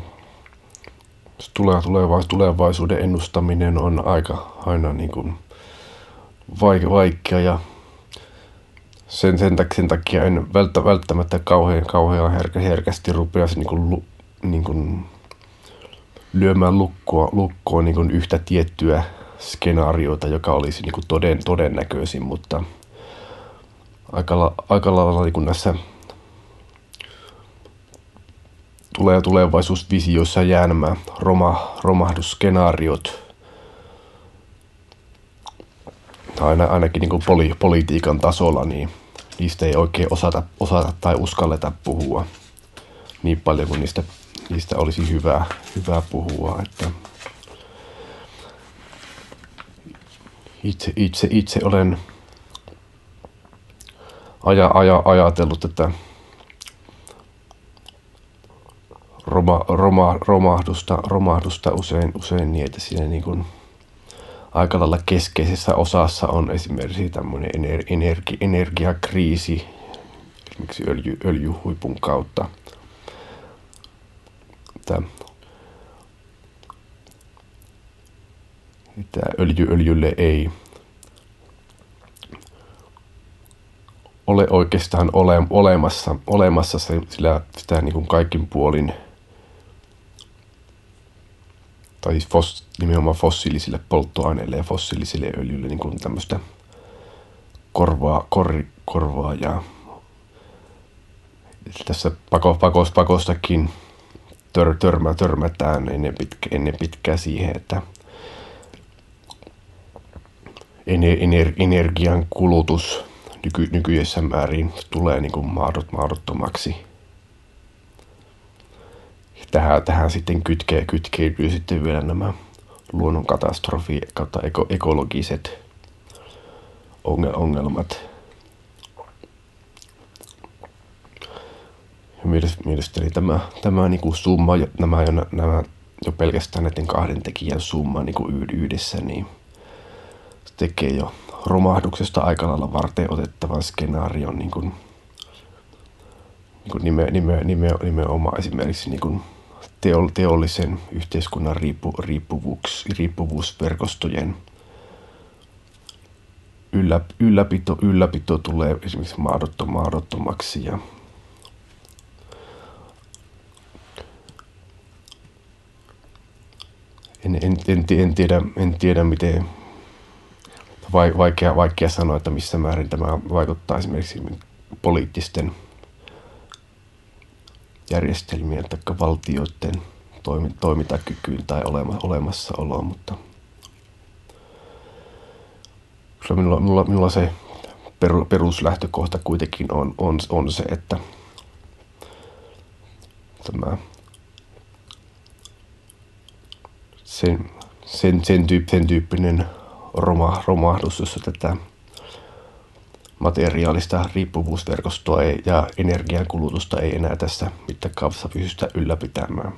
Tulevaisuuden ennustaminen on aika aina niin kuin vaikea, ja sen, sen, takia, sen takia en välttämättä kauhean, kauhean herkä, herkästi rupeaisi niin kuin, niin kuin lyömään lukkoa, lukkoon niin kuin yhtä tiettyä skenaariota, joka olisi niin kuin toden, todennäköisin, mutta aika, aika lailla niin kuin näissä tulee tulevaisuusvisioissa jää nämä roma, romahdusskenaariot, aina, ainakin niin kuin poli, politiikan tasolla, niin niistä ei oikein osata, osata tai uskalleta puhua niin paljon kuin niistä, niistä olisi hyvä, hyvä puhua. Että itse, itse, itse olen aja, aja, ajatellut, että roma, roma, romahdusta, romahdusta usein, usein niin, että siinä niin kuin aika lailla keskeisessä osassa on esimerkiksi tämmöinen energi, energiakriisi, esimerkiksi öljy, öljyhuipun kautta. Tämä, tämä öljy, öljylle ei ole oikeastaan ole, olemassa, olemassa sillä sitä niin kuin kaikin puolin, tai siis fos, nimenomaan fossiilisille polttoaineille ja fossiilisille öljylle niin kuin tämmöistä korvaa, kor, korvaajaa. Tässä pako, pakos, pakostakin tör, törmä, törmätään ennen, pitkä, ennen pitkää siihen, että ener, energian kulutus nyky, nykyisessä määrin tulee niin kuin mahdot, mahdottomaksi. Tähän, tähän sitten kytkee, kytkeytyy sitten vielä nämä luonnonkatastrofi kautta eko, ekologiset ongelmat. Ja mielestäni tämä, tämä niin kuin summa, nämä, nämä jo pelkästään näiden kahden tekijän summa niin kuin yhdessä, niin se tekee jo romahduksesta aika lailla varten otettavan skenaarion niin kuin, niin kuin nime, nime, nime, nimenomaan esimerkiksi niin kuin teollisen yhteiskunnan riippu, riippuvuus, riippuvuusverkostojen yllä, ylläpito, ylläpito tulee esimerkiksi mahdottomaksi. Ja en, en, en, en, tiedä, en tiedä, miten vaikea, vaikea sanoa, että missä määrin tämä vaikuttaa esimerkiksi poliittisten järjestelmien tai valtioiden toimintakykyyn tai olema, olemassaoloon, mutta minulla, minulla, minulla se peru, peruslähtökohta kuitenkin on, on, on se, että tämä sen, sen, sen, tyyp, sen tyyppinen roma, romahdus, jossa tätä materiaalista riippuvuusverkostoa ei, ja energiankulutusta ei enää tässä mittakaavassa pystytä ylläpitämään.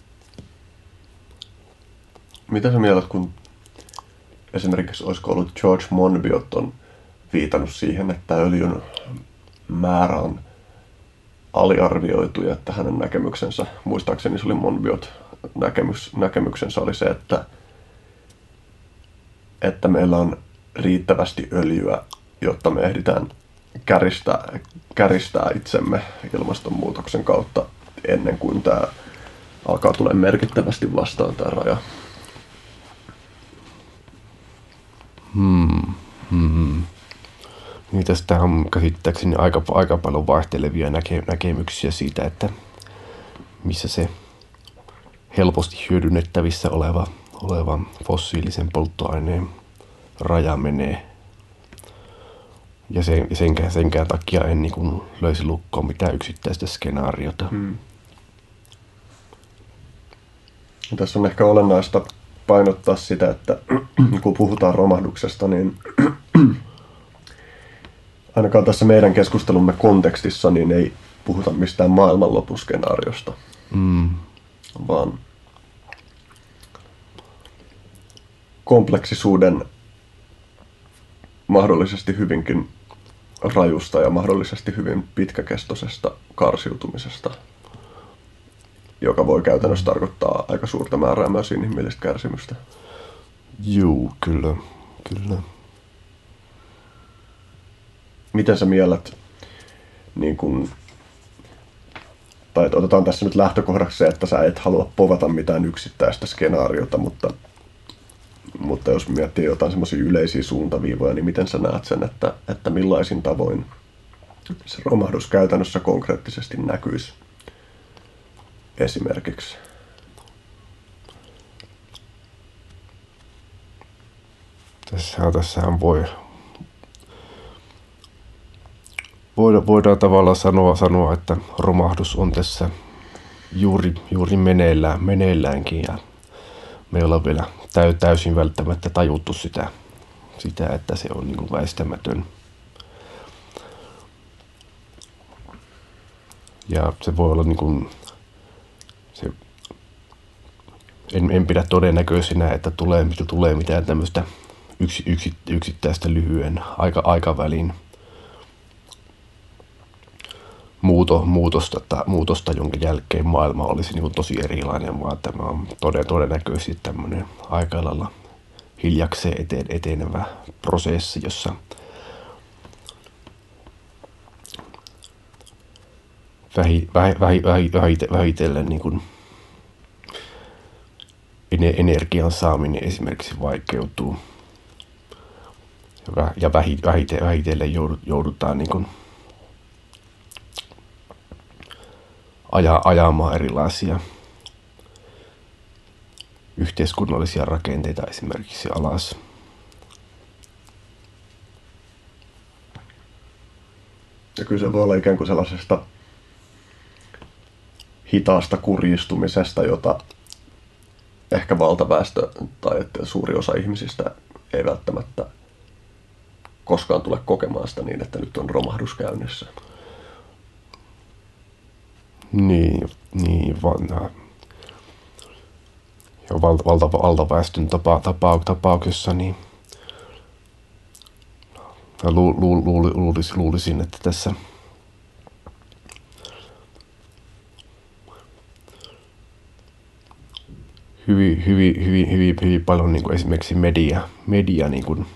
Mitä sä mielet, kun esimerkiksi olisiko ollut George Monbiot on viitannut siihen, että öljyn määrä on aliarvioitu ja että hänen näkemyksensä, muistaakseni se oli Monbiot, näkemys, näkemyksensä oli se, että, että meillä on riittävästi öljyä, jotta me ehditään käristää, käristää itsemme ilmastonmuutoksen kautta ennen kuin tämä alkaa tulla merkittävästi vastaan tämä raja. Hmm. Hmm. Niin tästä on käsittääkseni aika, aika paljon vaihtelevia näke, näkemyksiä siitä, että missä se helposti hyödynnettävissä oleva, oleva fossiilisen polttoaineen raja menee. Ja sen, senkään, senkään takia en niin kuin löysi lukkoon mitään yksittäistä skenaariota. Hmm. Tässä on ehkä olennaista painottaa sitä, että kun puhutaan romahduksesta, niin ainakaan tässä meidän keskustelumme kontekstissa niin ei puhuta mistään maailmanlopuskenaariosta, mm. vaan kompleksisuuden mahdollisesti hyvinkin rajusta ja mahdollisesti hyvin pitkäkestoisesta karsiutumisesta, joka voi käytännössä tarkoittaa aika suurta määrää myös inhimillistä kärsimystä. Juu, kyllä, kyllä. Miten sä miellet, niin kun, tai otetaan tässä nyt lähtökohdaksi se, että sä et halua povata mitään yksittäistä skenaariota, mutta, mutta jos miettii jotain semmoisia yleisiä suuntaviivoja, niin miten sä näet sen, että, että millaisin tavoin se romahdus käytännössä konkreettisesti näkyisi esimerkiksi? Tässähän, tässähän voi, voidaan, voidaan tavallaan sanoa, sanoa, että romahdus on tässä juuri, juuri meneillään, meneilläänkin ja me ei olla vielä täy, täysin välttämättä tajuttu sitä, sitä että se on niin kuin väistämätön. Ja se voi olla niin kuin, se en, en pidä todennäköisenä, että tulee, mitä tulee mitään tämmöistä yksi, yksi, yksittäistä lyhyen aika, aikavälin muuto, muutosta, tai, muutosta, jonka jälkeen maailma olisi niin kuin tosi erilainen, vaan tämä on toden, todennäköisesti tämmöinen aika lailla hiljakseen eteen, etenevä prosessi, jossa vähi, vähi, vähi, vähi, vähite, vähitellen niin kuin energian saaminen esimerkiksi vaikeutuu. Ja vähite, vähitellen joudutaan niin kuin aja, ajamaan erilaisia yhteiskunnallisia rakenteita esimerkiksi alas. Ja kyllä se voi olla ikään kuin sellaisesta hitaasta kurjistumisesta, jota ehkä valtaväestö tai että suuri osa ihmisistä ei välttämättä koskaan tule kokemaan sitä niin, että nyt on romahdus käynnissä. Niin, niin vanha. Ja valta, valta, valtaväestön tapa, tapa, tapauksessa niin lu, lu, lu, luulis, luulisin, että tässä hyvin, hyvin, hyvin, hyvin, hyvin paljon niin kuin esimerkiksi media, media niin kuin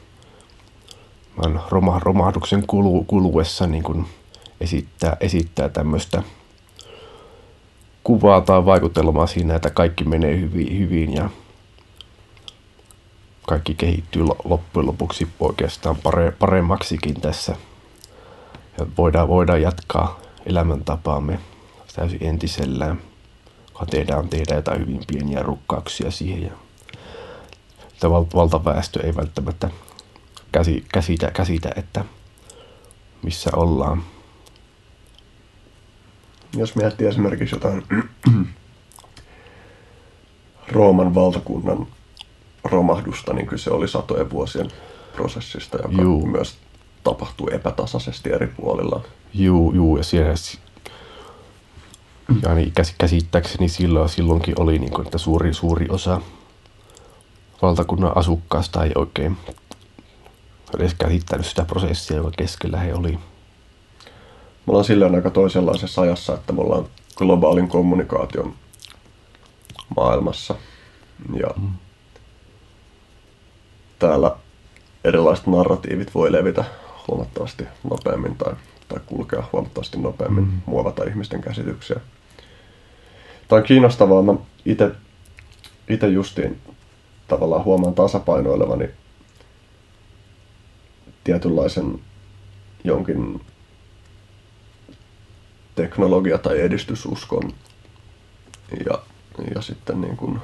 romahduksen kulu, kuluessa niin kuin esittää, esittää tämmöistä kuvaa tai vaikutelmaa siinä, että kaikki menee hyvin, hyvin ja kaikki kehittyy loppujen lopuksi oikeastaan pare, paremmaksikin tässä. Ja voidaan, voidaan jatkaa elämäntapaamme täysin entisellään, kun tehdään, tehdään jotain hyvin pieniä rukkauksia siihen. Ja että valtaväestö ei välttämättä käsitä, käsitä, että missä ollaan. Jos miettii esimerkiksi jotain Rooman valtakunnan romahdusta, niin kyllä se oli satojen vuosien prosessista, joka Juu. myös tapahtui epätasaisesti eri puolilla. Juu, juu ja siellä ja niin käsittääkseni silloin, silloinkin oli niin kuin, että suuri, suuri osa valtakunnan asukkaasta ei oikein edes käsittänyt sitä prosessia, joka keskellä he oli. Me ollaan silleen aika toisenlaisessa ajassa, että me ollaan globaalin kommunikaation maailmassa. Ja mm. täällä erilaiset narratiivit voi levitä huomattavasti nopeammin tai, tai kulkea huomattavasti nopeammin, mm. muovata ihmisten käsityksiä. Tämä on kiinnostavaa. Mä ite, ite justiin tavallaan huomaan tasapainoilevani tietynlaisen jonkin teknologia- tai edistysuskon ja, ja sitten niin kuin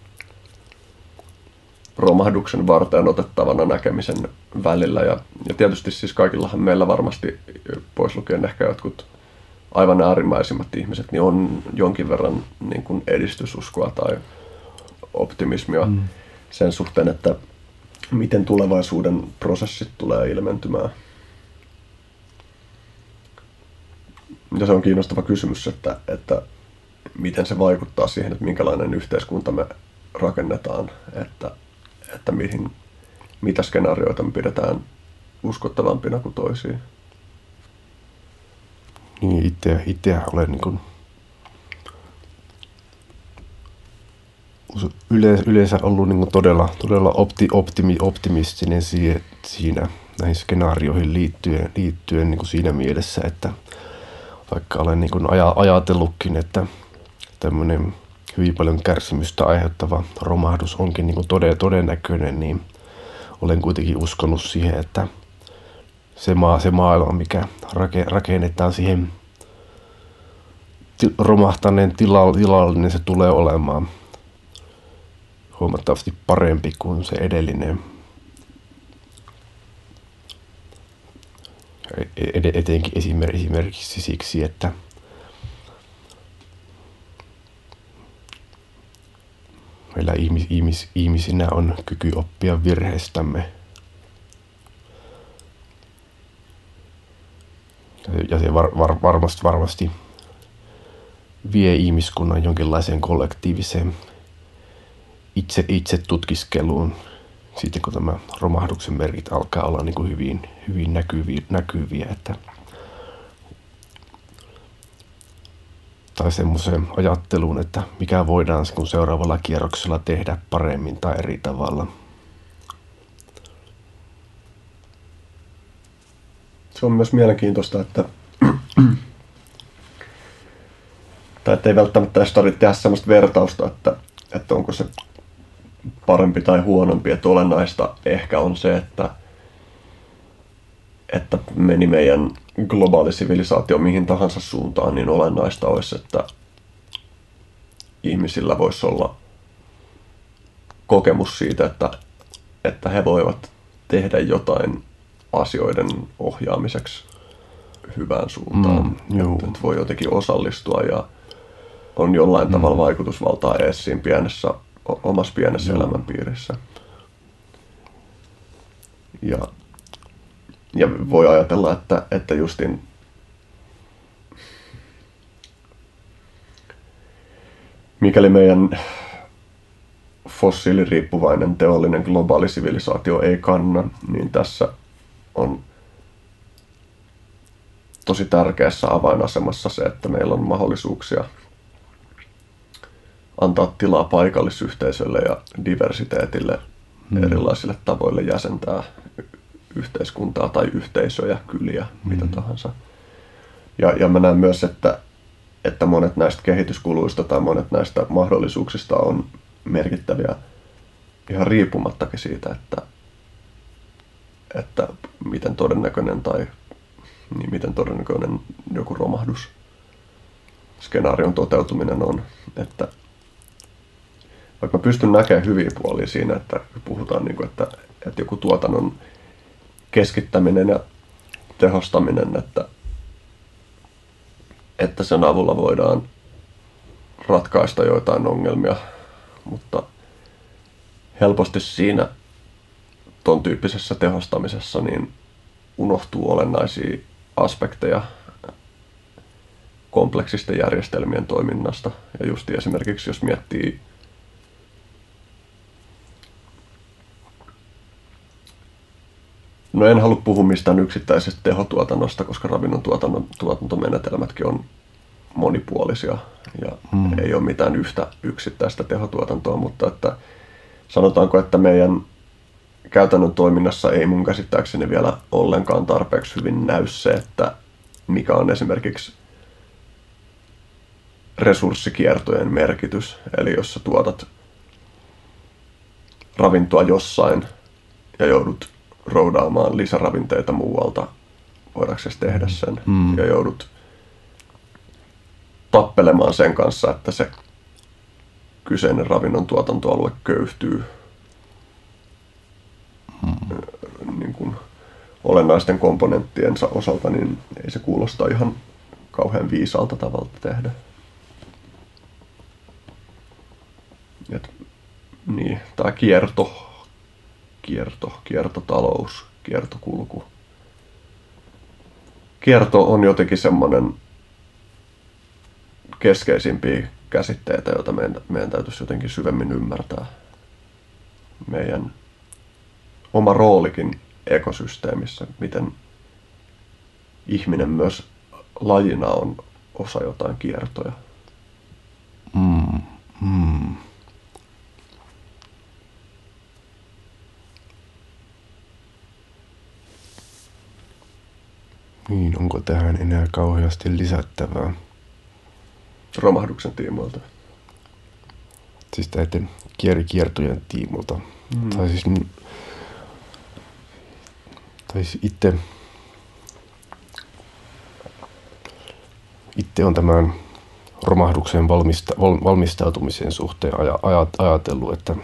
romahduksen varteen otettavana näkemisen välillä. Ja, ja tietysti siis kaikillahan meillä varmasti, pois lukien ehkä jotkut aivan äärimmäisimmät ihmiset, niin on jonkin verran niin kuin edistysuskoa tai optimismia mm. sen suhteen, että miten tulevaisuuden prosessit tulee ilmentymään. Ja se on kiinnostava kysymys, että, että miten se vaikuttaa siihen, että minkälainen yhteiskunta me rakennetaan, että, että mihin, mitä skenaarioita me pidetään uskottavampina kuin toisiin. Niin, itse, itse olen niin kuin yleensä, yleensä ollut niin kuin todella, todella opti, optimi, optimistinen siihen, siinä näihin skenaarioihin liittyen, liittyen niin kuin siinä mielessä, että vaikka olen niin kuin ajatellutkin, että tämmöinen hyvin paljon kärsimystä aiheuttava romahdus onkin niin kuin tode, todennäköinen, niin olen kuitenkin uskonut siihen, että se, maa, se maailma, mikä rakennetaan siihen romahtaneen tilalle, niin se tulee olemaan huomattavasti parempi kuin se edellinen. Etenkin esimerkiksi siksi, että meillä ihmis, ihmis, ihmisinä on kyky oppia virheistämme. Ja se var, var, varmasti, varmasti vie ihmiskunnan jonkinlaiseen kollektiiviseen itse, itse tutkiskeluun, sitten kun tämä romahduksen merkit alkaa olla niin kuin hyvin, hyvin näkyviä, näkyviä että, tai semmoiseen ajatteluun, että mikä voidaan kun seuraavalla kierroksella tehdä paremmin tai eri tavalla. Se on myös mielenkiintoista, että tai että ei välttämättä edes tarvitse tehdä sellaista vertausta, että, että onko se parempi tai huonompi. Että olennaista ehkä on se, että, että meni meidän globaali sivilisaatio mihin tahansa suuntaan, niin olennaista olisi, että ihmisillä voisi olla kokemus siitä, että, että he voivat tehdä jotain asioiden ohjaamiseksi hyvään suuntaan. Mm, että, että voi jotenkin osallistua ja on jollain mm. tavalla vaikutusvaltaa edes siinä pienessä, omassa pienessä Joo. elämänpiirissä. Ja, ja voi ajatella, että, että justin mikäli meidän fossiiliriippuvainen teollinen globaali sivilisaatio ei kanna, niin tässä on tosi tärkeässä avainasemassa se, että meillä on mahdollisuuksia antaa tilaa paikallisyhteisölle ja diversiteetille hmm. erilaisille tavoille jäsentää yhteiskuntaa tai yhteisöjä, kyliä, hmm. mitä tahansa. Ja, ja mä näen myös, että, että monet näistä kehityskuluista tai monet näistä mahdollisuuksista on merkittäviä ihan riippumattakin siitä, että, että miten todennäköinen tai niin miten todennäköinen joku romahdus skenaarion toteutuminen on. Että vaikka mä pystyn näkemään hyviä puolia siinä, että puhutaan, niin kuin, että, että joku tuotannon keskittäminen ja tehostaminen, että, että sen avulla voidaan ratkaista joitain ongelmia, mutta helposti siinä ton tyyppisessä tehostamisessa niin unohtuu olennaisia aspekteja kompleksisten järjestelmien toiminnasta. Ja just esimerkiksi jos miettii no en halua puhua mistään yksittäisestä tehotuotannosta, koska ravinnon tuotannon, tuotantomenetelmätkin on monipuolisia ja hmm. ei ole mitään yhtä yksittäistä tehotuotantoa, mutta että sanotaanko, että meidän käytännön toiminnassa ei mun käsittääkseni vielä ollenkaan tarpeeksi hyvin näy se, että mikä on esimerkiksi resurssikiertojen merkitys. Eli jos sä tuotat ravintoa jossain ja joudut roudaamaan lisäravinteita muualta, voidaanko se tehdä sen, mm. ja joudut tappelemaan sen kanssa, että se kyseinen ravinnon tuotantoalue köyhtyy mm. niin kuin olennaisten komponenttiensa osalta, niin ei se kuulosta ihan kauhean viisaalta tavalta tehdä. Et, niin, tämä kierto, kierto, kiertotalous, kiertokulku. Kierto on jotenkin semmoinen keskeisimpiä käsitteitä, joita meidän, meidän täytyisi jotenkin syvemmin ymmärtää. Meidän oma roolikin ekosysteemissä, miten ihminen myös lajina on osa jotain kiertoja. Mm, mm. Niin, onko tähän enää kauheasti lisättävää? Romahduksen tiimoilta. Siis näiden kiertojen tiimoilta. Mm. Tai siis, tai siis itse, itse on tämän romahduksen valmista, val, valmistautumisen suhteen aja, aja, ajatellut, että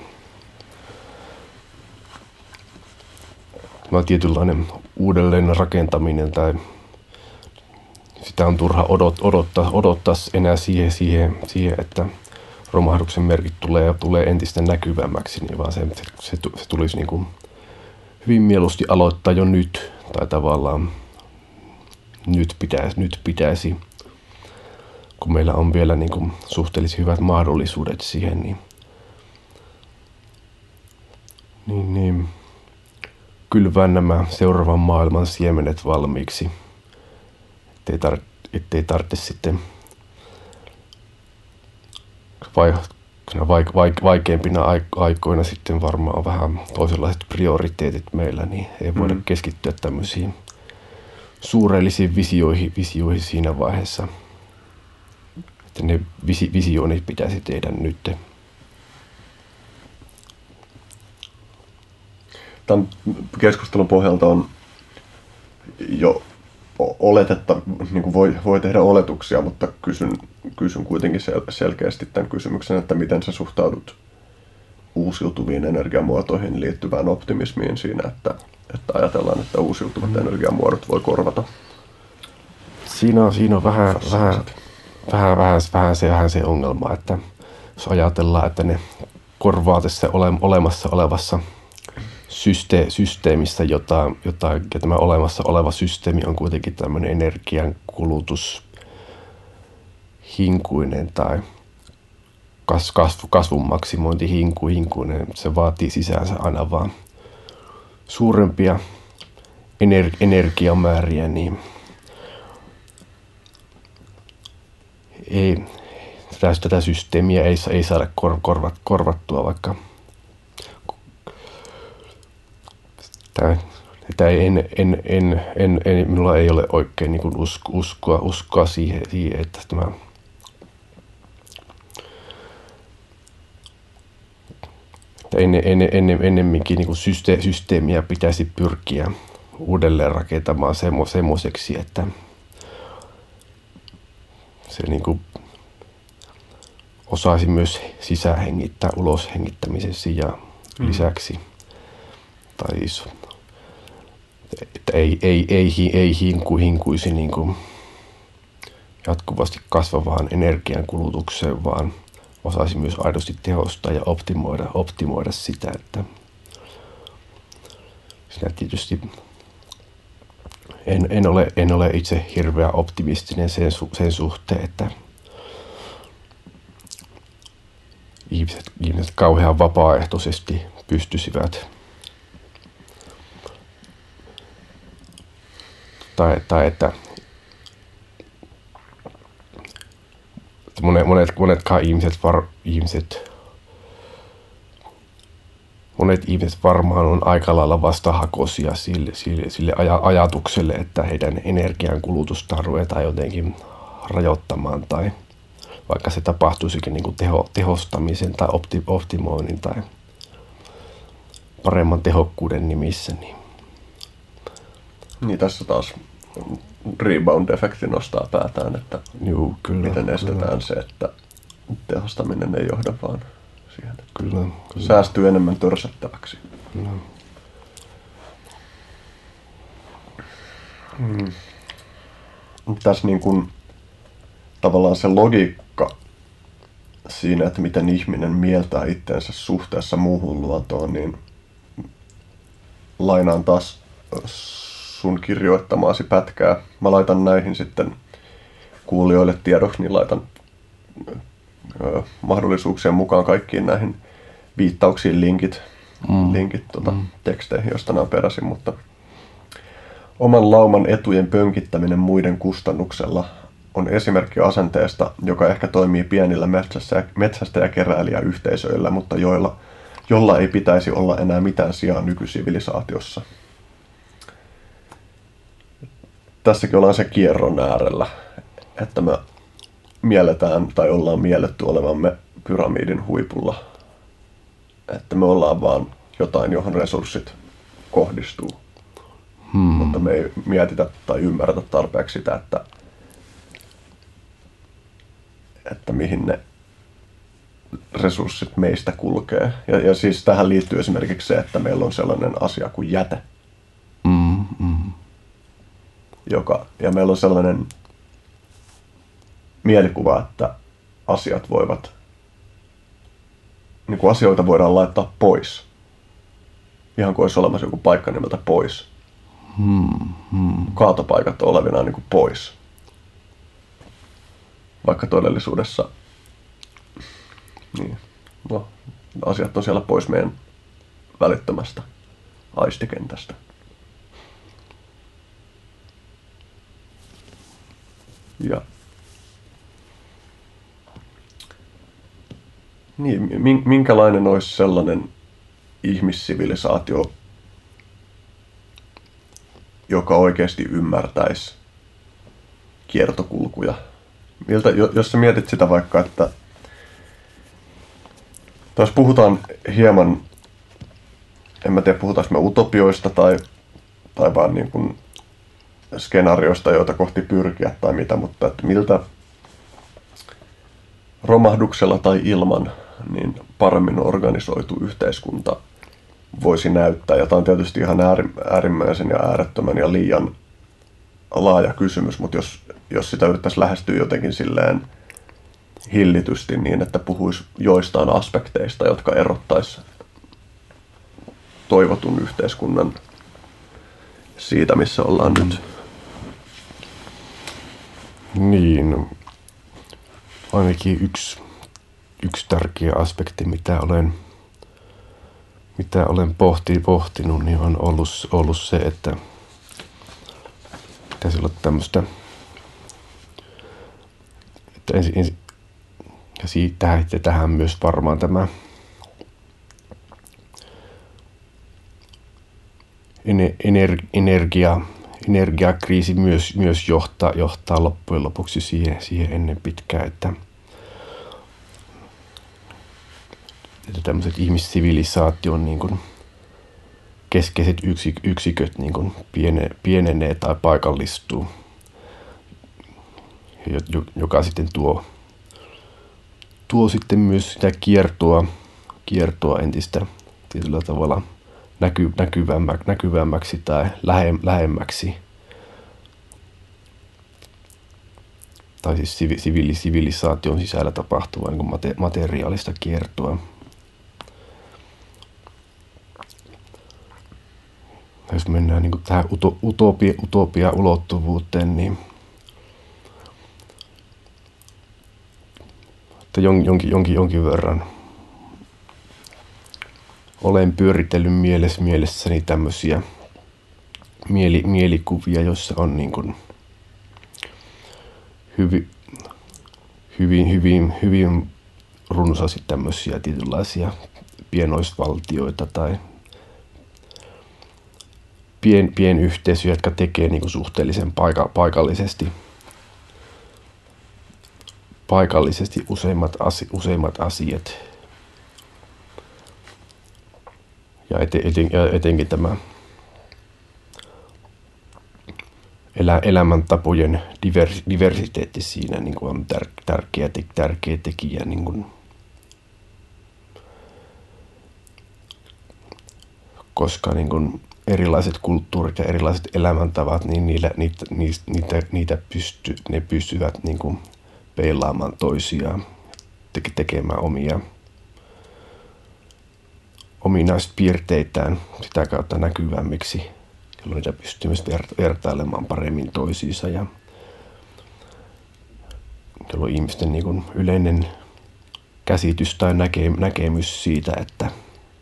tämä tietynlainen uudelleen rakentaminen tai sitä on turha odot, odottaa, odottaa enää siihen, siihen, siihen, että romahduksen merkit tulee, tulee entistä näkyvämmäksi, niin vaan se, se, se tulisi niin kuin hyvin mieluusti aloittaa jo nyt, tai tavallaan nyt pitäisi, nyt pitäisi kun meillä on vielä niin kuin suhteellisen hyvät mahdollisuudet siihen, niin Niin, niin. Kylvää nämä seuraavan maailman siemenet valmiiksi. Ettei, tar- ettei tarvitse sitten vai, vaik- vaik- vaikeimpina aikoina sitten varmaan on vähän toisenlaiset prioriteetit meillä, niin ei voida mm. keskittyä tämmöisiin suurellisiin visioihin, visioihin siinä vaiheessa. Että ne visi- visioinnit pitäisi tehdä nyt. Tämän keskustelun pohjalta on jo oletetta, niin kuin voi, voi tehdä oletuksia, mutta kysyn, kysyn kuitenkin sel- selkeästi tämän kysymyksen, että miten sä suhtaudut uusiutuviin energiamuotoihin liittyvään optimismiin siinä, että, että ajatellaan, että uusiutuvat mm. energiamuodot voi korvata. Siinä on, siinä on vähän, vähän, vähän, vähän, vähän, se, vähän se ongelma, että jos ajatellaan, että ne korvaa tässä ole, olemassa olevassa syste- systeemissä jotain, jotain, ja tämä olemassa oleva systeemi on kuitenkin tämmöinen energian kulutus hinkuinen tai kas, kasvu, kasvun maksimointi hinku, hinkuinen. Se vaatii sisäänsä aina vaan suurempia ener- energiamääriä, niin ei, tätä, tätä systeemiä ei, ei saada kor, korvat, korvattua, vaikka tämä, tämä en, en, en, en, en, minulla ei ole oikein niin kuin usko, uskoa, uskoa siihen, siihen, että tämä ennen, ennen, ennen, ennemminkin niin kuin syste, systeemiä pitäisi pyrkiä uudelleen rakentamaan semmo, semmoiseksi, että se niin kuin osaisi myös sisähengittää uloshengittämisessä ja mm. lisäksi. Tai että ei, ei, ei, ei hinku, hinkuisi niin kuin jatkuvasti kasvavaan energiankulutukseen, vaan osaisi myös aidosti tehostaa ja optimoida, optimoida sitä, että siinä tietysti en, en, ole, en ole itse hirveän optimistinen sen, sen suhteen, että ihmiset, ihmiset kauhean vapaaehtoisesti pystyisivät tai, tai että monet, monet, monetkaan ihmiset, var, ihmiset monet ihmiset varmaan on aika lailla vastahakoisia sille, sille, sille aj- ajatukselle, että heidän energiankulutustaan ruvetaan jotenkin rajoittamaan tai vaikka se tapahtuisikin niin kuin teho, tehostamisen tai opti, optimoinnin tai paremman tehokkuuden nimissä. Niin, niin tässä taas rebound-efekti nostaa päätään, että Juu, kyllä, miten estetään kyllä. se, että tehostaminen ei johda vaan siihen, että kyllä, kyllä. säästyy enemmän törsättäväksi. Kyllä. Hmm. Tässä niin kuin tavallaan se logiikka siinä, että miten ihminen mieltää itseensä suhteessa muuhun luontoon, niin lainaan taas sun kirjoittamaasi pätkää. Mä laitan näihin sitten kuulijoille tiedoksi, niin laitan ö, mahdollisuuksien mukaan kaikkiin näihin viittauksiin linkit, mm. linkit tuota, mm. teksteihin, joista nämä peräisin, mutta oman lauman etujen pönkittäminen muiden kustannuksella on esimerkki asenteesta, joka ehkä toimii pienillä metsästä- ja keräilijäyhteisöillä, mutta joilla, jolla ei pitäisi olla enää mitään sijaa nykysivilisaatiossa. Tässäkin ollaan se kierron äärellä, että me mielletään tai ollaan mielletty olevamme pyramidin huipulla. Että me ollaan vaan jotain, johon resurssit kohdistuu. Hmm. Mutta me ei mietitä tai ymmärretä tarpeeksi sitä, että, että mihin ne resurssit meistä kulkee. Ja, ja siis tähän liittyy esimerkiksi se, että meillä on sellainen asia kuin jäte. Hmm. Hmm. Joka, ja meillä on sellainen mielikuva, että asiat voivat, niin kuin asioita voidaan laittaa pois. Ihan kuin olisi olemassa joku paikka nimeltä pois. Hmm. Hmm. Kaatopaikat on olevinaan niin kuin pois. Vaikka todellisuudessa niin, no, asiat on siellä pois meidän välittömästä aistikentästä. Ja niin, minkälainen olisi sellainen ihmissivilisaatio, joka oikeasti ymmärtäisi kiertokulkuja? Miltä, jos sä mietit sitä vaikka, että jos puhutaan hieman, en mä tiedä puhutaanko me utopioista tai, tai vaan niin kuin skenaarioista, joita kohti pyrkiä tai mitä, mutta että miltä romahduksella tai ilman niin paremmin organisoitu yhteiskunta voisi näyttää. Ja tämä on tietysti ihan äärimmäisen ja äärettömän ja liian laaja kysymys, mutta jos, jos sitä yrittäisi lähestyä jotenkin silleen hillitysti niin, että puhuisi joistain aspekteista, jotka erottaisi toivotun yhteiskunnan siitä, missä ollaan nyt. Niin, ainakin yksi, yksi tärkeä aspekti, mitä olen, mitä olen pohti, pohtinut, niin on ollut, ollut se, että pitäisi olla tämmöistä, että ensin, ensin ja siitä tähän myös varmaan tämä energia, energiakriisi myös, myös johtaa, johtaa loppujen lopuksi siihen, siihen ennen pitkään, että, että tämmöiset ihmissivilisaation niin kuin keskeiset yksiköt niin kuin piene, pienenee tai paikallistuu, joka sitten tuo, tuo sitten myös sitä kiertoa, kiertoa entistä tietyllä tavalla näky, näkyvämmä, näkyvämmäksi tai lähe, lähemmäksi. Tai siis sivili, sivilisaation sisällä tapahtuvaa niin mate, materiaalista kiertoa. Jos mennään niin kuin tähän utopia, utopia-ulottuvuuteen, niin että jonkin, jonkin, jonkin verran olen pyöritellyt mielessä, mielessäni tämmöisiä mieli, mielikuvia, joissa on niin kuin hyvin, hyvin, hyvin, hyvin runsaasti tämmöisiä tietynlaisia pienoisvaltioita tai pien, pienyhteisöjä, jotka tekee niin kuin suhteellisen paika, paikallisesti, paikallisesti useimmat, asi, useimmat asiat. Ja, eten, eten, ja etenkin tämä elä, elämäntapojen divers, diversiteetti siinä niin kuin on tär, tärkeä, te, tärkeä tekijä. Niin kuin, koska niin kuin erilaiset kulttuurit ja erilaiset elämäntavat, niin niillä, niitä, niitä, niitä pysty, ne pystyvät niin kuin peilaamaan toisiaan, te, tekemään omia ominaispiirteitään sitä kautta näkyvämmiksi, jolloin niitä pystyy myös vertailemaan paremmin toisiinsa ja jolloin ihmisten niin kuin yleinen käsitys tai näke, näkemys siitä, että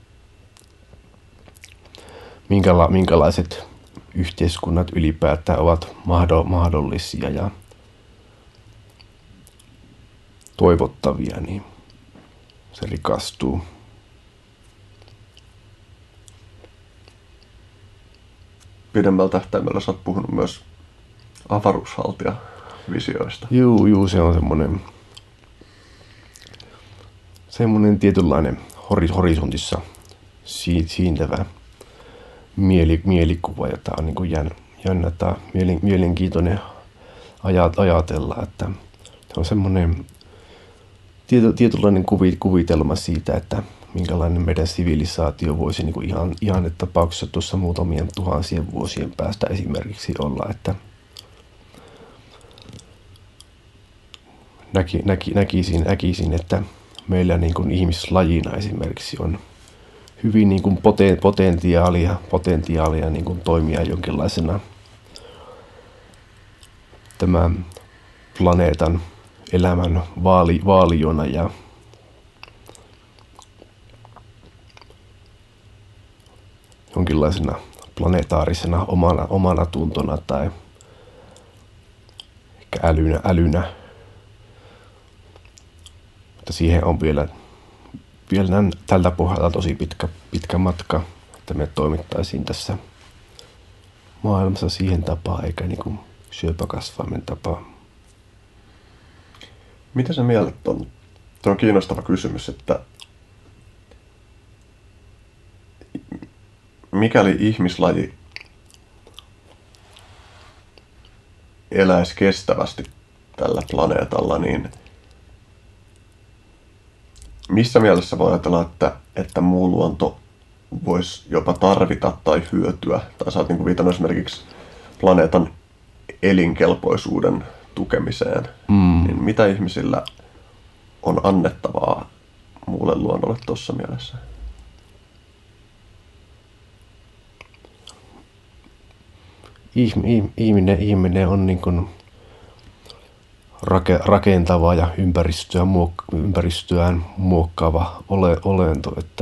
minkäla, minkälaiset yhteiskunnat ylipäätään ovat mahdollisia ja toivottavia, niin se rikastuu. Pidemmällä tähtäimellä sä oot puhunut myös avaruushaltija-visioista. Juu, juu, se on semmoinen, semmoinen tietynlainen horisontissa siintävä mieli, mielikuva, jota on niin kuin jännä tai mielenkiintoinen ajatella, että se on semmoinen tietynlainen kuvitelma siitä, että minkälainen meidän sivilisaatio voisi niin kuin ihan, ihan tapauksessa tuossa muutamien tuhansien vuosien päästä esimerkiksi olla, että näki, näki, näkisin, näkisin, että meillä niin kuin ihmislajina esimerkiksi on hyvin niin kuin potentiaalia, potentiaalia niin kuin toimia jonkinlaisena tämän planeetan elämän vaali, vaaliona ja jonkinlaisena planetaarisena omana, omana tuntona tai ehkä älynä, älynä. Mutta siihen on vielä, vielä tältä pohjalta tosi pitkä, pitkä matka, että me toimittaisiin tässä maailmassa siihen tapaan, eikä niin kuin syöpäkasvaimen tapaan. Mitä sä mielet on? Tuo on kiinnostava kysymys, että mikäli ihmislaji eläisi kestävästi tällä planeetalla, niin missä mielessä voi ajatella, että, että muu luonto voisi jopa tarvita tai hyötyä, tai sä oot niin kuin viitannut esimerkiksi planeetan elinkelpoisuuden tukemiseen, mm. niin mitä ihmisillä on annettavaa muulle luonnolle tuossa mielessä? Ihminen, ihminen on niin kuin rake, rakentava ja ympäristöä muok, ympäristöään muokkaava ole, olento, että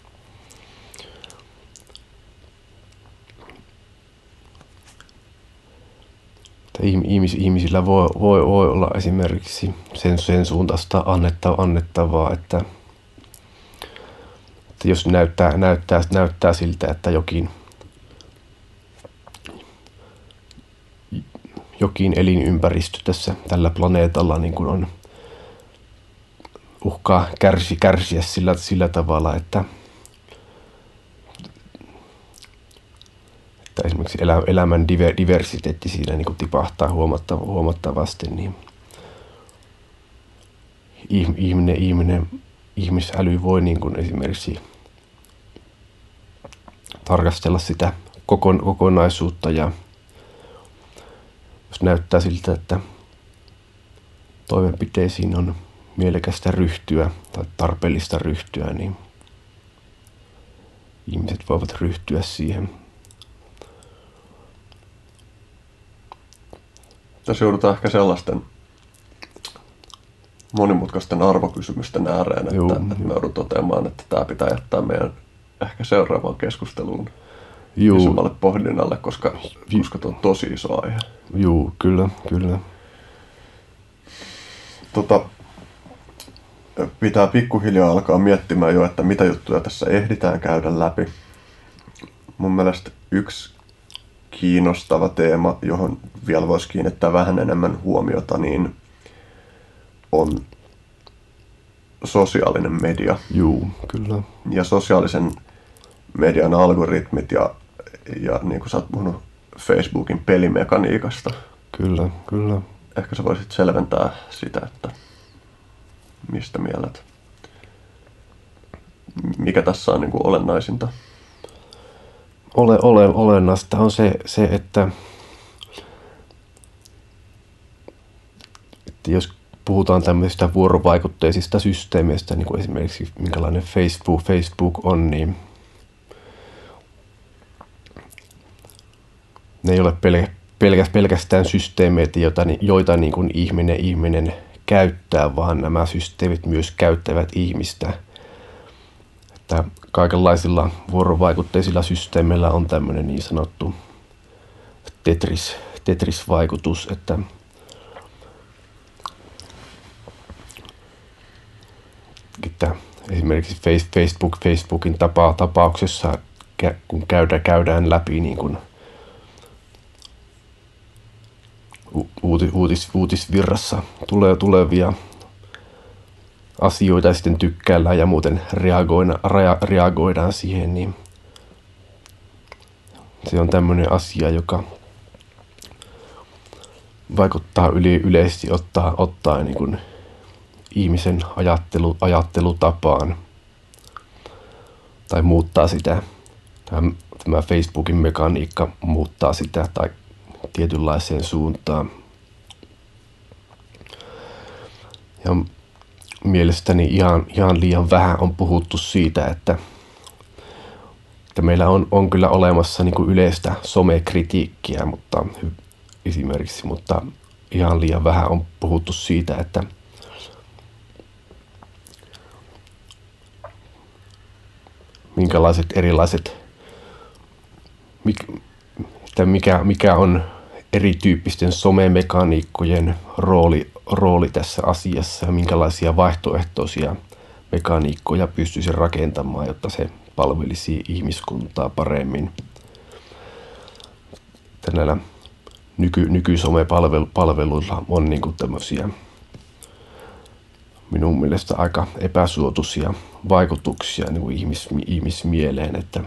Ihmis, ihmisillä voi, voi, voi olla esimerkiksi sen, sen suuntaista annettavaa, annettavaa että, että jos näyttää, näyttää, näyttää siltä, että jokin, jokin elinympäristö tässä tällä planeetalla niin kuin on uhkaa kärsi, kärsiä sillä, sillä tavalla, että että esimerkiksi elämän diversiteetti siinä niin kuin tipahtaa huomattavasti, niin ihminen, ihminen, ihmisäly voi niin kuin esimerkiksi tarkastella sitä kokonaisuutta, ja jos näyttää siltä, että toimenpiteisiin on mielekästä ryhtyä tai tarpeellista ryhtyä, niin ihmiset voivat ryhtyä siihen. Tässä joudutaan ehkä sellaisten monimutkaisten arvokysymysten ääreen, Juu, että, että me joudun toteamaan, että tämä pitää jättää meidän ehkä seuraavaan keskusteluun isommalle pohdinnalle, koska, koska tuo on tosi iso aihe. Joo, kyllä, kyllä. Tota, pitää pikkuhiljaa alkaa miettimään jo, että mitä juttuja tässä ehditään käydä läpi. Mun mielestä yksi kiinnostava teema, johon vielä voisi kiinnittää vähän enemmän huomiota, niin on sosiaalinen media. Juu, kyllä. Ja sosiaalisen median algoritmit ja, ja niin kuin sä oot puhunut Facebookin pelimekaniikasta. Kyllä, kyllä. Ehkä sä voisit selventää sitä, että mistä mielet? Mikä tässä on niin kuin olennaisinta? Ole, ole, olennaista on se, se että, että jos puhutaan tämmöisistä vuorovaikutteisista systeemeistä, niin kuin esimerkiksi minkälainen Facebook, Facebook on, niin ne ei ole pel, pelkästään, pelkästään systeemeitä, joita, joita niin kuin ihminen, ihminen käyttää, vaan nämä systeemit myös käyttävät ihmistä. Että kaikenlaisilla vuorovaikutteisilla systeemeillä on tämmöinen niin sanottu Tetris, Tetris-vaikutus, että että esimerkiksi Facebook, Facebookin tapa, tapauksessa, kun käydään, käydään läpi niin kuin uutis, uutisvirrassa tulee tulevia asioita ja sitten tykkäillään ja muuten reagoidaan, reagoidaan siihen, niin se on tämmöinen asia, joka vaikuttaa yli, yleisesti ottaa, ottaa niin kuin ihmisen ajattelu, ajattelutapaan tai muuttaa sitä. Tämä, tämä Facebookin mekaniikka muuttaa sitä tai tietynlaiseen suuntaan. Ja mielestäni ihan, ihan liian vähän on puhuttu siitä, että, että meillä on, on kyllä olemassa niin kuin yleistä somekritiikkiä, mutta esimerkiksi, mutta ihan liian vähän on puhuttu siitä, että minkälaiset erilaiset että mikä, mikä on erityyppisten somemekaniikkojen rooli, rooli tässä asiassa ja minkälaisia vaihtoehtoisia mekaniikkoja pystyisi rakentamaan, jotta se palvelisi ihmiskuntaa paremmin. Että näillä nyky, nykysomepalveluilla on niin kuin tämmöisiä minun mielestä aika epäsuotuisia vaikutuksia niin kuin ihmis, ihmismieleen, että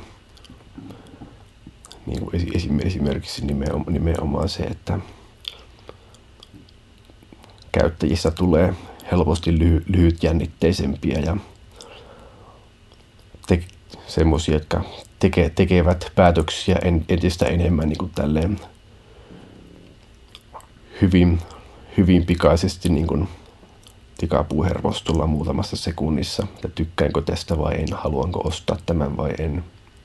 niin kuin esimerkiksi nimenomaan se, että käyttäjistä tulee helposti lyhy, lyhytjännitteisempiä ja te, semmoisia, jotka teke, tekevät päätöksiä en, entistä enemmän niin kuin tälleen hyvin, hyvin pikaisesti niin kuin tikapuuhermostolla muutamassa sekunnissa, että tykkäänkö tästä vai en, haluanko ostaa tämän vai en.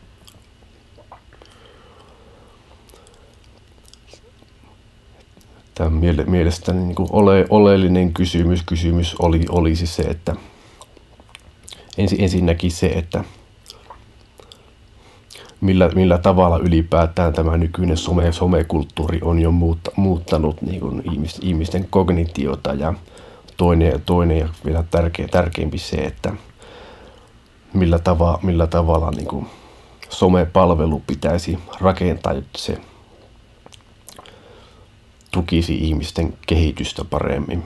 Tämä mielestäni niin kuin ole, oleellinen kysymys, kysymys oli, olisi se, että ensin, ensinnäkin se, että millä, millä tavalla ylipäätään tämä nykyinen some, somekulttuuri on jo muutta, muuttanut niin kuin ihmis, ihmisten kognitiota ja toinen, toinen ja vielä tärkeä, tärkeämpi se, että millä, tava, millä tavalla niin kuin somepalvelu pitäisi rakentaa, jotta se tukisi ihmisten kehitystä paremmin.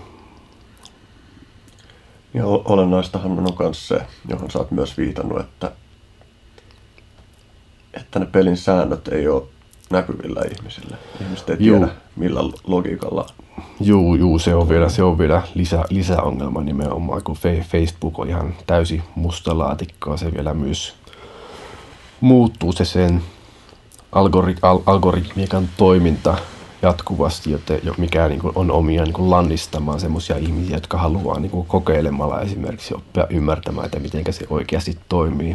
Ja olennaistahan on myös se, johon sä oot myös viitannut, että, että ne pelin säännöt ei ole näkyvillä ihmisille. Ihmiset ei tiedä, juu, millä logiikalla. Juu, juu, se on vielä, se on vielä lisä, lisäongelma nimenomaan, kun Facebook on ihan täysin musta laatikkoa. Se vielä myös muuttuu se sen algorit, al, algoritmiikan toiminta jatkuvasti, joten, mikä niin kuin on omia niin kuin lannistamaan semmoisia ihmisiä, jotka haluaa niin kuin kokeilemalla esimerkiksi oppia ymmärtämään, että miten se oikeasti toimii.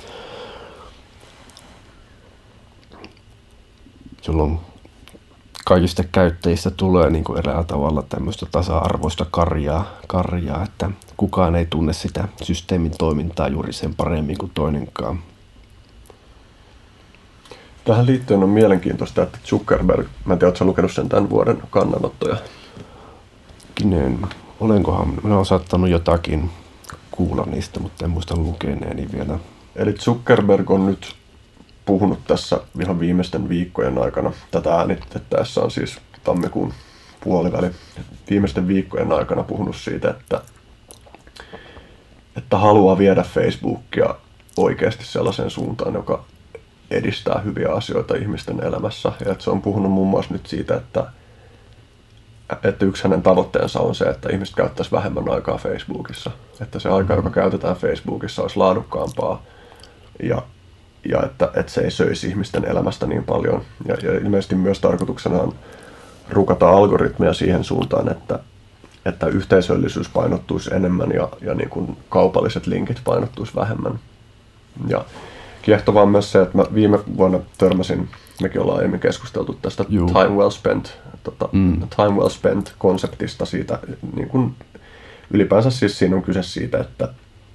Jolloin kaikista käyttäjistä tulee niin kuin eräällä tavalla tämmöistä tasa-arvoista karjaa, karjaa, että kukaan ei tunne sitä systeemin toimintaa juuri sen paremmin kuin toinenkaan. Tähän liittyen on mielenkiintoista, että Zuckerberg, mä en tiedä, ootko lukenut sen tämän vuoden kannanottoja? Kinen, olenkohan, minä olen saattanut jotakin kuulla niistä, mutta en muista lukeneeni vielä. Eli Zuckerberg on nyt puhunut tässä ihan viimeisten viikkojen aikana, tätä äänitettäessä on siis tammikuun puoliväli, viimeisten viikkojen aikana puhunut siitä, että, että haluaa viedä Facebookia oikeasti sellaiseen suuntaan, joka edistää hyviä asioita ihmisten elämässä. Ja että se on puhunut muun muassa nyt siitä, että, että yksi hänen tavoitteensa on se, että ihmiset käyttäisi vähemmän aikaa Facebookissa. Että se aika, joka käytetään Facebookissa, olisi laadukkaampaa ja, ja että, että se ei söisi ihmisten elämästä niin paljon. Ja, ja ilmeisesti myös tarkoituksena on rukata algoritmeja siihen suuntaan, että, että yhteisöllisyys painottuisi enemmän ja, ja niin kuin kaupalliset linkit painottuisi vähemmän. Ja kiehtovaa on myös se, että mä viime vuonna törmäsin, mekin ollaan aiemmin keskusteltu tästä Juu. time well spent, tota, mm. time well spent konseptista siitä, niin kuin ylipäänsä siis siinä on kyse siitä, että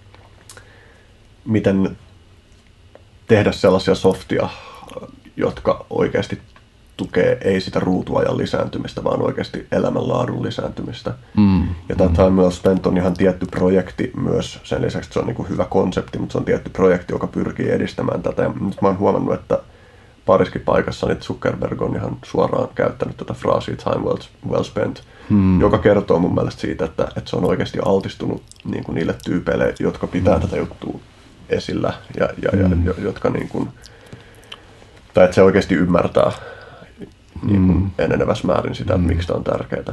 miten tehdä sellaisia softia, jotka oikeasti tukee ei sitä ruutuajan lisääntymistä, vaan oikeasti elämänlaadun lisääntymistä. Mm. Ja tämä Time Well Spent on ihan tietty projekti myös, sen lisäksi se on niin kuin hyvä konsepti, mutta se on tietty projekti, joka pyrkii edistämään tätä. Ja nyt mä oon huomannut, että pariskin paikassa niin Zuckerberg on ihan suoraan käyttänyt tätä fraasia Time Well, well Spent, mm. joka kertoo mun mielestä siitä, että, että se on oikeasti altistunut niin kuin niille tyypeille, jotka pitää mm. tätä juttua esillä ja, ja, mm. ja jotka niin kuin, tai että se oikeasti ymmärtää niin mm. enenevässä määrin sitä, että mm. miksi tämä on tärkeää.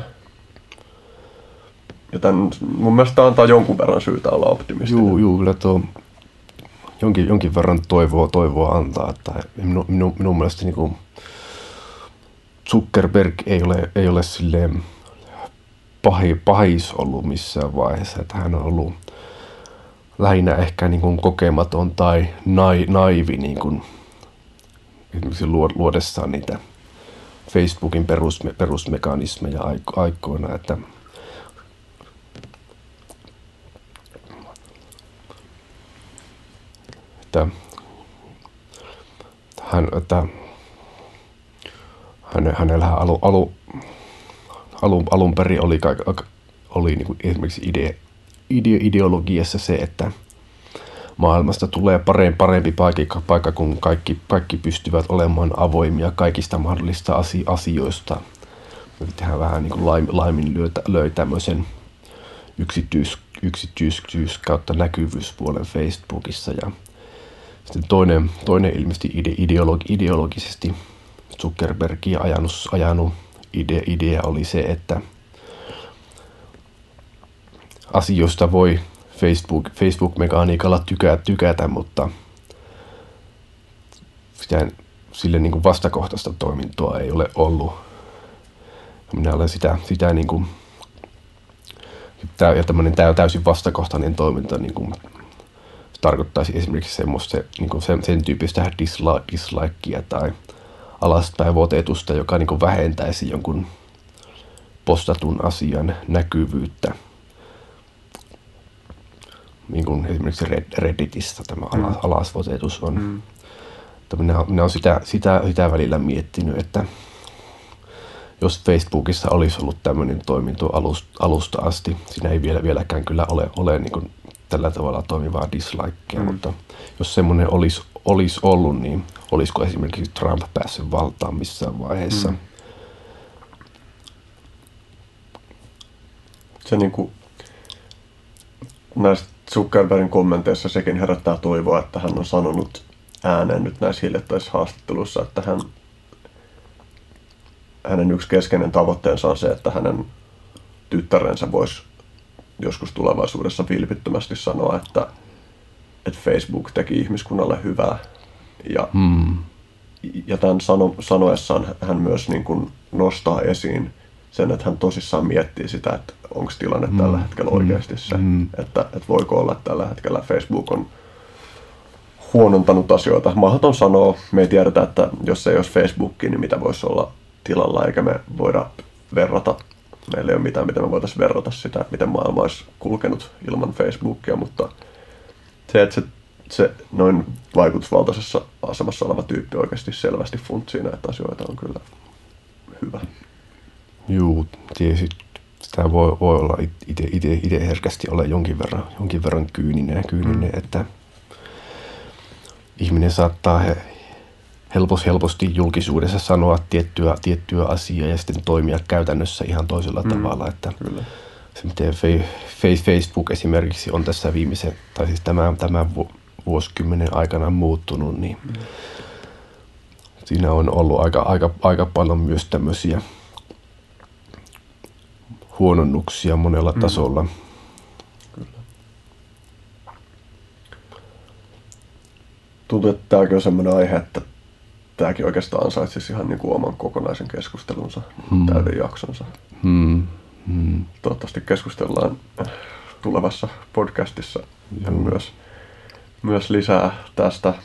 Ja tämän, mun mielestä tämä antaa jonkun verran syytä olla optimistinen. Joo, joo, kyllä tuo jonkin, jonkin verran toivoa, toivoa antaa. Että minun, minun, minun mielestä niin kuin Zuckerberg ei ole, ei ole silleen pahi, pahis ollut missään vaiheessa. Että hän on ollut lähinnä ehkä niin kuin kokematon tai nai, naivi niin kuin, esimerkiksi luodessaan niitä Facebookin perusme, perusmekanismeja aikoina, että, että, hän, että häne, hänellähän alu, alu, alun, alun perin oli, oli niin kuin esimerkiksi ide, ide, ideologiassa se, että maailmasta tulee parempi, parempi paikka, paikka, kun kaikki, kaikki pystyvät olemaan avoimia kaikista mahdollisista asioista. Tehdään vähän niin kuin laim, laimin löy, löi tämmöisen yksityis, yksityisyys kautta näkyvyyspuolen Facebookissa. Ja sitten toinen, toinen ilmeisesti ide, ideologi, ideologisesti Zuckerbergia ajanut, ajanut ide, idea oli se, että asioista voi Facebook, Facebook-mekaniikalla tykätä, tykätä, mutta sitä, sille niin kuin vastakohtaista toimintoa ei ole ollut. Minä olen sitä, sitä niin kuin, ja tämmöinen täysin vastakohtainen toiminta niin kuin, tarkoittaisi esimerkiksi semmoista, niin kuin sen, sen tyyppistä dislikea tai alaspäin votetusta, joka niin kuin vähentäisi jonkun postatun asian näkyvyyttä. Niin kuin esimerkiksi Redditissä tämä alas, alasvotetus on. Mm. Minä, minä olen sitä, sitä, sitä välillä miettinyt, että jos Facebookissa olisi ollut tämmöinen toiminto alusta, alusta asti, siinä ei vielä, vieläkään kyllä ole, ole niin kuin tällä tavalla toimivaa dislikea, mm. mutta jos semmoinen olisi, olisi ollut, niin olisiko esimerkiksi Trump päässyt valtaan missään vaiheessa? Mm. Se niin kuin näistä Zuckerbergin kommenteissa sekin herättää toivoa, että hän on sanonut ääneen nyt näissä hiljattaisissa haastatteluissa, että hän, hänen yksi keskeinen tavoitteensa on se, että hänen tyttärensä voisi joskus tulevaisuudessa vilpittömästi sanoa, että, että Facebook teki ihmiskunnalle hyvää. Ja, hmm. ja tämän sano, sanoessaan hän myös niin kuin nostaa esiin sen, että hän tosissaan miettii sitä, että onko tilanne mm. tällä hetkellä oikeasti se, mm. että, että voiko olla, että tällä hetkellä Facebook on huonontanut asioita. Mahdoton sanoa, me ei tiedetä, että jos ei olisi Facebookia, niin mitä voisi olla tilalla, eikä me voida verrata. Meillä ei ole mitään, mitä me voitaisiin verrata sitä, että miten maailma olisi kulkenut ilman Facebookia, mutta se, että se, se noin vaikutusvaltaisessa asemassa oleva tyyppi oikeasti selvästi funtsii näitä asioita, on kyllä hyvä. Juu, tietysti sitä voi, voi olla itse herkästi olla jonkin verran, jonkin verran kyyninen ja kyyninen, mm. että ihminen saattaa he, helpos, helposti julkisuudessa sanoa tiettyä, tiettyä asiaa ja sitten toimia käytännössä ihan toisella mm. tavalla. Että kyllä. Se, miten Facebook esimerkiksi on tässä viimeisen, tai siis tämän, tämän vuosikymmenen aikana muuttunut, niin mm. siinä on ollut aika, aika, aika paljon myös tämmöisiä huononnuksia monella mm. tasolla. Kyllä. Tuntuu, että tämäkin on sellainen aihe, että tämäkin oikeastaan ansaitsisi ihan niin kuin oman kokonaisen keskustelunsa, mm. täyden jaksonsa. Mm. Mm. Toivottavasti keskustellaan tulevassa podcastissa ja myös, myös lisää tästä.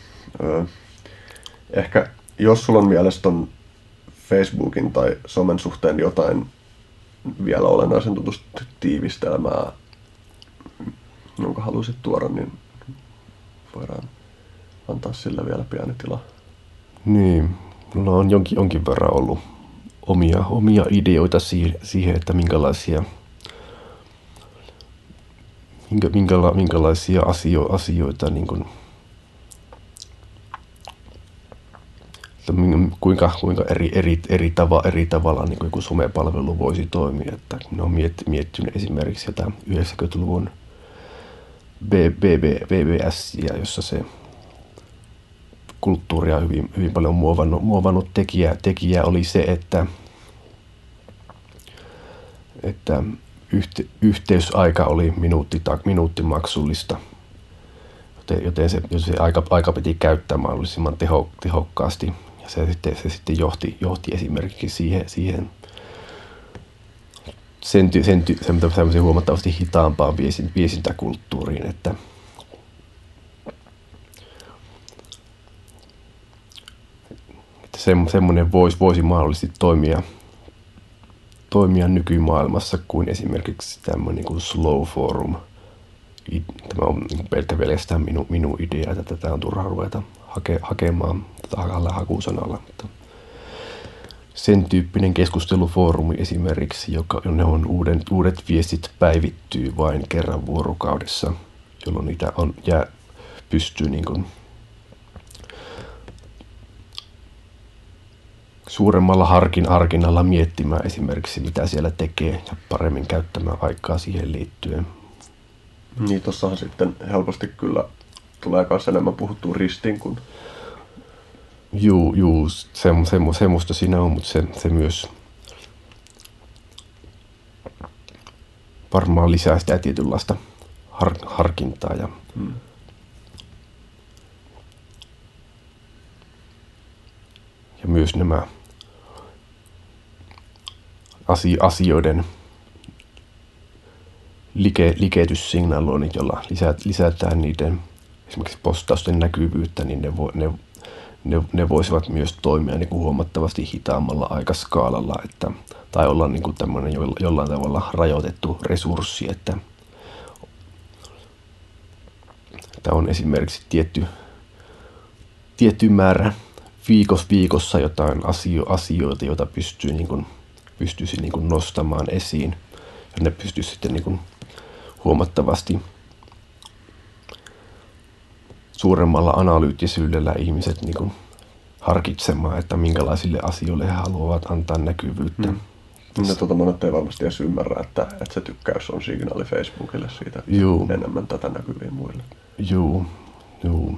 Ehkä jos sulla on mielestä on Facebookin tai somen suhteen jotain vielä olennaisen tutusta tiivistelmää, jonka haluaisit tuoda, niin voidaan antaa sillä vielä pieni tila. Niin, mulla on jonkin, jonkin verran ollut omia, omia ideoita siihen, että minkälaisia, minkä, minkäla, minkälaisia asio, asioita, niin kuin, kuinka, kuinka eri, eri, eri, tava, eri tavalla niin kuin joku somepalvelu voisi toimia. Että ne on miettinyt esimerkiksi jotain yhdeksänkymmentäluvun B B S:iä, jossa se kulttuuria hyvin, hyvin paljon muovannut, muovannut tekijä, tekijä oli se, että, että yhte, yhteysaika oli minuutti, minuuttimaksullista, joten, joten se, se aika, aika piti käyttää mahdollisimman teho, tehokkaasti. Ja se sitten, se sitten johti, johti esimerkiksi siihen, siihen sen, sen, sen huomattavasti hitaampaan viestintäkulttuuriin, että semmoinen voisi, voisi mahdollisesti toimia, toimia nykymaailmassa kuin esimerkiksi tämmöinen kuin Slow Forum. Tämä on pelkkä pelkästään minun, minun idea, että tätä on turha ruveta hake, hakemaan tätä hakusanalla. Mutta sen tyyppinen keskustelufoorumi esimerkiksi, joka, jonne on uuden, uudet viestit päivittyy vain kerran vuorokaudessa, jolloin niitä on, jää, pystyy niin kuin suuremmalla harkin harkinnalla miettimään esimerkiksi, mitä siellä tekee ja paremmin käyttämään aikaa siihen liittyen. Niin, tossahan sitten helposti kyllä tulee myös enemmän puhuttua ristiin kuin... Juu, juu se, se, semmoista siinä on, mutta se, se myös varmaan lisää sitä tietynlaista har, harkintaa. Ja hmm. ja myös nämä asioiden like, likeytyssignaaloinnit, jolla lisätään niiden esimerkiksi postausten näkyvyyttä, niin ne, vo, ne, ne, ne voisivat myös toimia niin kuin huomattavasti hitaammalla aikaskaalalla, että, tai olla niin kuin tämmöinen jollain tavalla rajoitettu resurssi, että, että on esimerkiksi tietty, tietty määrä viikossa viikossa jotain asio, asioita, joita pystyy niin kuin, pystyisi niin kuin nostamaan esiin, ja ne pystyisi sitten niin kuin huomattavasti suuremmalla analyyttisyydellä ihmiset niin kuin harkitsemaan, että minkälaisille asioille he haluavat antaa näkyvyyttä. Hmm. Ja tuota monet ei varmasti edes ymmärrä, että, että se tykkäys on signaali Facebookille siitä, että Juu. enemmän tätä näkyviin muille. Joo, joo.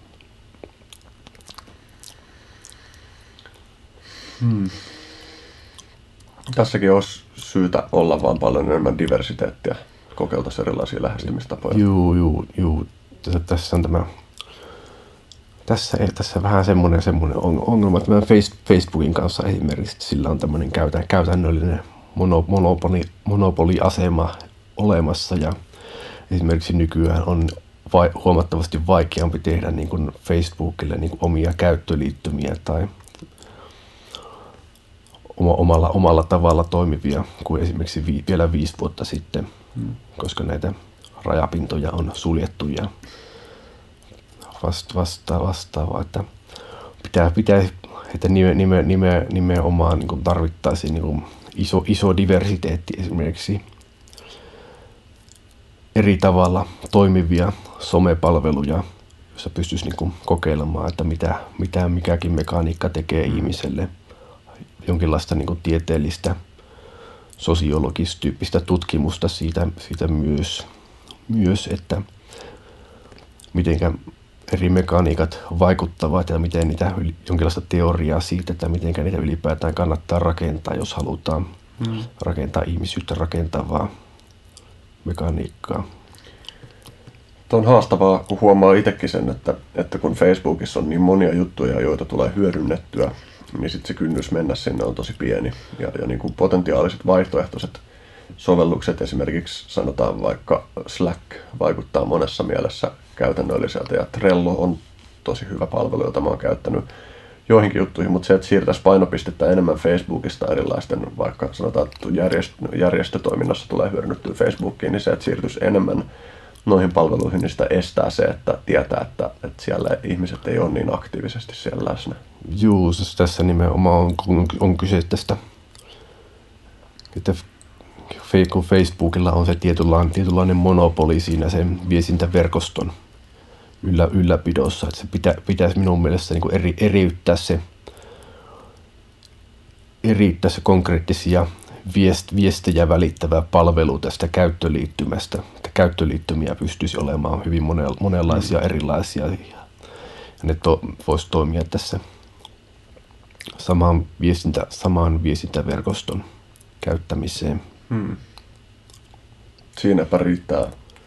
Hmm. Tässäkin olisi syytä olla vaan paljon enemmän diversiteettiä, kokeiltaisiin erilaisia lähestymistapoja. Joo, joo, joo. Tässä, tässä on tämä, tässä, tässä vähän semmoinen, semmoinen ongelma, että Facebookin kanssa esimerkiksi sillä on tämmöinen käytä, käytännöllinen monopoli, monopoliasema olemassa, ja esimerkiksi nykyään on vai, huomattavasti vaikeampi tehdä niin kuin Facebookille niin kuin omia käyttöliittymiä tai omalla, omalla tavalla toimivia kuin esimerkiksi vi, vielä viisi vuotta sitten, hmm. koska näitä rajapintoja on suljettu ja vasta, vasta, vastaavaa, että pitää, pitää että nime, nime, nime, nimenomaan niin kuin tarvittaisiin niin kuin iso, iso diversiteetti esimerkiksi eri tavalla toimivia somepalveluja, joissa pystyisi niin kuin kokeilemaan, että mitä, mitä mikäkin mekaniikka tekee ihmiselle. Jonkinlaista niin kuin tieteellistä, sosiologistyyppistä tutkimusta siitä, siitä myös, myös, että miten eri mekaniikat vaikuttavat ja miten niitä, jonkinlaista teoriaa siitä, että miten niitä ylipäätään kannattaa rakentaa, jos halutaan hmm. rakentaa ihmisyyttä rakentavaa mekaniikkaa. Tuo on haastavaa, kun huomaa itsekin sen, että, että kun Facebookissa on niin monia juttuja, joita tulee hyödynnettyä, niin sitten se kynnys mennä sinne on tosi pieni. Ja, ja niin kuin potentiaaliset vaihtoehtoiset sovellukset, esimerkiksi sanotaan vaikka Slack, vaikuttaa monessa mielessä käytännölliseltä, ja Trello on tosi hyvä palvelu, jota mä oon käyttänyt joihinkin juttuihin, mutta se, että siirtäisi painopistettä enemmän Facebookista erilaisten, vaikka sanotaan, että järjestö, järjestötoiminnassa tulee hyödynnettyä Facebookiin, niin se, että siirtyisi enemmän noihin palveluihin, niin sitä estää se, että tietää, että, että siellä ihmiset ei ole niin aktiivisesti siellä läsnä. Joo, siis tässä nimenomaan on, on kyse tästä, että kun Facebookilla on se tietynlainen, tietynlainen monopoli siinä sen viestintäverkoston yllä, ylläpidossa, että se pitä, pitäisi minun mielestä niin kuin eri, eriyttää se, eriyttää se konkreettisia viest, viestejä välittävä palvelu tästä käyttöliittymästä. Että käyttöliittymiä pystyisi olemaan hyvin monenlaisia mm. erilaisia, ja ne to, voisi toimia tässä saman, viestintä, saman viestintäverkoston käyttämiseen. Hmm. Siinäpä riittää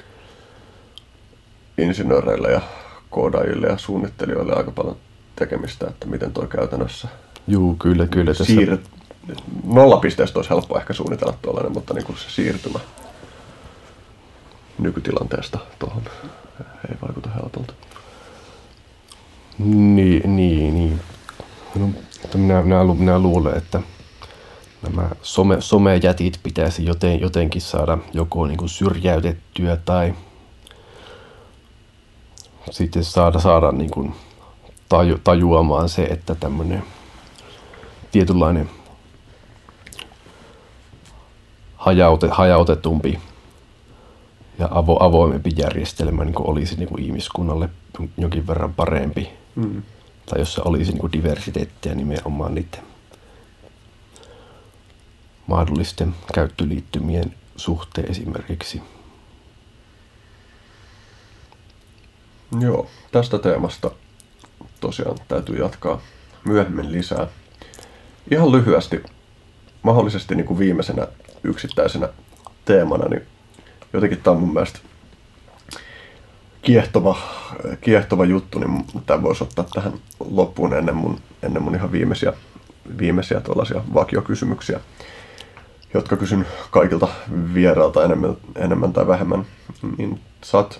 insinööreille ja koodaajille ja suunnittelijoille aika paljon tekemistä, että miten toi käytännössä Juu, kyllä, kyllä. Siirret, nollapisteestä olisi helppo ehkä suunnitella tuollainen, mutta niin kuin se siirtymä nykytilanteesta tuohon ei vaikuta helpolta. Niin, niin, niin. No, minä, minä, minä luulen, että nämä some, somejätit pitäisi joten, jotenkin saada joko niin kuin syrjäytettyä tai sitten saada, saada niin kuin taju, tajuamaan se, että tämmöinen tietynlainen hajaute, hajautetumpi ja avo, avoimempi järjestelmä niin kuin olisi niin kuin ihmiskunnalle jonkin verran parempi. Mm. Tai jossa olisi niin kuin diversiteettiä nimenomaan niiden mahdollisten käyttöliittymien suhteen esimerkiksi. Joo, tästä teemasta tosiaan täytyy jatkaa myöhemmin lisää. Ihan lyhyesti, mahdollisesti niin kuin viimeisenä yksittäisenä teemana, niin jotenkin tämä on mun mielestä kiehtova, kiehtova juttu, niin tämä voisi ottaa tähän loppuun ennen mun, ennen mun ihan viimeisiä, viimeisiä tuollaisia vakiokysymyksiä, jotka kysyn kaikilta vierailta enemmän, enemmän tai vähemmän. Niin sä oot,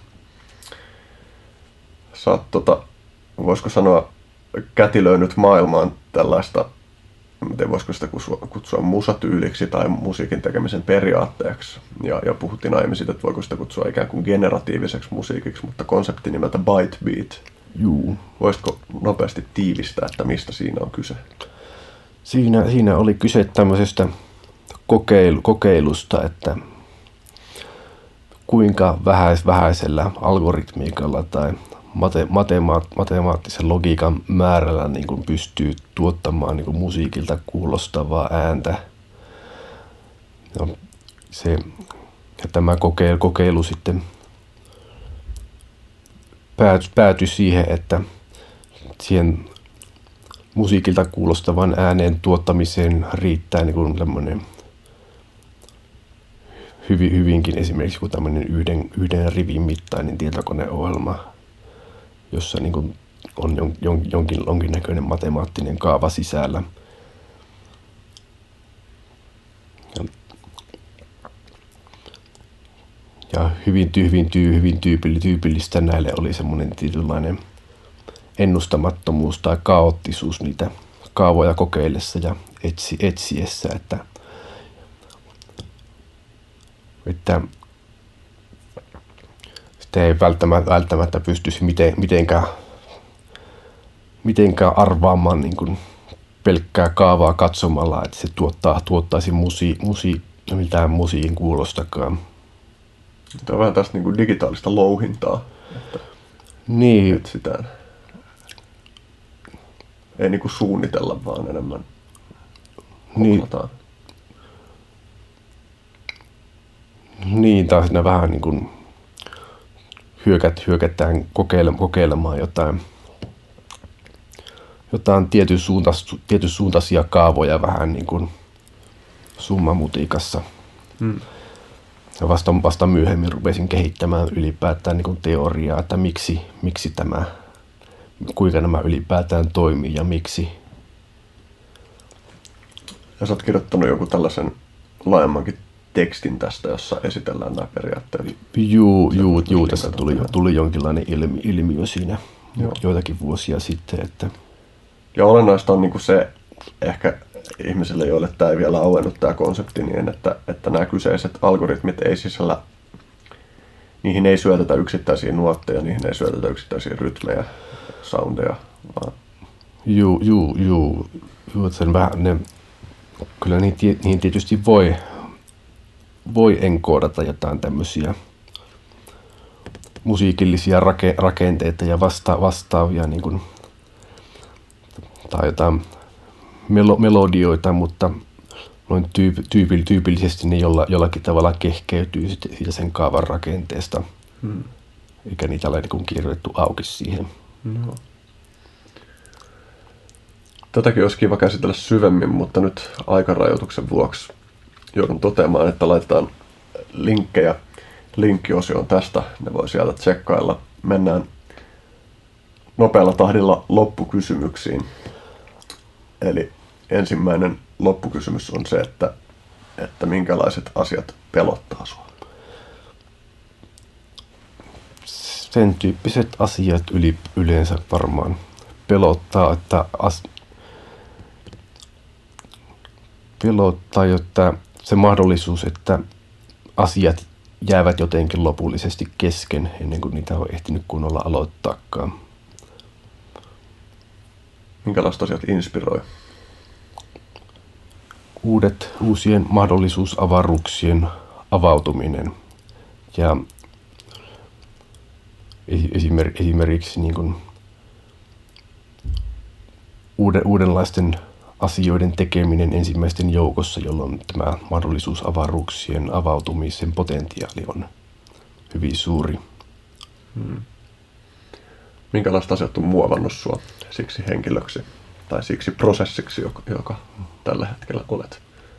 sä oot tota, voisiko sanoa, kätilöinyt maailmaan tällaista, miten voisiko sitä kutsua, kutsua musatyyliksi tai musiikin tekemisen periaatteeksi. Ja, ja puhuttiin aiemmin siitä, että voiko sitä kutsua ikään kuin generatiiviseksi musiikiksi, mutta konsepti nimeltä Byte Beat. Juu. Voisitko nopeasti tiivistää, että mistä siinä on kyse? Siinä, siinä oli kyse tämmöisestä kokeilu, kokeilusta, että kuinka vähäis, vähäisellä algoritmiikalla tai mate, matemaat, matemaattisen logiikan määrällä niin kuin pystyy tuottamaan niin kuin musiikilta kuulostavaa ääntä. Ja, se, ja tämä kokeilu, kokeilu sitten päätyi, päätyi siihen, että siihen musiikilta kuulostavan ääneen tuottamiseen riittää niin kuin tämmöinen hyvin, hyvinkin esimerkiksi kuin tämmöinen yhden, yhden rivin mittainen tietokoneohjelma, jossa niin kuin on jon, jon, jonkin, jonkinnäköinen matemaattinen kaava sisällä. Ja, ja hyvin, hyvin, hyvin tyypillistä näille oli semmoinen tietynlainen ennustamattomuus tai kaoottisuus niitä kaavoja kokeillessa ja etsi, etsiessä, että, että sitä ei välttämättä, välttämättä pystyisi miten, mitenkään, mitenkään arvaamaan niin kuin pelkkää kaavaa katsomalla, että se tuottaa, tuottaisi musi, musi, mitään musiikin kuulostakaan. Tämä on vähän tästä niin kuin digitaalista louhintaa, että niin. etsitään. Ei niin kuin suunnitella, vaan enemmän koklataan. Niin, niin taas siinä vähän niin kuin hyökät, hyökätään kokeilemaan, kokeilemaan jotain, jotain tietyn, suuntais, tietyn suuntaisia kaavoja vähän niin kuin summamutiikassa. Hmm. Ja vasta, vasta myöhemmin rupesin kehittämään ylipäätään niin kuin teoriaa, että miksi, miksi tämä, kuinka nämä ylipäätään toimii ja miksi. Ja sä oot kirjoittanut joku tällaisen laajemmankin tekstin tästä, jossa esitellään nämä periaatteet. Juu, juu, juu tässä tuli, tuli jonkinlainen ilmi, ilmiö siinä Joo. joitakin vuosia sitten. Että... Ja olennaista on niinku se, ehkä ihmisille, joille tämä ei vielä auennut tämä konsepti, niin että, että nämä kyseiset algoritmit ei sisällä, niihin ei syötetä yksittäisiä nuotteja, niihin ei syötetä yksittäisiä rytmejä, soundeja, vaan... Juu, juu, juu. juu sen vähän, ne, kyllä niihin, niihin tietysti voi, voi enkoodata jotain tämmöisiä musiikillisia rake, rakenteita ja vasta, vastaavia niin kuin, tai jotain melo, melodioita, mutta noin tyyp, tyypill, tyypillisesti ne jolla, jollakin tavalla kehkeytyy siitä sen kaavan rakenteesta, hmm. eikä niitä ole niin kirjoitettu auki siihen. No. Tätäkin olisi kiva käsitellä syvemmin, mutta nyt aikarajoituksen vuoksi joudun toteamaan, että laitetaan linkkejä linkkiosioon tästä. Ne voi sieltä tsekkailla. Mennään nopealla tahdilla loppukysymyksiin. Eli ensimmäinen loppukysymys on se, että, että minkälaiset asiat pelottaa sinua? Sen tyyppiset asiat yli, yleensä varmaan pelottaa, että as, pelottaa, että se mahdollisuus, että asiat jäävät jotenkin lopullisesti kesken ennen kuin niitä on ehtinyt kunnolla aloittaakaan. Minkälaiset asiat inspiroi? uudet, uusien mahdollisuusavaruuksien avautuminen. Ja esimer, esimerkiksi niin kuin uuden, uudenlaisten asioiden tekeminen ensimmäisten joukossa, jolloin tämä mahdollisuusavaruuksien avautumisen potentiaali on hyvin suuri. Hmm. Minkälaiset asiat on muovannut sinua siksi henkilöksi tai siksi prosessiksi, joka, joka tällä hetkellä olet?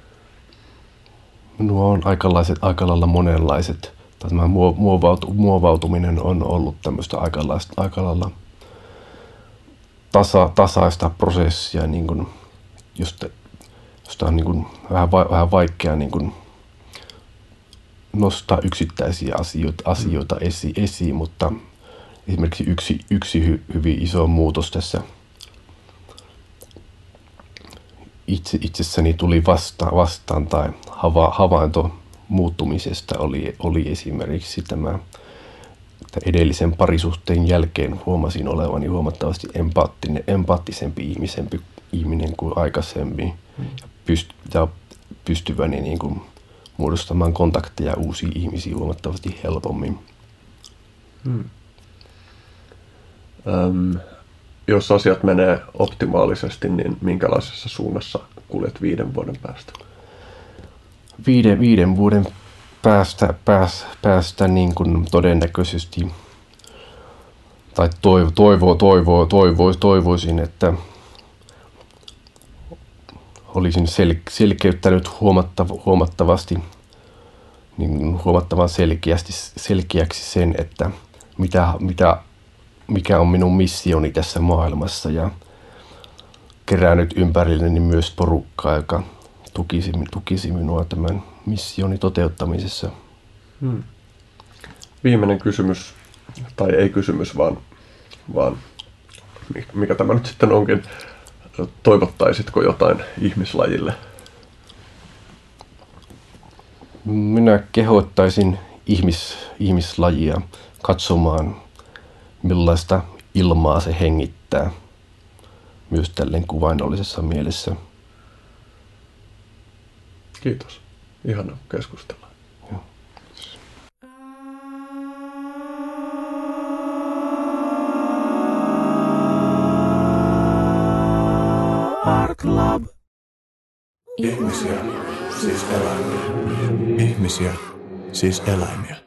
Nuo on aikalaiset, aika lailla monenlaiset. Tämä muovautu, muovautuminen on ollut tämmöistä aika, aika lailla tasa, tasaista prosessia, niin kuin, josta, josta on niin kuin vähän, vähän vaikea niin kuin nostaa yksittäisiä asioita, asioita esi, esiin, mutta esimerkiksi yksi, yksi hy, hyvin iso muutos tässä itse, itsessäni tuli vasta, vastaan tai hava, havainto muuttumisesta oli, oli esimerkiksi tämä edellisen parisuhteen jälkeen huomasin olevani huomattavasti empaattinen, empaattisempi ihmisempi, ihminen kuin aikaisemmin mm. ja, pyst, ja pystyväni niin kuin muodostamaan kontakteja uusiin ihmisiin huomattavasti helpommin. Hmm. Öm, jos asiat menee optimaalisesti, niin minkälaisessa suunnassa kuljet viiden vuoden päästä? Viiden, viiden vuoden päästä, pääs, päästä niin kuin todennäköisesti, tai toivo, toivo, toivo, toivo, toivoisin, että olisin sel, selkeyttänyt huomattav, huomattavasti, niin huomattavan selkeästi, selkeäksi sen, että mitä, mitä, mikä on minun missioni tässä maailmassa ja kerännyt ympärilleni myös porukkaa, joka tukisi, tukisi minua tämän missioni toteuttamisessa. Hmm. Viimeinen kysymys, tai ei kysymys, vaan, vaan mikä tämä nyt sitten onkin. Toivottaisitko jotain ihmislajille? Minä kehottaisin ihmis, ihmislajia katsomaan, millaista ilmaa se hengittää, myös tälleen kuvainnollisessa mielessä. Kiitos. Ihana keskustella. Joo. Art Club. Ihmisiä, siis eläimiä. Ihmisiä, siis eläimiä.